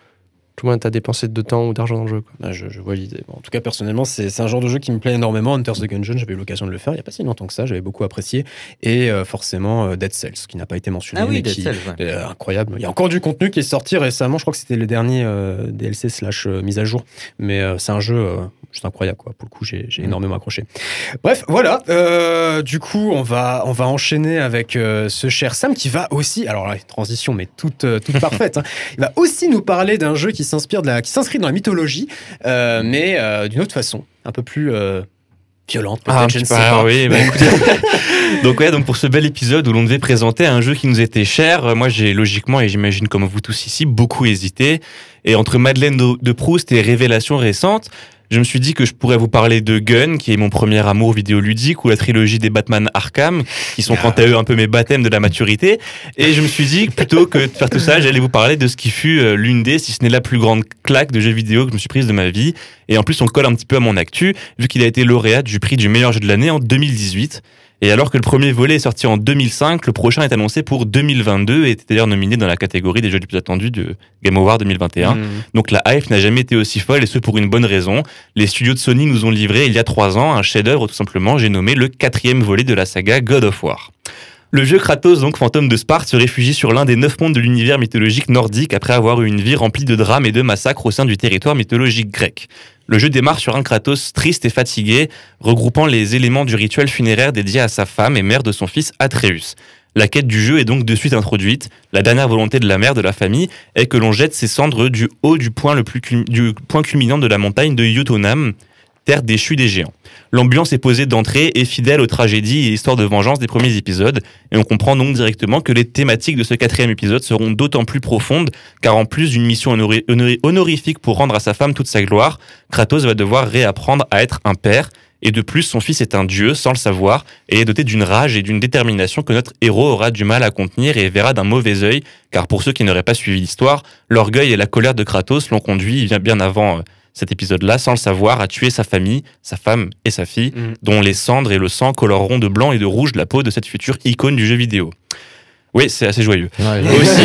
Combien t'as dépensé de temps ou d'argent dans le jeu, quoi. Bah, je, je vois l'idée. Bon, en tout cas, personnellement, c'est, c'est un genre de jeu qui me plaît énormément. Hunter's the Gungeon, j'avais eu l'occasion de le faire il n'y a pas si longtemps que ça, j'avais beaucoup apprécié. Et euh, forcément, euh, Dead Cells, qui n'a pas été mentionné, ah oui, mais Dead qui Cells, ouais. est euh, incroyable. Il y a encore du contenu qui est sorti récemment, je crois que c'était le dernier euh, D L C slash euh, mise à jour. Mais euh, c'est un jeu euh, juste incroyable, quoi. Pour le coup, j'ai, j'ai mmh. énormément accroché. Bref, voilà. Euh, du coup, on va, on va enchaîner avec euh, ce cher Sam qui va aussi, alors là, transition, mais toute, euh, toute parfaite, hein. Il va aussi nous parler d'un jeu qui s'inspire de la, qui s'inscrit dans la mythologie, euh, mais euh, d'une autre façon, un peu plus euh, violente, peut-être, ah, je ne sais pas. pas. Oui, bah, écoutez. donc ouais, donc pour ce bel épisode où l'on devait présenter un jeu qui nous était cher, moi j'ai logiquement, et j'imagine comme vous tous ici, beaucoup hésité. Et entre Madeleine de Proust et Révélations récentes, je me suis dit que je pourrais vous parler de Gun, qui est mon premier amour vidéoludique, ou la trilogie des Batman Arkham, qui sont quant à eux un peu mes baptêmes de la maturité. Et je me suis dit, plutôt que de faire tout ça, j'allais vous parler de ce qui fut l'une des, si ce n'est la plus grande claque de jeux vidéo que je me suis prise de ma vie. Et en plus, on colle un petit peu à mon actu, vu qu'il a été lauréat du prix du meilleur jeu de l'année en deux mille dix-huit. Et alors que le premier volet est sorti en deux mille cinq, le prochain est annoncé pour deux mille vingt-deux et était d'ailleurs nominé dans la catégorie des jeux les plus attendus de Game Awards deux mille vingt et un. Mmh. Donc la hype n'a jamais été aussi folle, et ce pour une bonne raison. Les studios de Sony nous ont livré il y a trois ans un chef-d'œuvre, tout simplement, j'ai nommé le quatrième volet de la saga God of War. Le vieux Kratos, donc fantôme de Sparte, se réfugie sur l'un des neuf mondes de l'univers mythologique nordique après avoir eu une vie remplie de drames et de massacres au sein du territoire mythologique grec. Le jeu démarre sur un Kratos triste et fatigué, regroupant les éléments du rituel funéraire dédié à sa femme et mère de son fils Atreus. La quête du jeu est donc de suite introduite. La dernière volonté de la mère de la famille est que l'on jette ses cendres du haut du point, le plus cul- du point culminant de la montagne de Jotunheim, terre déchue des géants. L'ambiance est posée d'entrée et fidèle aux tragédies et histoires de vengeance des premiers épisodes, et on comprend donc directement que les thématiques de ce quatrième épisode seront d'autant plus profondes, car en plus d'une mission honori- honori- honorifique pour rendre à sa femme toute sa gloire, Kratos va devoir réapprendre à être un père, et de plus son fils est un dieu sans le savoir, et est doté d'une rage et d'une détermination que notre héros aura du mal à contenir et verra d'un mauvais œil, car pour ceux qui n'auraient pas suivi l'histoire, l'orgueil et la colère de Kratos l'ont conduit bien, bien avant... Euh, cet épisode-là, sans le savoir, a tué sa famille, sa femme et sa fille, mmh. dont les cendres et le sang coloreront de blanc et de rouge la peau de cette future icône du jeu vidéo. Oui, c'est assez joyeux. Ouais,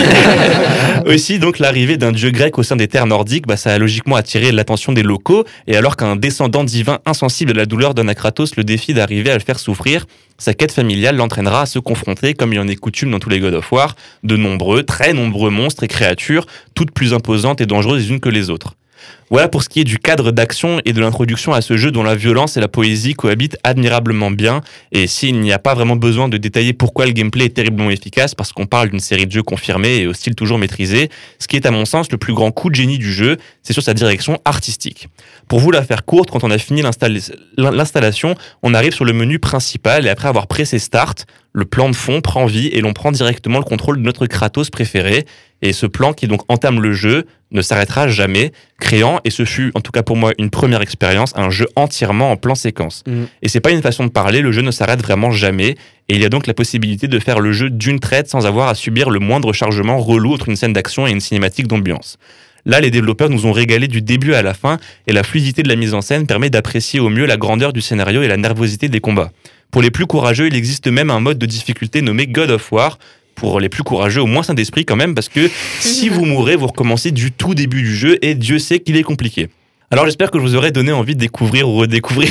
aussi, aussi, donc, l'arrivée d'un dieu grec au sein des terres nordiques, bah, ça a logiquement attiré l'attention des locaux, et alors qu'un descendant divin insensible à la douleur donne à Kratos le défi d'arriver à le faire souffrir, sa quête familiale l'entraînera à se confronter, comme il en est coutume dans tous les God of War, de nombreux, très nombreux monstres et créatures, toutes plus imposantes et dangereuses les unes que les autres. Voilà pour ce qui est du cadre d'action et de l'introduction à ce jeu dont la violence et la poésie cohabitent admirablement bien. Et s'il n'y a pas vraiment besoin de détailler pourquoi le gameplay est terriblement efficace, parce qu'on parle d'une série de jeux confirmés et au style toujours maîtrisé, ce qui est à mon sens le plus grand coup de génie du jeu, c'est sur sa direction artistique. Pour vous la faire courte, quand on a fini l'installation, on arrive sur le menu principal et après avoir pressé Start, le plan de fond prend vie et l'on prend directement le contrôle de notre Kratos préféré. Et ce plan qui donc entame le jeu ne s'arrêtera jamais, créant, et ce fut en tout cas pour moi une première expérience, un jeu entièrement en plan séquence. Mmh. Et c'est pas une façon de parler, le jeu ne s'arrête vraiment jamais, et il y a donc la possibilité de faire le jeu d'une traite sans avoir à subir le moindre chargement relou entre une scène d'action et une cinématique d'ambiance. Là, les développeurs nous ont régalé du début à la fin, et la fluidité de la mise en scène permet d'apprécier au mieux la grandeur du scénario et la nervosité des combats. Pour les plus courageux, il existe même un mode de difficulté nommé God of War. Pour les plus courageux, au moins sain d'esprit quand même, parce que si vous mourrez, vous recommencez du tout début du jeu, et Dieu sait qu'il est compliqué. Alors j'espère que je vous aurai donné envie de découvrir ou redécouvrir.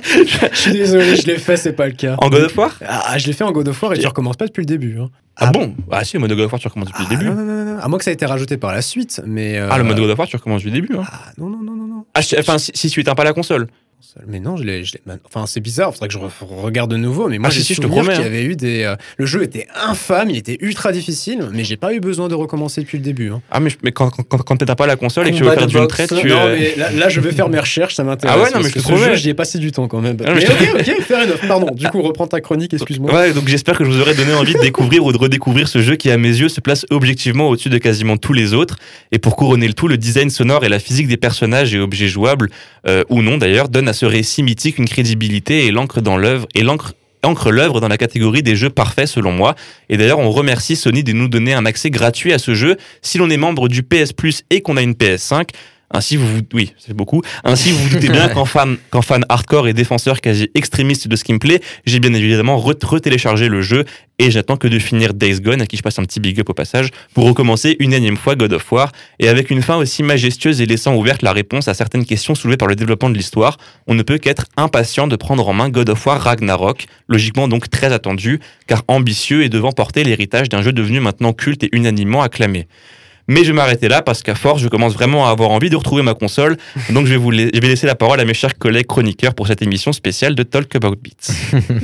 Je suis désolé, je l'ai fait, c'est pas le cas. En God of War ? Ah, je l'ai fait en God of War et tu recommences pas depuis le début. Hein. Ah, ah bon ? Ah si, le mode God of War, tu recommences depuis ah, le début. Non, non, non, non, à moins que ça ait été rajouté par la suite, mais... Euh... Ah, le mode God of War, tu recommences depuis le début. Hein. Ah non, non, non, non, non. Ah, je... Enfin, si, si tu éteins pas la console. Mais non, je l'ai, je l'ai... Enfin, c'est bizarre, il faudrait que je re- regarde de nouveau. Mais moi, ah, j'ai si, si, souvenir je te promets, qu'il y hein. avait eu des... Euh... Le jeu était infâme, il était ultra difficile, mais j'ai pas eu besoin de recommencer depuis le début. Hein. Ah, mais, mais quand, quand, quand t'éteins pas la console et que tu veux faire d'une traite, tu... Non, mais là, là, je vais faire mes recherches, ça m'intéresse. Ah ouais, non, mais je te ce jeu, j'y ai passé du temps quand même. Ah, mais mais ok, ok, fair enough. Pardon, du coup, reprends ta chronique, excuse-moi. Ouais, donc j'espère que je vous aurai donné envie de découvrir ou de redécouvrir ce jeu qui, à mes yeux, se place objectivement au-dessus de quasiment tous les autres. Et pour couronner le tout, le design sonore et la physique des personnages et objets jouables, euh, ou non d'ailleurs, donnent à ce récit mythique une crédibilité et l'encre dans l'œuvre et l'encre ancre l'œuvre dans la catégorie des jeux parfaits selon moi. Et d'ailleurs, on remercie Sony de nous donner un accès gratuit à ce jeu si l'on est membre du P S Plus et qu'on a une P S cinq. Ainsi, vous, vous oui, c'est beaucoup. Ainsi, vous vous doutez bien qu'en fan, qu'en fan hardcore et défenseur quasi extrémiste de ce qui me plaît, j'ai bien évidemment retéléchargé le jeu et j'attends que de finir Days Gone, à qui je passe un petit big up au passage, pour recommencer une énième fois God of War, et avec une fin aussi majestueuse et laissant ouverte la réponse à certaines questions soulevées par le développement de l'histoire, on ne peut qu'être impatient de prendre en main God of War Ragnarok, logiquement donc très attendu, car ambitieux et devant porter l'héritage d'un jeu devenu maintenant culte et unanimement acclamé. Mais je vais m'arrêter là parce qu'à force, je commence vraiment à avoir envie de retrouver ma console. Donc je vais, vous la- je vais laisser la parole à mes chers collègues chroniqueurs pour cette émission spéciale de Talk About Beats.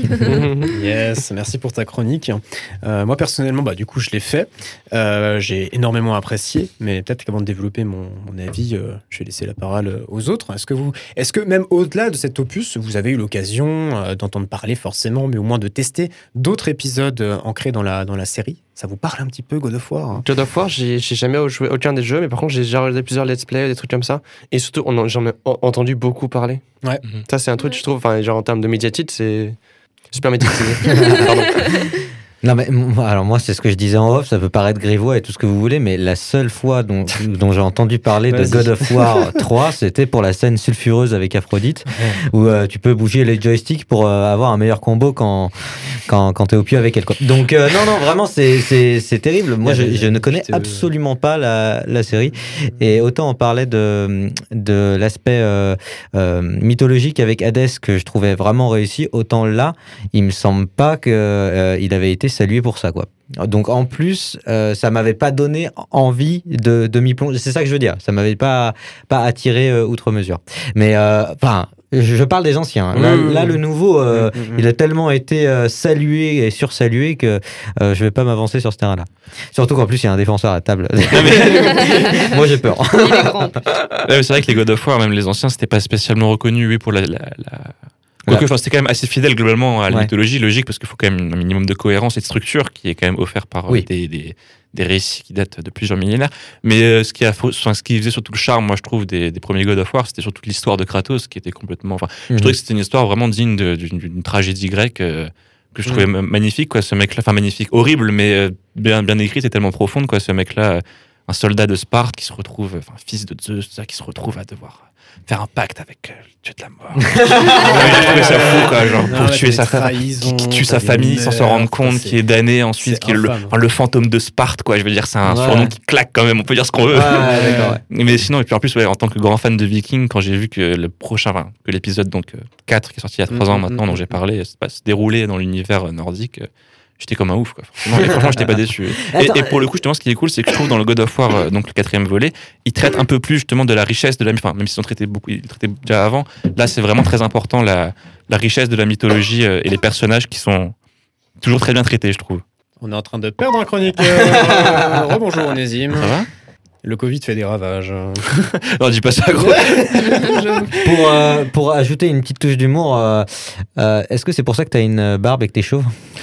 Yes, merci pour ta chronique. Euh, moi personnellement, bah, du coup, je l'ai fait. Euh, j'ai énormément apprécié, mais peut-être qu'avant de développer mon, mon avis, euh, je vais laisser la parole aux autres. Est-ce que, vous, est-ce que même au-delà de cet opus, vous avez eu l'occasion euh, d'entendre parler forcément, mais au moins de tester d'autres épisodes euh, ancrés dans la, dans la série ? Ça vous parle un petit peu, God of War, hein ? God of War, j'ai, j'ai jamais joué aucun des jeux, mais par contre, j'ai déjà regardé plusieurs let's play, des trucs comme ça. Et surtout, on en- j'en ai en- entendu beaucoup parler. Ouais. Ça, c'est un truc, Ouais. je trouve, enfin, genre en termes de médiatique, c'est super médiatisé. Pardon. Non, mais moi- alors moi, c'est ce que je disais en off, ça peut paraître grivois et tout ce que vous voulez, mais la seule fois dont, dont j'ai entendu parler de Vas-y. God of War trois, c'était pour la scène sulfureuse avec Aphrodite, où euh, tu peux bouger les joysticks pour euh, avoir un meilleur combo quand, quand, quand t'es au pieu avec elle, quoi. Donc, euh, non, non, vraiment, c'est, c'est, c'est terrible. Moi, Il y je, avait je ne connais petite, euh, absolument pas la, la série. Et autant on parlait de, de l'aspect euh, euh, mythologique avec Hadès que je trouvais vraiment réussi, autant là, il me semble pas qu'il euh, avait été salué pour ça, quoi. Donc en plus, euh, ça m'avait pas donné envie de, de m'y plonger. C'est ça que je veux dire. Ça m'avait pas pas attiré euh, outre mesure. Mais enfin, euh, je, je parle des anciens. Là, Mmh. là, le nouveau, euh, Mmh, mmh, il a tellement été euh, salué et sursalué que euh, je vais pas m'avancer sur ce terrain-là. Surtout qu'en plus, il y a un défenseur à table. Moi, j'ai peur. Il est grand. Ouais, mais c'est vrai que les God of War, même les anciens, c'était pas spécialement reconnu, oui, pour la. la, la... Quoique, enfin, c'était quand même assez fidèle globalement à la Ouais. mythologie, logique, parce qu'il faut quand même un minimum de cohérence et de structure qui est quand même offert par euh, Oui. des, des, des récits qui datent de plusieurs millénaires. Mais euh, ce, qui a, enfin, ce qui faisait surtout le charme, moi, je trouve, des, des premiers God of War, c'était surtout l'histoire de Kratos qui était complètement. Enfin, je trouvais que c'était une histoire vraiment digne de- d'une, d'une tragédie grecque. euh, que je trouvais Mhm. magnifique, quoi, ce mec-là. Enfin, magnifique, horrible, mais euh, bien, bien écrite et tellement profonde, quoi, ce mec-là. euh, un soldat de Sparte qui se retrouve, enfin, fils de Zeus, ça, qui se retrouve à devoir faire un pacte avec euh, le dieu de la mort. Je trouvais ça fou, quoi, genre, Non, pour ouais, tuer t'as sa des femme, trahisons, qui, qui tue t'as sa des famille sans s'en rendre meurtres, compte, c'est- qui est damné ensuite, c'est qui est le, infâme. enfin, le fantôme de Sparte, quoi. Je veux dire, c'est un Ouais. surnom qui claque quand même, on peut dire ce qu'on veut. Ouais, d'accord, ouais. Mais sinon, et puis en plus, ouais, en tant que grand fan de Vikings, quand j'ai vu que le prochain, enfin, que l'épisode donc euh, quatre, qui est sorti il y a trois Mm, ans mm, maintenant, mm, dont mm. j'ai parlé, se, passe- se déroulait dans l'univers euh, nordique, euh, j'étais comme un ouf, quoi. Franchement, et franchement, j'étais pas déçu. Et, Attends, et pour le coup, justement, ce qui est cool, c'est que je trouve dans le God of War, euh, donc le quatrième volet, il traite un peu plus justement de la richesse de la, enfin, même s'ils ont traité beaucoup, ils traitaient déjà avant, là, c'est vraiment très important la, la richesse de la mythologie euh, et les personnages qui sont toujours très bien traités, je trouve. On est en train de perdre un chroniqueur. Rebonjour Onésime. Ça va? Le Covid fait des ravages. Non, dis pas ça, gros. Pour, euh, pour ajouter une petite touche d'humour, euh, euh, est-ce que c'est pour ça que t'as une barbe et que t'es chauve?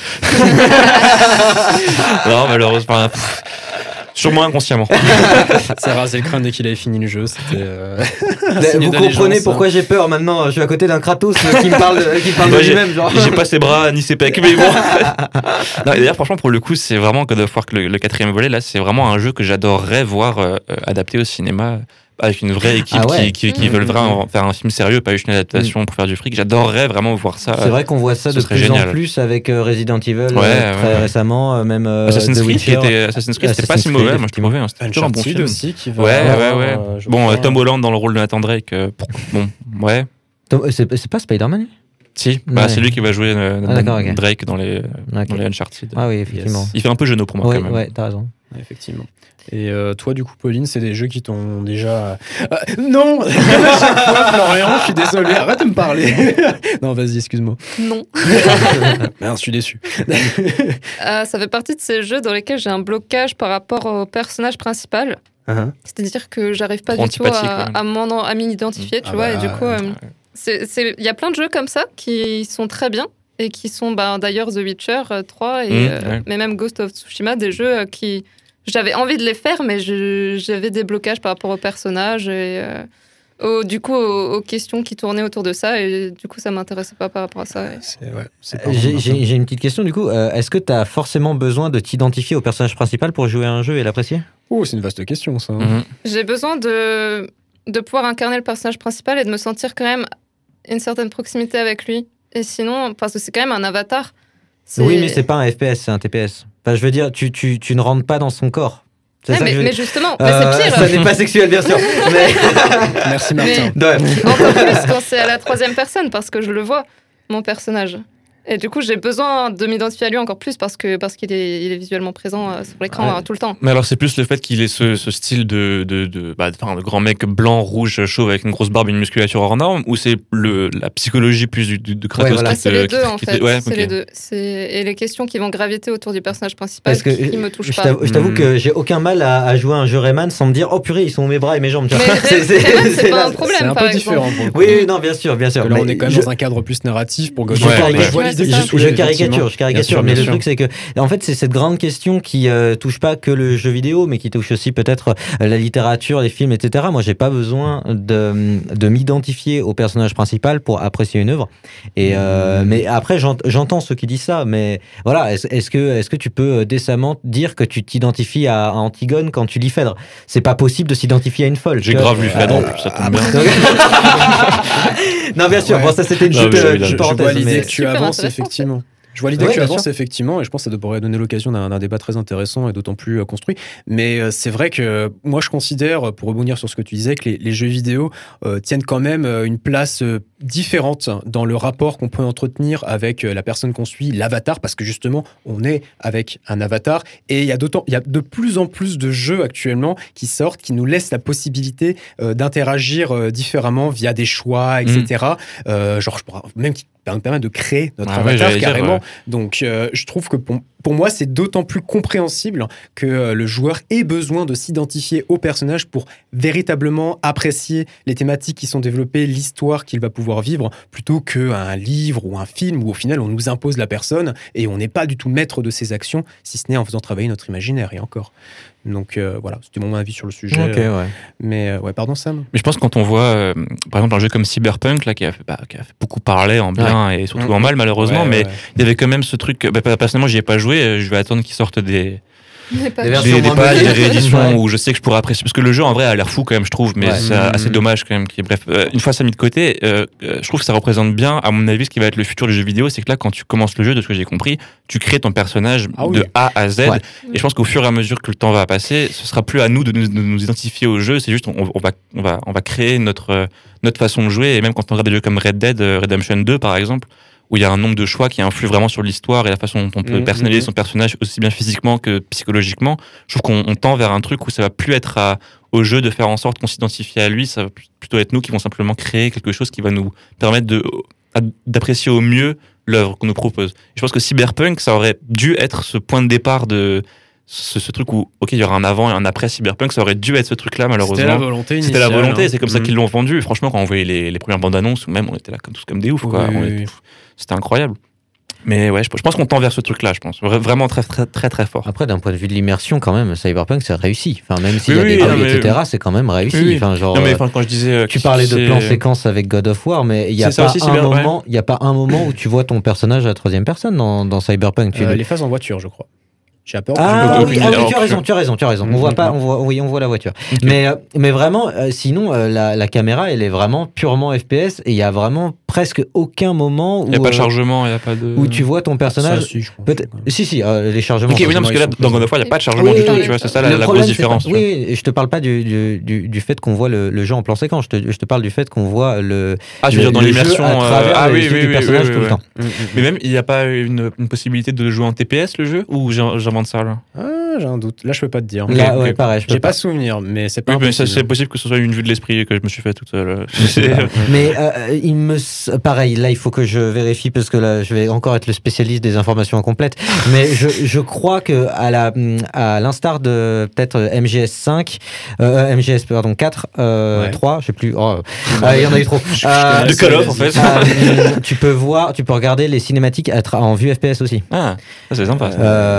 Non, malheureusement. pff, Sûrement inconsciemment. C'est rasé le crâne dès qu'il avait fini le jeu. C'était. euh, un Mais signe Vous d'allégeance, comprenez hein. pourquoi j'ai peur maintenant. Je suis à côté d'un Kratos euh, qui me parle, de- qui me parle Moi, de j'ai- lui-même. Genre. J'ai pas ses bras ni ses pecs, mais bon. Non, et d'ailleurs, franchement, pour le coup, c'est vraiment God of War, que le, le quatrième volet, là, c'est vraiment un jeu que j'adorerais voir euh, euh, adapté au cinéma. Avec une vraie équipe Ah ouais. qui, qui, qui Mmh. veulent vraiment faire un film sérieux, pas juste une adaptation pour faire du fric. J'adorerais vraiment voir ça. C'est vrai qu'on voit ça ce de serait plus génial. en plus avec euh, Resident Evil euh, Ouais, très ouais. récemment, euh, même euh, Assassin's The Creed, qui Witcher. était, Assassin's Creed, c'était pas Assassin's si mauvais, Creed, moi je trouvais. Hein, c'était toujours un bon Uncharted film. aussi qui va. Ouais, ouais, avoir, ouais. euh, je Bon, crois, euh, Tom Holland dans le rôle de Nathan Drake, euh, pour- bon, ouais. Tom- C'est c'est pas Spider-Man lui Si, bah, Ouais. c'est lui qui va jouer euh, Ah, d'accord, ok. Drake dans les, Ok. dans les Uncharted. Ah oui, effectivement. Il fait un peu genou pour moi Ouais, quand même. ouais, t'as raison. Ouais, effectivement. Et euh, toi, du coup, Pauline, c'est des jeux qui t'ont déjà. Euh, non À chaque fois, Florian, je suis désolé, arrête de me parler. Non, vas-y, excuse-moi. Non. Merde, je suis déçu. Euh, ça fait partie de ces jeux dans lesquels j'ai un blocage par rapport au personnage principal. Uh-huh. C'est-à-dire que j'arrive pas Trop du tout antipathique, à, ouais. à m'en- à m'identifier, tu Ah vois. bah, et du coup, euh, Ouais. c'est- c'est- il y a plein de jeux comme ça qui sont très bien et qui sont bah, d'ailleurs The Witcher euh, trois, et, Mmh, euh, ouais. mais même Ghost of Tsushima, des jeux euh, qui. J'avais envie de les faire, mais je- j'avais des blocages par rapport au personnage et euh, au- du coup aux, aux questions qui tournaient autour de ça. Et du coup, ça m'intéressait pas par rapport à ça. et- C'est, ouais, c'est pas J'ai bon, j'ai- j'ai une petite question du coup. Euh, Est-ce que t'as forcément besoin de t'identifier au personnage principal pour jouer à un jeu et l'apprécier? Oh, c'est une vaste question, ça. Mhm. J'ai besoin de de pouvoir incarner le personnage principal et de me sentir quand même une certaine proximité avec lui. Et sinon, parce que c'est quand même un avatar. C'est... Oui, mais c'est pas un F P S, c'est un T P S. Enfin, je veux dire, tu, tu, tu ne rentres pas dans son corps. C'est ouais, ça mais, que je... mais justement, euh, mais c'est pire. Ça n'est pas sexuel, bien sûr. Mais... Merci Martin. Mais, encore plus quand c'est à la troisième personne, parce que je le vois, mon personnage. Et du coup, j'ai besoin de m'identifier à lui encore plus parce que parce qu'il est, il est visuellement présent euh, sur l'écran ouais. euh, tout le temps. Mais alors, c'est plus le fait qu'il ait ce, ce style de de de, bah, de grand mec blanc, rouge, chauve avec une grosse barbe et une musculature hors norme, ou c'est le la psychologie plus du, du, de Kratos. Ouais, voilà. qui ah, c'est te, les deux qui, en qui fait. Te, ouais, c'est okay. les deux. C'est et les questions qui vont graviter autour du personnage principal parce que qui me touchent je pas. T'avoue, je t'avoue mmh. que j'ai aucun mal à, à jouer un jeu Rayman sans me dire oh purée ils sont mes bras et mes jambes. Mais c'est, c'est, c'est, c'est pas un problème. C'est un peu différent. Oui, non, bien sûr, bien sûr. Là, on est quand même dans un cadre plus narratif pour God of War. Caricature, je caricature, sûr, mais le sûr. truc c'est que, en fait, c'est cette grande question qui euh, touche pas que le jeu vidéo, mais qui touche aussi peut-être euh, la littérature, les films, et cetera. Moi, j'ai pas besoin de, de m'identifier au personnage principal pour apprécier une œuvre. Et euh, mmh. mais après, j'ent, j'entends ceux qui disent ça, mais voilà, est-ce, est-ce que est-ce que tu peux décemment dire que tu t'identifies à, à Antigone quand tu lis Phèdre ? C'est pas possible de s'identifier à une folle. J'ai grave lu Phèdre, en plus, ça tombe bien. Non, bien sûr. Ouais. Bon, ça c'était une petite parenthèse. Je vois l'idée que tu avances effectivement. Je vois l'idée ouais, que tu avances sûr. effectivement, et je pense que ça devrait donner l'occasion d'un, d'un débat très intéressant et d'autant plus euh, construit. Mais euh, c'est vrai que moi je considère, pour rebondir sur ce que tu disais, que les, les jeux vidéo euh, tiennent quand même euh, une place euh, différente dans le rapport qu'on peut entretenir avec euh, la personne qu'on suit, l'avatar, parce que justement on est avec un avatar. Et il y a d'autant, il y a de plus en plus de jeux actuellement qui sortent, qui nous laissent la possibilité euh, d'interagir euh, différemment via des choix, et cetera. Mmh. Euh, genre même qui nous permet de créer notre ah avatar ouais, carrément. Dire, ouais. Donc, euh, je trouve que pour, pour moi, c'est d'autant plus compréhensible que euh, le joueur ait besoin de s'identifier au personnage pour véritablement apprécier les thématiques qui sont développées, l'histoire qu'il va pouvoir vivre, plutôt qu'un livre ou un film où au final on nous impose la personne et on n'est pas du tout maître de ses actions, si ce n'est en faisant travailler notre imaginaire, et encore. Donc euh, voilà, c'était mon avis sur le sujet. Okay, ouais. Mais euh, ouais, pardon Sam. Mais je pense que quand on voit, euh, par exemple, un jeu comme Cyberpunk là, qui a fait, bah, qui a fait beaucoup parler en bien ouais. et surtout mmh. en mal malheureusement, ouais, mais ouais. il y avait quand même ce truc. Bah, personnellement, j'y ai pas joué. Je vais attendre qu'ils sortent des des, des, des, des pages, des rééditions ouais. où je sais que je pourrais apprécier. Parce que le jeu en vrai a l'air fou quand même, je trouve, mais ouais. c'est mmh. assez dommage quand même. Qui, bref, euh, une fois ça mis de côté, euh, euh, je trouve que ça représente bien, à mon avis, ce qui va être le futur du jeu vidéo. C'est que là, quand tu commences le jeu, de ce que j'ai compris, tu crées ton personnage ah oui. de A à Z. Ouais. Et je pense qu'au fur et à mesure que le temps va passer, ce sera plus à nous de nous, de nous identifier au jeu. C'est juste, on, on va, on va, on va créer notre euh, notre façon de jouer. Et même quand on regarde des jeux comme Red Dead Redemption deux, par exemple, où il y a un nombre de choix qui influent vraiment sur l'histoire et la façon dont on peut mmh, personnaliser mmh. son personnage aussi bien physiquement que psychologiquement. Je trouve qu'on on tend vers un truc où ça va plus être à, au jeu de faire en sorte qu'on s'identifie à lui, ça va plutôt être nous qui vont simplement créer quelque chose qui va nous permettre de, d'apprécier au mieux l'œuvre qu'on nous propose. Et je pense que Cyberpunk, ça aurait dû être ce point de départ de ce, ce truc où, ok, il y aura un avant et un après Cyberpunk, ça aurait dû être ce truc-là, malheureusement. C'était la volonté initiale. C'était la volonté, hein. c'est comme ça mmh. qu'ils l'ont vendu. Et franchement, quand on voyait les, les premières bandes annonces, ou même, on était là comme, tous comme des oufs, quoi. Oui, on oui, était, oui. C'était incroyable. Mais ouais, je, je pense qu'on tend vers ce truc-là, je pense. Vraiment très, très, très, très fort. Après, d'un point de vue de l'immersion, quand même, Cyberpunk, c'est réussi. Enfin, même s'il oui, y a oui, des bugs, mais... et cetera, c'est quand même réussi. Oui, oui. Enfin, genre, non, mais enfin, quand je disais. Tu parlais de plan séquence avec God of War, mais il n'y a, pas aussi, un moment, ouais. y a pas un moment où tu vois ton personnage à la troisième personne dans, dans Cyberpunk. Tu euh, le... Les phases en voiture, je crois. J'ai peur. Ah, oui, ah oui, tu as raison, tu as raison, tu as raison. On voit pas, on voit, oui, on voit la voiture. Okay. Mais, euh, mais vraiment, euh, sinon, euh, la, la caméra, elle est vraiment purement F P S et il y a vraiment presque aucun moment où. Il n'y a pas de chargement, il n'y a pas de. Où tu vois ton personnage. Ça, si, je crois. Peut-être. Si, si, euh, les chargements. Ok, oui, non, parce que là, dans God of War, il n'y a pas de chargement oui, du tout, oui, tu vois, c'est ça la, la grosse différence. Pas, oui, et je te parle pas du, du, du, du fait qu'on voit le, le jeu en plan séquence, je te, je te parle du fait qu'on voit le. Ah, je veux dire, dans l'immersion. Ah oui, oui, du personnage tout le temps. Mais même, il n'y a pas une possibilité de jouer en T P S, le jeu, ou j'invente ça, là? J'ai un doute. Là, je peux pas te dire. Là, okay, ouais, okay. pareil. Je J'ai pas. pas souvenir, mais c'est pas oui, impossible. Mais c'est possible que ce soit une vue de l'esprit que je me suis fait toute seule. mais euh, il me, pareil, là, il faut que je vérifie parce que là, je vais encore être le spécialiste des informations incomplètes. Mais je, je crois que à la, à l'instar de peut-être M G S cinq, euh, M G S pardon quatre, euh, ouais. trois, je sais plus. Oh, il y en a eu trop. Euh, de Call of en fait. Euh, tu peux voir, tu peux regarder les cinématiques en vue F P S aussi. Ah, c'est sympa. Euh,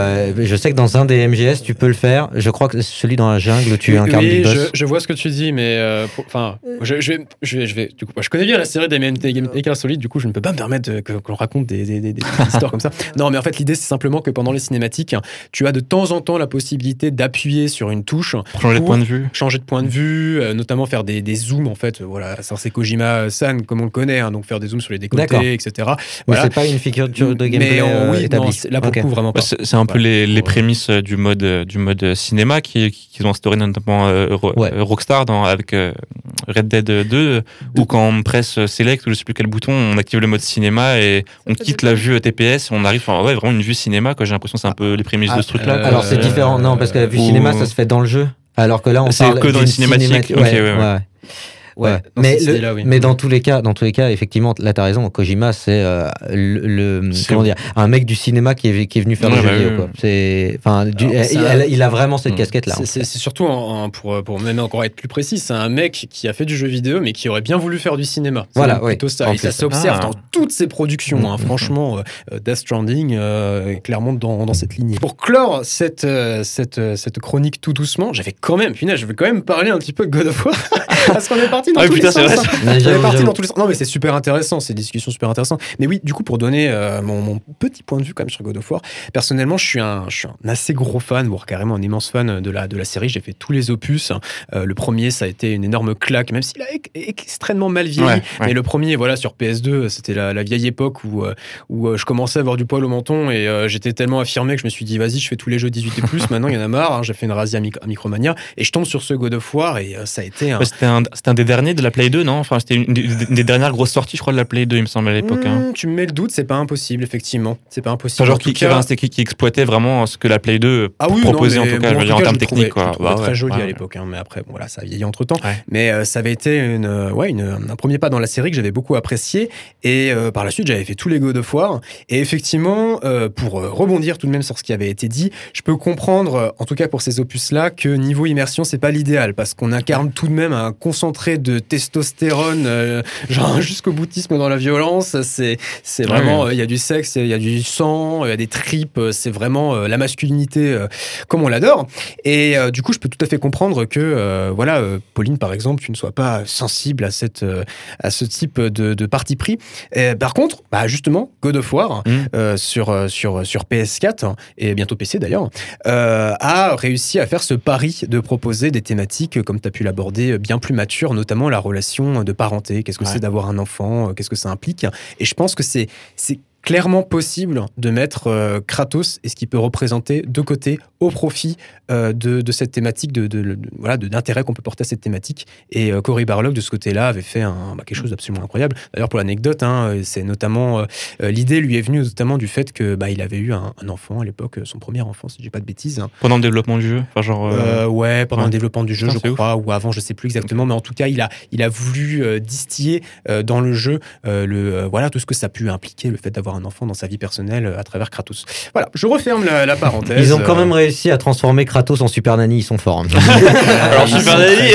je sais que dans un des M G S, tu peux le faire. Je crois que celui dans la jungle où tu oui, incarnes oui, Big Boss. Je, je vois ce que tu dis, mais enfin, euh, je, je, vais, je vais, je vais, du coup, je connais bien la série des Metal Gear Solid. Du coup, je ne peux pas me permettre de, que, qu'on raconte des, des, des, des histoires comme ça. Non, mais en fait, l'idée, c'est simplement que pendant les cinématiques, tu as de temps en temps la possibilité d'appuyer sur une touche pour changer de point de vue, changer de point de vue, euh, notamment faire des, des zooms. En fait, voilà, ça c'est Kojima-san comme on le connaît, hein, donc faire des zooms sur les décolletés, D'accord. et cetera. Voilà. Mais c'est pas une figure de gameplay mais euh, oui, établie. Non, c'est, là pour okay. le coup vraiment pas. C'est, c'est un peu voilà. les, les prémices du mode du mode cinéma qui qu'ils ont instauré notamment euh, ouais. Rockstar dans avec euh, Red Dead deux, où quand on presse Select ou je sais plus quel bouton, on active le mode cinéma et on quitte la vue T P S, et on arrive sur ouais, vraiment une vue cinéma. Quoi. J'ai l'impression que c'est un peu les prémices ah, de ce truc-là. Euh, alors c'est différent, non, parce que la vue ou... cinéma, ça se fait dans le jeu. Alors que là, on c'est parle que dans les cinématiques. Cinémati- okay, ouais, ouais, ouais. ouais. Ouais, ouais. mais, le, là, oui. mais dans tous les cas, dans tous les cas, effectivement, là t'as raison. Kojima, c'est euh, le, le c'est comment dire, un mec du cinéma qui est, qui est venu faire ouais, le jeu vidéo. Ouais, quoi. C'est, enfin, du, il, il, il a vraiment cette mmh. casquette là. C'est, c'est, c'est surtout en, en, pour pour même encore être plus précis, c'est un mec qui a fait du jeu vidéo, mais qui aurait bien voulu faire du cinéma. C'est voilà, plutôt oui. ça. Et ça s'observe ah. dans toutes ses productions. Mmh. Hein, franchement, euh, Death Stranding euh, est clairement dans dans cette lignée. Pour clore cette euh, cette cette chronique tout doucement, j'avais quand même, finalement, je vais quand même parler un petit peu de God of War parce qu'on est parti dans ah, tous putain, les sens. On est parti dans tous les sens. Non, mais c'est super intéressant, ces discussions super intéressantes. Mais oui, du coup, pour donner euh, mon, mon petit point de vue quand même sur God of War, personnellement, je suis un, je suis un assez gros fan, voire carrément un immense fan de la, de la série. J'ai fait tous les opus. Euh, le premier, ça a été une énorme claque, même s'il a é- extrêmement mal vieilli. Ouais, ouais. Mais le premier, voilà, sur P S deux, c'était la, la vieille époque où, euh, où euh, je commençais à avoir du poil au menton et euh, j'étais tellement affirmé que je me suis dit, vas-y, je fais tous les jeux dix-huit et plus. Maintenant, il y en a marre. Hein, j'ai fait une razzia à Micromania et je tombe sur ce God of War et euh, ça a été un... Ouais, c'était, un, c'était un des derniers de la Play deux, non? Enfin, c'était une des, des dernières grosses sorties, je crois, de la Play deux, il me semble, à l'époque. Mmh, hein. Tu me mets le doute, c'est pas impossible, effectivement. C'est pas impossible. Enfin, genre qui, cas... qui, qui, qui exploitait vraiment ce que la Play deux ah oui, proposait, non, en tout cas, bon, en, tout cas, en termes techniques. Quoi. Je le trouvais bah, très ouais, joli ouais, à l'époque, hein, mais après, bon, voilà, ça a vieilli entre temps. Ouais. Mais euh, ça avait été une, ouais, une, un premier pas dans la série que j'avais beaucoup apprécié. Et euh, par la suite, j'avais fait tous les God of War. Et effectivement, euh, pour euh, rebondir tout de même sur ce qui avait été dit, je peux comprendre, en tout cas pour ces opus-là, que niveau immersion, c'est pas l'idéal, parce qu'on incarne tout de même un concentré de testostérone, euh, genre jusqu'au boutisme dans la violence. C'est, c'est vraiment, il oui. euh, y a du sexe, il y a du sang, il y a des tripes. C'est vraiment euh, la masculinité euh, comme on l'adore. Et euh, du coup, je peux tout à fait comprendre que, euh, voilà, euh, Pauline, par exemple, tu ne sois pas sensible à cette, euh, à ce type de, de parti pris. Et, par contre, bah, justement, God of War mmh. euh, sur sur sur P S quatre et bientôt P C d'ailleurs, euh, a réussi à faire ce pari de proposer des thématiques, comme tu as pu l'aborder, bien plus matures, notamment la relation de parenté. Qu'est-ce que ouais. c'est d'avoir un enfant? Qu'est-ce que ça implique? Et je pense que c'est, c'est clairement possible de mettre euh, Kratos et ce qu'il peut représenter de côté au profit euh, de, de cette thématique, de, de, de, voilà, de, d'intérêt qu'on peut porter à cette thématique. Et euh, Cory Barlog, de ce côté-là, avait fait un, bah, quelque chose d'absolument incroyable. D'ailleurs, pour l'anecdote, hein, c'est notamment... Euh, l'idée lui est venue notamment du fait que bah, il avait eu un, un enfant à l'époque, son premier enfant, si je dis pas de bêtises. Hein. Pendant le développement du jeu enfin, genre, euh... Euh, Ouais, pendant ouais. le développement du jeu, Putain, je crois, ouf. Ou avant, je sais plus exactement. Mais en tout cas, il a, il a voulu euh, distiller euh, dans le jeu euh, le, euh, voilà, tout ce que ça a pu impliquer, le fait d'avoir un enfant dans sa vie personnelle à travers Kratos. Voilà, je referme la, la parenthèse. Ils ont quand même réussi à transformer Kratos en Super Nanny, ils sont forts. Hein. Alors Super Nanny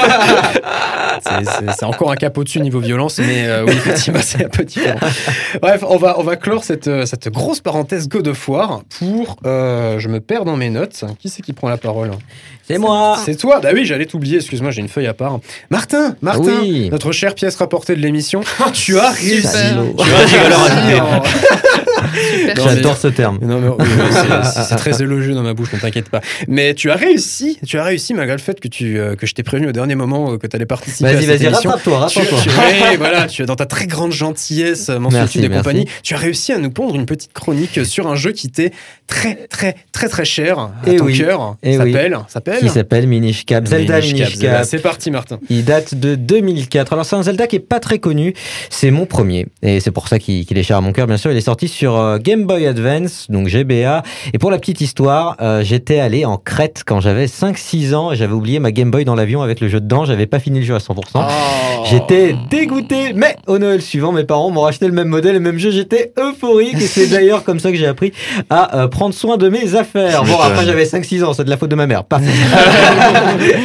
c'est, c'est, c'est encore un cap au-dessus niveau violence, mais euh, oui, effectivement, c'est un peu différent. Bref, on va, on va clore cette, cette grosse parenthèse God of War pour... Euh, je me perds dans mes notes. Qui c'est qui prend la parole? C'est moi. C'est toi. Bah oui, j'allais t'oublier. Excuse-moi, j'ai une feuille à part. Martin, Martin, oui. Notre chère pièce rapportée de l'émission. Tu as réussi. Tu as dit valeur ajoutée. J'adore ce terme. Non, mais, oui, c'est, c'est, c'est très élogieux dans ma bouche, ne t'inquiète pas. Mais tu as réussi. Tu as réussi malgré le fait que tu euh, que je t'ai prévenu au dernier moment que tu allais participer. Vas-y, à cette vas-y, émission. rattrape-toi, rattrape-toi. Tu, tu, oui, voilà, tu dans ta très grande gentillesse, mensuétude et merci. compagnie, tu as réussi à nous pondre une petite chronique sur un jeu qui t'est très, très, très, très cher à et ton oui. cœur. Et s'appelle, oui. s'appelle. Qui s'appelle Minish Cap. Zelda Minish Minish Cap. Cap. C'est parti, Martin. Il date de deux mille quatre. Alors c'est un Zelda qui est pas très connu. C'est mon premier et c'est pour ça qu'il, qu'il est cher à mon cœur. Bien sûr, il est sorti sur euh, Game Boy Advance, donc G B A. Et pour la petite histoire, euh, j'étais allé en Crète quand j'avais cinq six ans. Et j'avais oublié ma Game Boy dans l'avion avec le jeu dedans. J'avais pas fini le jeu à cent pour cent. Oh. J'étais dégoûté. Mais au Noël suivant, mes parents m'ont racheté le même modèle, le même jeu. J'étais euphorique. Et c'est d'ailleurs comme ça que j'ai appris à euh, prendre soin de mes affaires. Bon, après j'avais cinq six ans. C'est de la faute de ma mère. Pas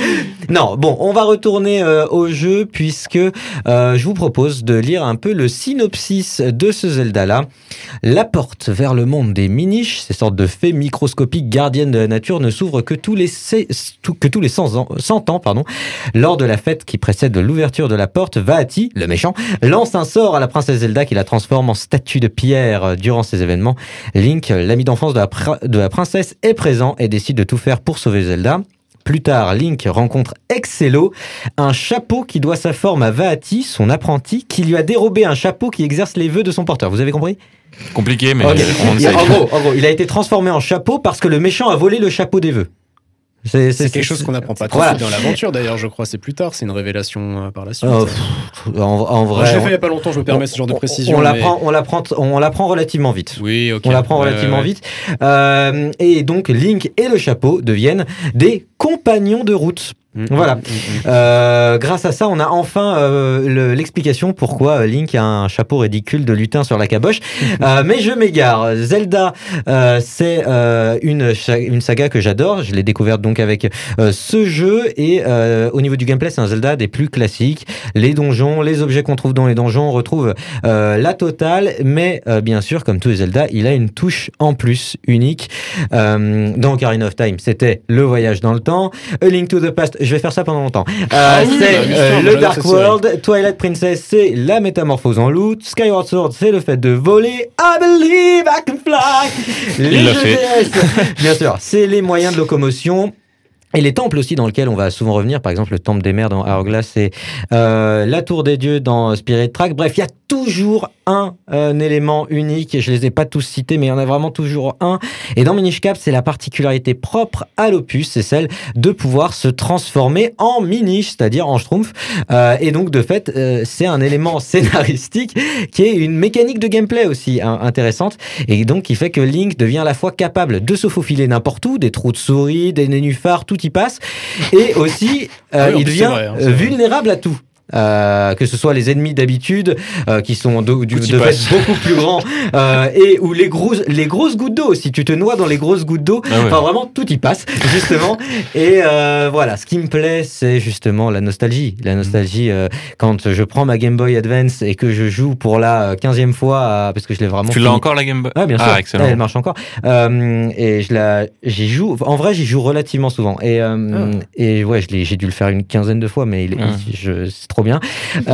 Non, bon, on va retourner euh, au jeu puisque euh, je vous propose de lire un peu le synopsis de ce Zelda-là. La porte vers le monde des Minish, ces sortes de fées microscopiques gardiennes de la nature, ne s'ouvre que tous les, que tous les cent ans, cent ans pardon. Lors de la fête qui précède l'ouverture de la porte, Vaati, le méchant, lance un sort à la princesse Zelda qui la transforme en statue de pierre. Durant ces événements, Link, l'ami d'enfance de la, pr- de la princesse, est présent et décide de tout faire pour sauver Zelda. Plus tard, Link rencontre Excello, un chapeau qui doit sa forme à Vaati, son apprenti, qui lui a dérobé un chapeau qui exerce les vœux de son porteur. Vous avez compris ? Compliqué, mais okay. on il a, en, gros, en gros, il a été transformé en chapeau parce que le méchant a volé le chapeau des vœux. C'est, c'est, c'est quelque chose qu'on n'apprend pas tout de suite dans l'aventure, d'ailleurs, je crois. C'est plus tard, c'est une révélation euh, par la suite. Oh, en, en vrai, Moi, je l'ai fait il n'y a pas longtemps, je me permets on, ce genre de précision. On, on, mais... l'apprend, on, l'apprend, on l'apprend relativement vite. Oui, ok. On l'apprend ouais, relativement ouais. vite. Euh, et donc, Link et le chapeau deviennent des compagnons de route. Mmh, voilà. Mmh, mmh. Euh, grâce à ça, on a enfin euh, le, l'explication pourquoi Link a un chapeau ridicule de lutin sur la caboche. euh, mais je m'égare. Zelda, euh, c'est euh, une, une saga que j'adore. Je l'ai découverte donc avec euh, ce jeu. Et euh, au niveau du gameplay, c'est un Zelda des plus classiques. Les donjons, les objets qu'on trouve dans les donjons, on retrouve euh, la totale. Mais euh, bien sûr, comme tous les Zelda, il a une touche en plus unique. Euh, dans Ocarina of Time, c'était le voyage dans le temps. A Link to the Past, je vais faire ça pendant longtemps. Euh, ah oui, c'est bah, euh, le Dark World. Twilight Princess, c'est la métamorphose en loup. Skyward Sword, c'est le fait de voler. I believe I can fly. Les Il l'a fait. D S, bien sûr, c'est les moyens de locomotion. Et les temples aussi dans lesquels on va souvent revenir, par exemple le temple des mers dans Hourglass et euh, la tour des dieux dans Spirit Tracks. Bref, il y a toujours un, un élément unique. Je les ai pas tous cités, mais il y en a vraiment toujours un. Et dans Minish Cap, c'est la particularité propre à l'opus, c'est celle de pouvoir se transformer en Minish, c'est-à-dire en Schtroumpf. Euh, et donc de fait, euh, c'est un élément scénaristique qui est une mécanique de gameplay aussi hein, intéressante. Et donc qui fait que Link devient à la fois capable de se faufiler n'importe où, des trous de souris, des nénuphars, tout y passe. Et aussi, euh, oui, il devient vrai, hein, vulnérable à tout. Euh, que ce soit les ennemis d'habitude euh, qui sont de, du, de fait beaucoup plus grands euh, et ou les grosses les grosses gouttes d'eau, si tu te noies dans les grosses gouttes d'eau, ah ouais. Enfin vraiment tout y passe justement. Et euh, voilà, ce qui me plaît, c'est justement la nostalgie la nostalgie euh, quand je prends ma Game Boy Advance et que je joue pour la quinzième fois à, parce que je l'ai vraiment tu fini. l'as encore la Game Boy? Ah bien sûr, ah, excellent. Elle marche encore euh, et je la j'y joue en vrai j'y joue relativement souvent et euh, ah. et ouais je l'ai, j'ai dû le faire une quinzaine de fois mais il, ah. il, je, c'est trop bien.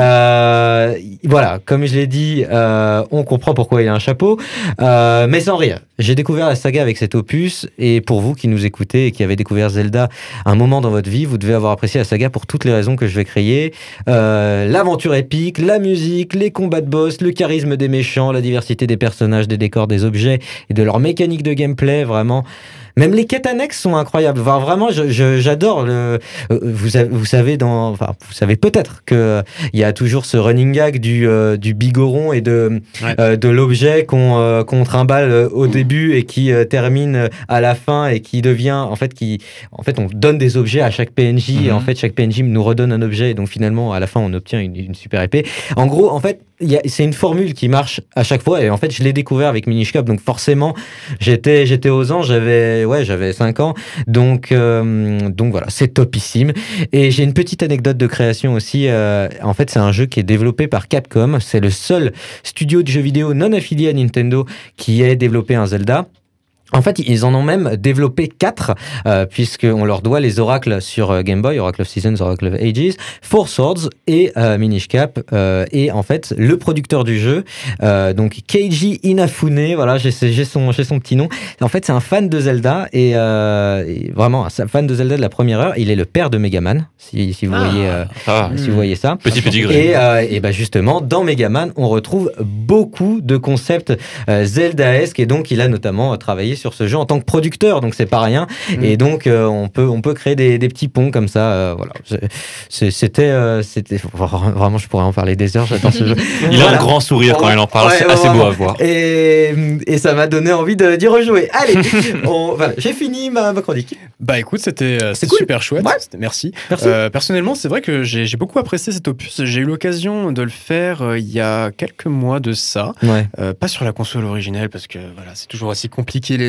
Euh, voilà, comme je l'ai dit, euh, on comprend pourquoi il a un chapeau, euh, mais sans rire. J'ai découvert la saga avec cet opus, et pour vous qui nous écoutez et qui avez découvert Zelda à un moment dans votre vie, vous devez avoir apprécié la saga pour toutes les raisons que je vais créer. Euh, l'aventure épique, la musique, les combats de boss, le charisme des méchants, la diversité des personnages, des décors, des objets et de leur mécanique de gameplay, vraiment. Même les quêtes annexes sont incroyables. Enfin, vraiment, je, je, j'adore le. Vous, vous savez dans, enfin, vous savez peut-être que il y a toujours ce running gag du euh, du bigoron et de ouais. euh, de l'objet qu'on euh, qu'on trimballe au début et qui euh, termine à la fin et qui devient en fait qui en fait on donne des objets à chaque P N J mm-hmm. et en fait chaque P N J nous redonne un objet et donc finalement à la fin on obtient une, une super épée. En gros, en fait. Y a, c'est une formule qui marche à chaque fois et en fait je l'ai découvert avec Minish Cap donc forcément j'étais j'étais aux anges, j'avais ouais j'avais cinq ans donc euh, donc voilà c'est topissime. Et j'ai une petite anecdote de création aussi, euh, en fait c'est un jeu qui est développé par Capcom, c'est le seul studio de jeux vidéo non affilié à Nintendo qui ait développé un Zelda. En fait, ils en ont même développé quatre, euh, puisqu'on leur doit les oracles sur Game Boy, Oracle of Seasons, Oracle of Ages, Four Swords et euh, Minish Cap. Euh, et en fait, le producteur du jeu, euh, donc Keiji Inafune, voilà, j'ai, j'ai, son, j'ai son petit nom. En fait, c'est un fan de Zelda, et, euh, et vraiment un fan de Zelda de la première heure. Il est le père de Megaman, si, si, vous, ah, voyez, euh, ah, si mmh. vous voyez ça. Petit petit gré. Et, euh, et ben justement, dans Megaman, on retrouve beaucoup de concepts euh, Zeldaesques, et donc il a notamment travaillé sur ce jeu en tant que producteur, donc c'est pas rien. Mmh. Et donc euh, on peut on peut créer des, des petits ponts comme ça. Euh, voilà, c'est, c'était euh, c'était vraiment, je pourrais en parler des heures. J'adore ce jeu. Il voilà. a un grand sourire quand il en parle, ouais, c'est assez beau à voir. Et, et ça m'a donné envie de, d'y rejouer. Allez, on, voilà, j'ai fini ma, ma chronique. Bah écoute, c'était c'est, c'est cool. Super chouette. Ouais. C'était, merci. merci. Euh, personnellement, c'est vrai que j'ai, j'ai beaucoup apprécié cet opus. J'ai eu l'occasion de le faire euh, il y a quelques mois de ça. Ouais. Euh, pas sur la console originelle parce que voilà, c'est toujours aussi compliqué les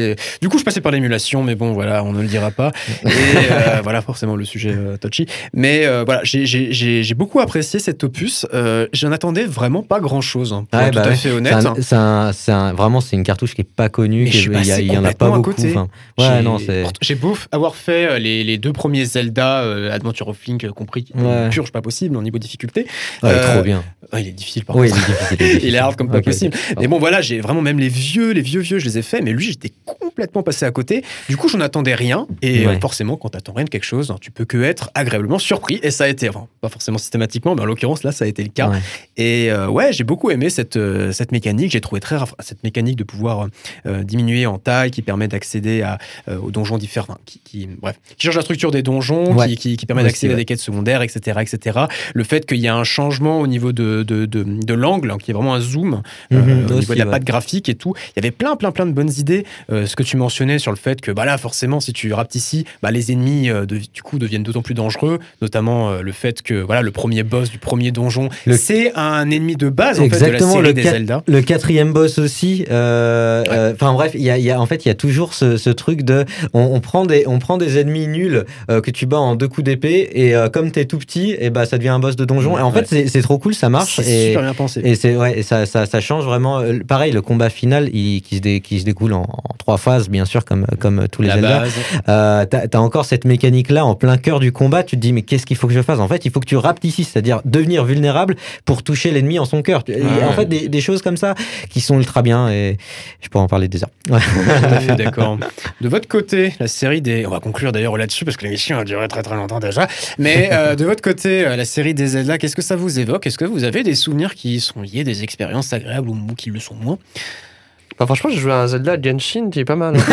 c'est... Du coup, je passais par l'émulation, mais bon, voilà, on ne le dira pas. Et euh, voilà, forcément, le sujet euh, touchy. Mais euh, voilà, j'ai, j'ai, j'ai, j'ai beaucoup apprécié cet opus. Euh, j'en attendais vraiment pas grand-chose, hein, pour ouais, être bah tout à ouais. fait honnête. C'est un, c'est un, c'est un, vraiment, c'est une cartouche qui est pas connue. Qui, il y, y en a pas beaucoup. Enfin, ouais, j'ai, non, c'est... j'ai beau avoir fait les, les deux premiers Zelda, euh, Adventure of Link, compris, qui étaient ouais. une purge pas possible au niveau difficulté. Ouais, euh, trop bien. Ouais, il est difficile, par oui, contre. Il est difficile. Il est, difficile. Il est hard comme pas okay, possible. okay. Mais bon, voilà, j'ai vraiment même les vieux, les vieux, vieux, je les ai faits, mais lui, j'étais complètement passé à côté. Du coup, j'en attendais rien. Et ouais. euh, forcément, quand t'attends rien de quelque chose, tu peux que être agréablement surpris. Et ça a été, enfin, pas forcément systématiquement, mais en l'occurrence, là, ça a été le cas. Ouais. Et euh, ouais, j'ai beaucoup aimé cette, euh, cette mécanique. J'ai trouvé très raf... cette mécanique de pouvoir euh, diminuer en taille, qui permet d'accéder à, euh, aux donjons différents. Enfin, qui, qui, bref, qui change la structure des donjons, ouais. qui, qui, qui permet ouais, d'accéder à des quêtes secondaires, et cetera, et cetera. Le fait qu'il y a un changement au niveau de, de, de, de l'angle, qui est vraiment un zoom, euh, mm-hmm, au aussi, niveau de la ouais. patte graphique et tout. Il y avait plein, plein, plein de bonnes idées. Euh, ce que tu mentionnais sur le fait que, bah là, forcément, si tu raptes ici, bah, les ennemis, euh, de, du coup, deviennent d'autant plus dangereux, notamment euh, le fait que, voilà, le premier boss du premier donjon, le... c'est un ennemi de base, en fait, de la série le des quat- Zelda. Le quatrième boss aussi. Enfin, euh, ouais. euh, bref, il y a, y a, en fait, il y a toujours ce, ce truc de, on, on, prend des, on prend des ennemis nuls euh, que tu bats en deux coups d'épée, et euh, comme t'es tout petit, et bah, ça devient un boss de donjon. Ouais. Et en fait, c'est, c'est trop cool, ça marche. C'est et, super bien pensé. Et, c'est, ouais, et ça, ça, ça change vraiment. Pareil, le combat final, il, qui, se dé, qui se découle en, en trois phases, bien sûr, comme, comme tous les la Zelda. Base. Euh, t'as, t'as encore cette mécanique-là en plein cœur du combat. Tu te dis, mais qu'est-ce qu'il faut que je fasse ? En fait, il faut que tu raptes ici, c'est-à-dire devenir vulnérable pour toucher l'ennemi en son cœur. Ouais. En fait, des, des choses comme ça qui sont ultra bien, et je pourrais en parler des heures. Ouais. Tout à fait d'accord. De votre côté, la série des... On va conclure d'ailleurs là-dessus, parce que l'émission a duré très très longtemps déjà. Mais euh, de votre côté, la série des Zelda, qu'est-ce que ça vous évoque ? Est-ce que vous avez des souvenirs qui sont liés, des expériences agréables ou qui le sont moins ? Bah, franchement, j'ai joué à un Zelda Genshin qui est pas mal. Hein.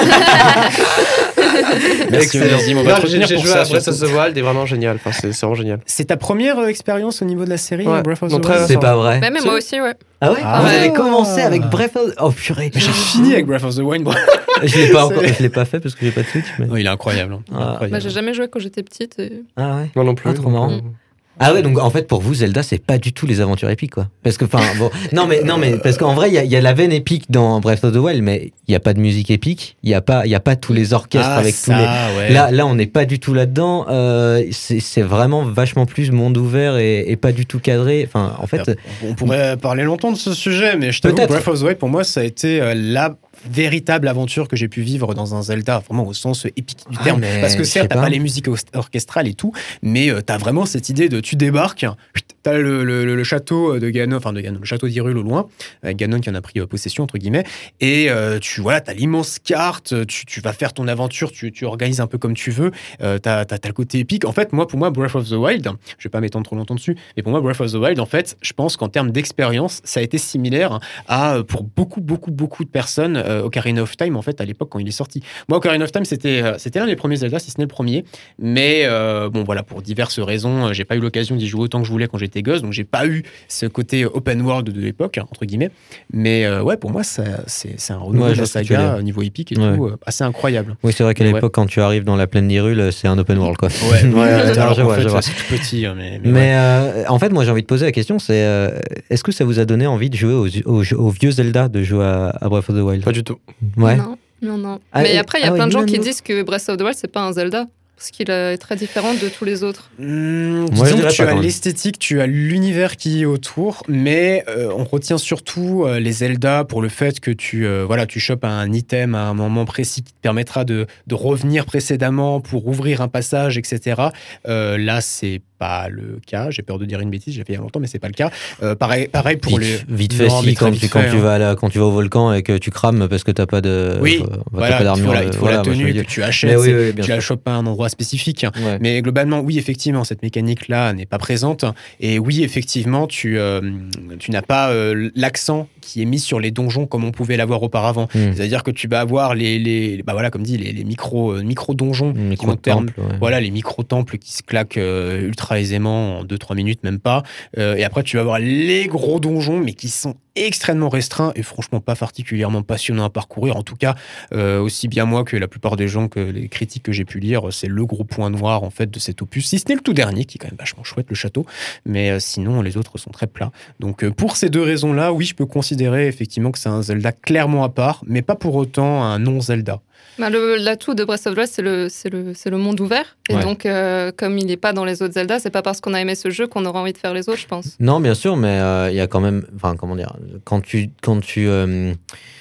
Merci, vas-y, on va te retenir j'ai pour joué ça. à Breath of the Wild, est vraiment génial. Enfin, c'est, c'est vraiment génial. C'est ta première expérience au niveau de la série, ouais. Breath of non, the Wild ? C'est pas vrai. Bah, mais moi aussi, ouais. Ah ouais, ah Vous ouais. avez commencé avec Breath of... Oh purée. J'ai fini avec Breath of the Wild. je l'ai pas encore, je l'ai pas fait parce que j'ai pas de Switch. Mais... Oh, il est incroyable. Hein. Ah. incroyable. Bah, j'ai jamais joué quand j'étais petite. Et... Ah ouais. Moi non plus. Ah, trop marrant. Euh... Ah ouais, donc en fait pour vous Zelda c'est pas du tout les aventures épiques quoi. Parce que enfin bon, non mais non mais parce qu'en vrai il y a, y a la veine épique dans Breath of the Wild, mais il y a pas de musique épique, il y a pas il y a pas tous les orchestres ah, avec ça, tous les. Ouais. Là là on n'est pas du tout là-dedans. Euh, c'est c'est vraiment vachement plus monde ouvert et, et pas du tout cadré. Enfin en fait. On pourrait parler longtemps de ce sujet, mais je t'avoue que Breath of the Wild pour moi ça a été euh, la véritable aventure que j'ai pu vivre dans un Zelda, vraiment au sens épique du terme. Ah, parce que certes, t'as pas. pas les musiques orchestrales et tout, mais euh, t'as vraiment cette idée de tu débarques, t'as le, le, le, le château de Ganon, enfin de Ganon, le château d'Hyrule au loin, avec Ganon qui en a pris possession, entre guillemets, et euh, tu voilà, t'as l'immense carte, tu, tu vas faire ton aventure, tu, tu organises un peu comme tu veux, euh, t'as, t'as, t'as le côté épique. En fait, moi, pour moi, Breath of the Wild, je vais pas m'étendre trop longtemps dessus, mais pour moi, Breath of the Wild, en fait, je pense qu'en termes d'expérience, ça a été similaire à, pour beaucoup, beaucoup, beaucoup de personnes, euh, Ocarina of Time, en fait, à l'époque, quand il est sorti. Moi, Ocarina of Time, c'était, euh, c'était l'un des premiers Zelda, si ce n'est le premier, mais euh, bon, voilà, pour diverses raisons, j'ai pas eu l'occasion d'y jouer autant que je voulais quand j'étais gosse, donc j'ai pas eu ce côté open world de l'époque, entre guillemets, mais euh, ouais, pour moi, ça, c'est, c'est un renouveau ouais, de la saga au niveau épique et ouais. tout, euh, assez incroyable. Oui, c'est vrai qu'à mais l'époque, ouais. quand tu arrives dans la plaine d'Hyrule, c'est un open world, quoi. Ouais, ouais, ouais alors je en vois, fait, je vois. c'est tout petit, mais... Mais, mais ouais. euh, en fait, moi, j'ai envie de poser la question, c'est euh, est-ce que ça vous a donné envie de jouer aux, aux, aux vieux Zelda, de jouer à, à Breath of the Wild ? Pas du tout. Ouais. Non, non, non. Ah, mais et, après, il y a ah, plein ouais, de gens non, qui non. disent que Breath of the Wild, c'est pas un Zelda. Parce qu'il est très différent de tous les autres. Mmh, Moi, disons que tu as même. l'esthétique, tu as l'univers qui est autour, mais euh, on retient surtout euh, les Zelda pour le fait que tu, euh, voilà, tu chopes un item à un moment précis qui te permettra de, de revenir précédemment pour ouvrir un passage, et cetera. Euh, là, c'est pas le cas. J'ai peur de dire une bêtise, j'ai fait il y a longtemps, mais c'est pas le cas. Euh, pareil, pareil pour vite, les... Vite fait, non, si, quand, vite tu, fait, quand, hein. tu vas la, quand tu vas au volcan et que tu crames parce que t'as pas de... Oui, euh, voilà, pas il te faut la, il te faut la voilà, tenue que tu achètes, oui, oui, tu sûr. la chopes pas à un endroit spécifique. Ouais. Mais globalement, oui, effectivement, cette mécanique-là n'est pas présente. Et oui, effectivement, tu, euh, tu n'as pas euh, l'accent qui est mis sur les donjons comme on pouvait l'avoir auparavant. Mmh. C'est-à-dire que tu vas avoir les, les bah voilà, comme dit, les, les micro, euh, micro-donjons, mmh, qui vont terme, ouais. voilà, les micro-temples qui se claquent euh, ultra aisément en deux trois minutes, même pas. Euh, et après, tu vas avoir les gros donjons, mais qui sont extrêmement restreints et franchement pas particulièrement passionnants à parcourir. En tout cas, euh, aussi bien moi que la plupart des gens, que les critiques que j'ai pu lire, c'est le le gros point noir en fait de cet opus, si ce n'est le tout dernier qui est quand même vachement chouette, le château, mais euh, sinon les autres sont très plats. Donc euh, pour ces deux raisons-là, oui, je peux considérer effectivement que c'est un Zelda clairement à part, mais pas pour autant un non-Zelda. Bah le, l'atout de Breath of the Wild, c'est le, c'est le, c'est le monde ouvert. Et ouais. donc, euh, comme il n'est pas dans les autres Zelda, c'est pas parce qu'on a aimé ce jeu qu'on aura envie de faire les autres, je pense. Non, bien sûr, mais il euh, y a quand même... Enfin, comment dire... Quand tu... Quand tu euh...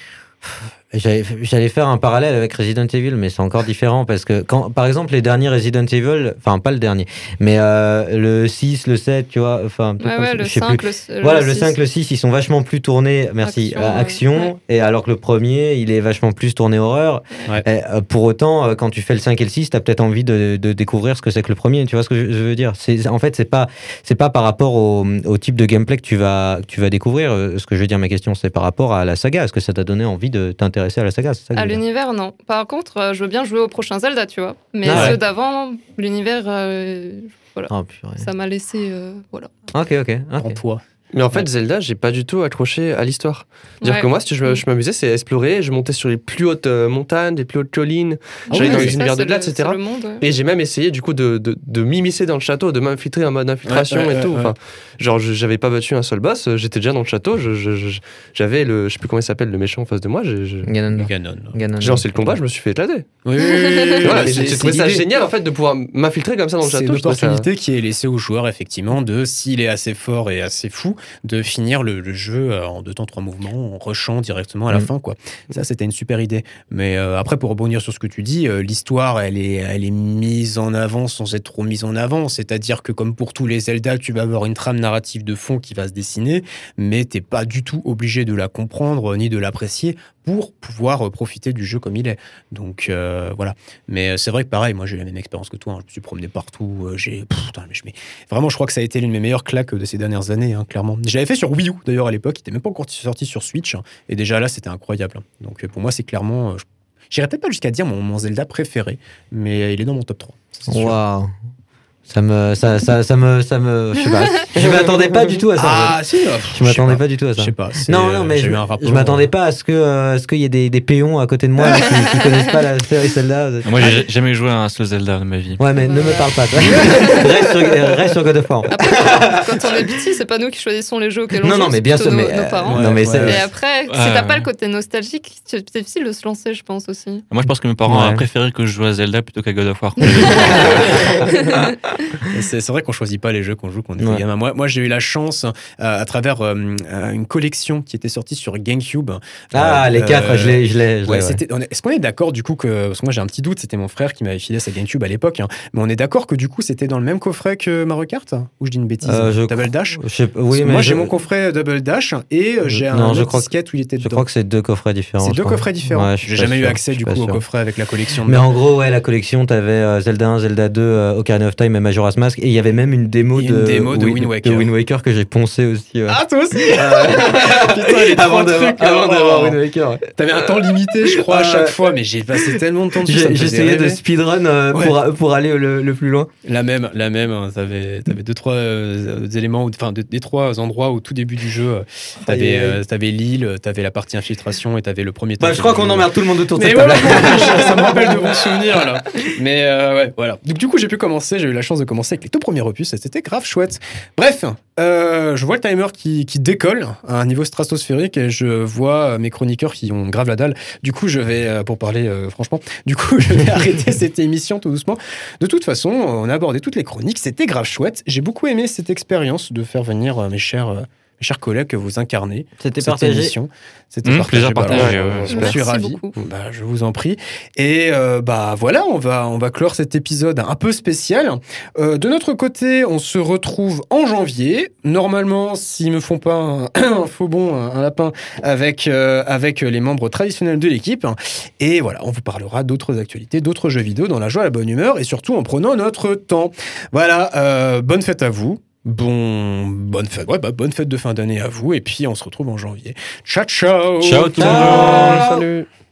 J'allais, j'allais faire un parallèle avec Resident Evil, mais c'est encore différent parce que, quand, par exemple, les derniers Resident Evil, enfin, pas le dernier, mais euh, le six, le sept, tu vois, enfin, ouais, ouais, le cinq, le, le voilà, six. Le cinq, le six, ils sont vachement plus tournés, merci, action, à action, ouais. Et alors que le premier, il est vachement plus tourné horreur. Ouais. Et, euh, pour autant, quand tu fais le cinq et le six, t'as peut-être envie de, de découvrir ce que c'est que le premier, tu vois ce que je, je veux dire. C'est, en fait, c'est pas, c'est pas par rapport au, au type de gameplay que tu vas, que tu vas découvrir. Ce que je veux dire, ma question, c'est par rapport à la saga. Est-ce que ça t'a donné envie de t'intéresser à la saga, c'est ça? À l'univers, non. Par contre, je veux bien jouer au prochain Zelda, tu vois. Mais ah ceux ouais. d'avant, l'univers, euh, voilà. Oh, ça m'a laissé, euh, voilà. Ok, ok. okay. En poids. Mais en fait, Zelda, j'ai pas du tout accroché à l'histoire. C'est-à-dire ouais. que moi, si je, je m'amusais, c'est explorer. Je montais sur les plus hautes euh, montagnes, les plus hautes collines. Ah j'allais oui, dans les univers de delà, et cetera. Monde, ouais. Et j'ai même essayé, du coup, de, de, de m'immiscer dans le château, de m'infiltrer en mode infiltration ouais, ouais, et ouais, tout. Ouais. Enfin, genre, je, j'avais pas battu un seul boss. J'étais déjà dans le château. Je, je, je, j'avais le, je sais plus comment il s'appelle, le méchant en face de moi. Je, je... Ganon. Ganon. Ganon. J'ai lancé le combat, je me suis fait éclater. Oui, oui, oui. Voilà, j'ai trouvé ça génial, en fait, de pouvoir m'infiltrer comme ça dans le château. C'est une opportunité qui est laissée au joueur, effectivement, de, s'il est assez fort et assez fou, de finir Le, le jeu en deux temps, trois mouvements, en rushant directement à la mmh. fin, quoi. Ça, c'était une super idée. Mais euh, après, pour rebondir sur ce que tu dis, euh, l'histoire, elle est, elle est mise en avant sans être trop mise en avant. C'est-à-dire que, comme pour tous les Zelda, tu vas avoir une trame narrative de fond qui va se dessiner, mais t'es pas du tout obligé de la comprendre ni de l'apprécier pour pouvoir euh, profiter du jeu comme il est. Donc, euh, voilà. Mais euh, c'est vrai que, pareil, moi, j'ai eu la même expérience que toi. Hein. Je me suis promené partout. Euh, j'ai... Pff, putain, mais je... mais... Vraiment, je crois que ça a été l'une de mes meilleures claques de ces dernières années, hein, clairement. J'avais fait sur Wii U, d'ailleurs, à l'époque. Il n'était même pas encore sorti sur Switch. Hein, et déjà, là, c'était incroyable. Hein. Donc, pour moi, c'est clairement... Euh, je... J'irais peut-être pas jusqu'à dire mon, mon Zelda préféré, mais il est dans mon top trois. Waouh. Ça me, ça, ça, ça me, ça me, je sais pas. Je m'attendais pas du tout à ça. Ah, si, euh, je m'attendais pas. pas du tout à ça. Je sais pas. Non, non, mais je, rapport, je m'attendais pas à ce que, euh, ce qu'il y ait des, des péons à côté de moi qui, qui connaissent pas la série Zelda. Moi, j'ai jamais joué à un seul Zelda de ma vie. Ouais, mais ne me parle pas. reste, sur, reste sur God of War. Après, quand on est petit, c'est pas nous qui choisissons les jeux auxquels on joue. Non, non, mais bien sûr, nos, mais nos parents. Ouais, non, mais ouais. Et après, si t'as pas le côté nostalgique, c'est difficile de se lancer, je pense aussi. Moi, je pense que mes parents ont préféré que je joue à Zelda plutôt qu'à God of War. C'est vrai qu'on choisit pas les jeux qu'on joue quand on est ouais. gamin. Moi, moi, j'ai eu la chance euh, à travers euh, une collection qui était sortie sur GameCube. Ah, euh, les quatre, euh, je l'ai, je l'ai. Ouais, ouais. Est-ce qu'on est d'accord du coup que, parce que moi j'ai un petit doute, c'était mon frère qui m'avait filé sa GameCube à l'époque, hein, mais on est d'accord que du coup c'était dans le même coffret que Mario Kart, ou je dis une bêtise, euh, je Double Dash. Je, oui, mais moi je... j'ai mon coffret Double Dash et j'ai un non, autre je crois disquette que, où il était dedans. Je crois que c'est deux coffrets différents. C'est deux crois. coffrets différents. Ouais, j'ai jamais sûr, eu accès du coup sûr. au coffret avec la collection. Mais en gros, ouais, la collection, t'avais Zelda un, Zelda deux, Ocarina of Time et Majora's Mask, et il y avait même une démo de une démo de Wind Waker. De Wind Waker que j'ai poncé aussi. Ouais. Ah, toi aussi. Putain, les avant d'avoir Wind Waker. T'avais un temps limité, je crois, à chaque fois, mais j'ai passé tellement de temps dessus. J'essayais de speedrun euh, ouais. pour, pour aller le, le plus loin. La même, la même. Hein, t'avais, t'avais deux, trois euh, éléments, enfin, deux, des trois endroits au tout début du jeu. T'avais, euh, t'avais l'île, t'avais la partie infiltration et t'avais le premier. Bah, je crois qu'on emmerde tout le monde autour de cette table. Voilà, ça me rappelle de bons souvenirs là. Mais euh, ouais, voilà. Donc du coup, j'ai pu commencer. J'ai eu la chance de commencer avec les tout premiers opus. Et c'était grave chouette. Bref, euh, je vois le timer qui, qui décolle à un niveau stratosphérique et je vois mes chroniqueurs qui ont grave la dalle. Du coup, je vais, pour parler euh, franchement, du coup, je vais arrêter cette émission tout doucement. De toute façon, on a abordé toutes les chroniques. C'était grave chouette. J'ai beaucoup aimé cette expérience de faire venir euh, mes chers... Euh, Mes chers collègues, que vous incarnez C'était cette partagé. émission. C'était mmh, partagé. Bah, partagé bah, ouais, je me suis ravi. Bah, je vous en prie. Et euh, bah voilà, on va on va clore cet épisode un peu spécial. Euh, de notre côté, on se retrouve en janvier. Normalement, s'ils me font pas un, un faux bon, un, un lapin avec euh, avec les membres traditionnels de l'équipe. Et voilà, on vous parlera d'autres actualités, d'autres jeux vidéo dans la joie, la bonne humeur et surtout en prenant notre temps. Voilà, euh, bonne fête à vous. Bon, bonne fête, ouais, bah, bonne fête de fin d'année à vous, et puis on se retrouve en janvier. Ciao, ciao! Ciao, tout le monde! Salut!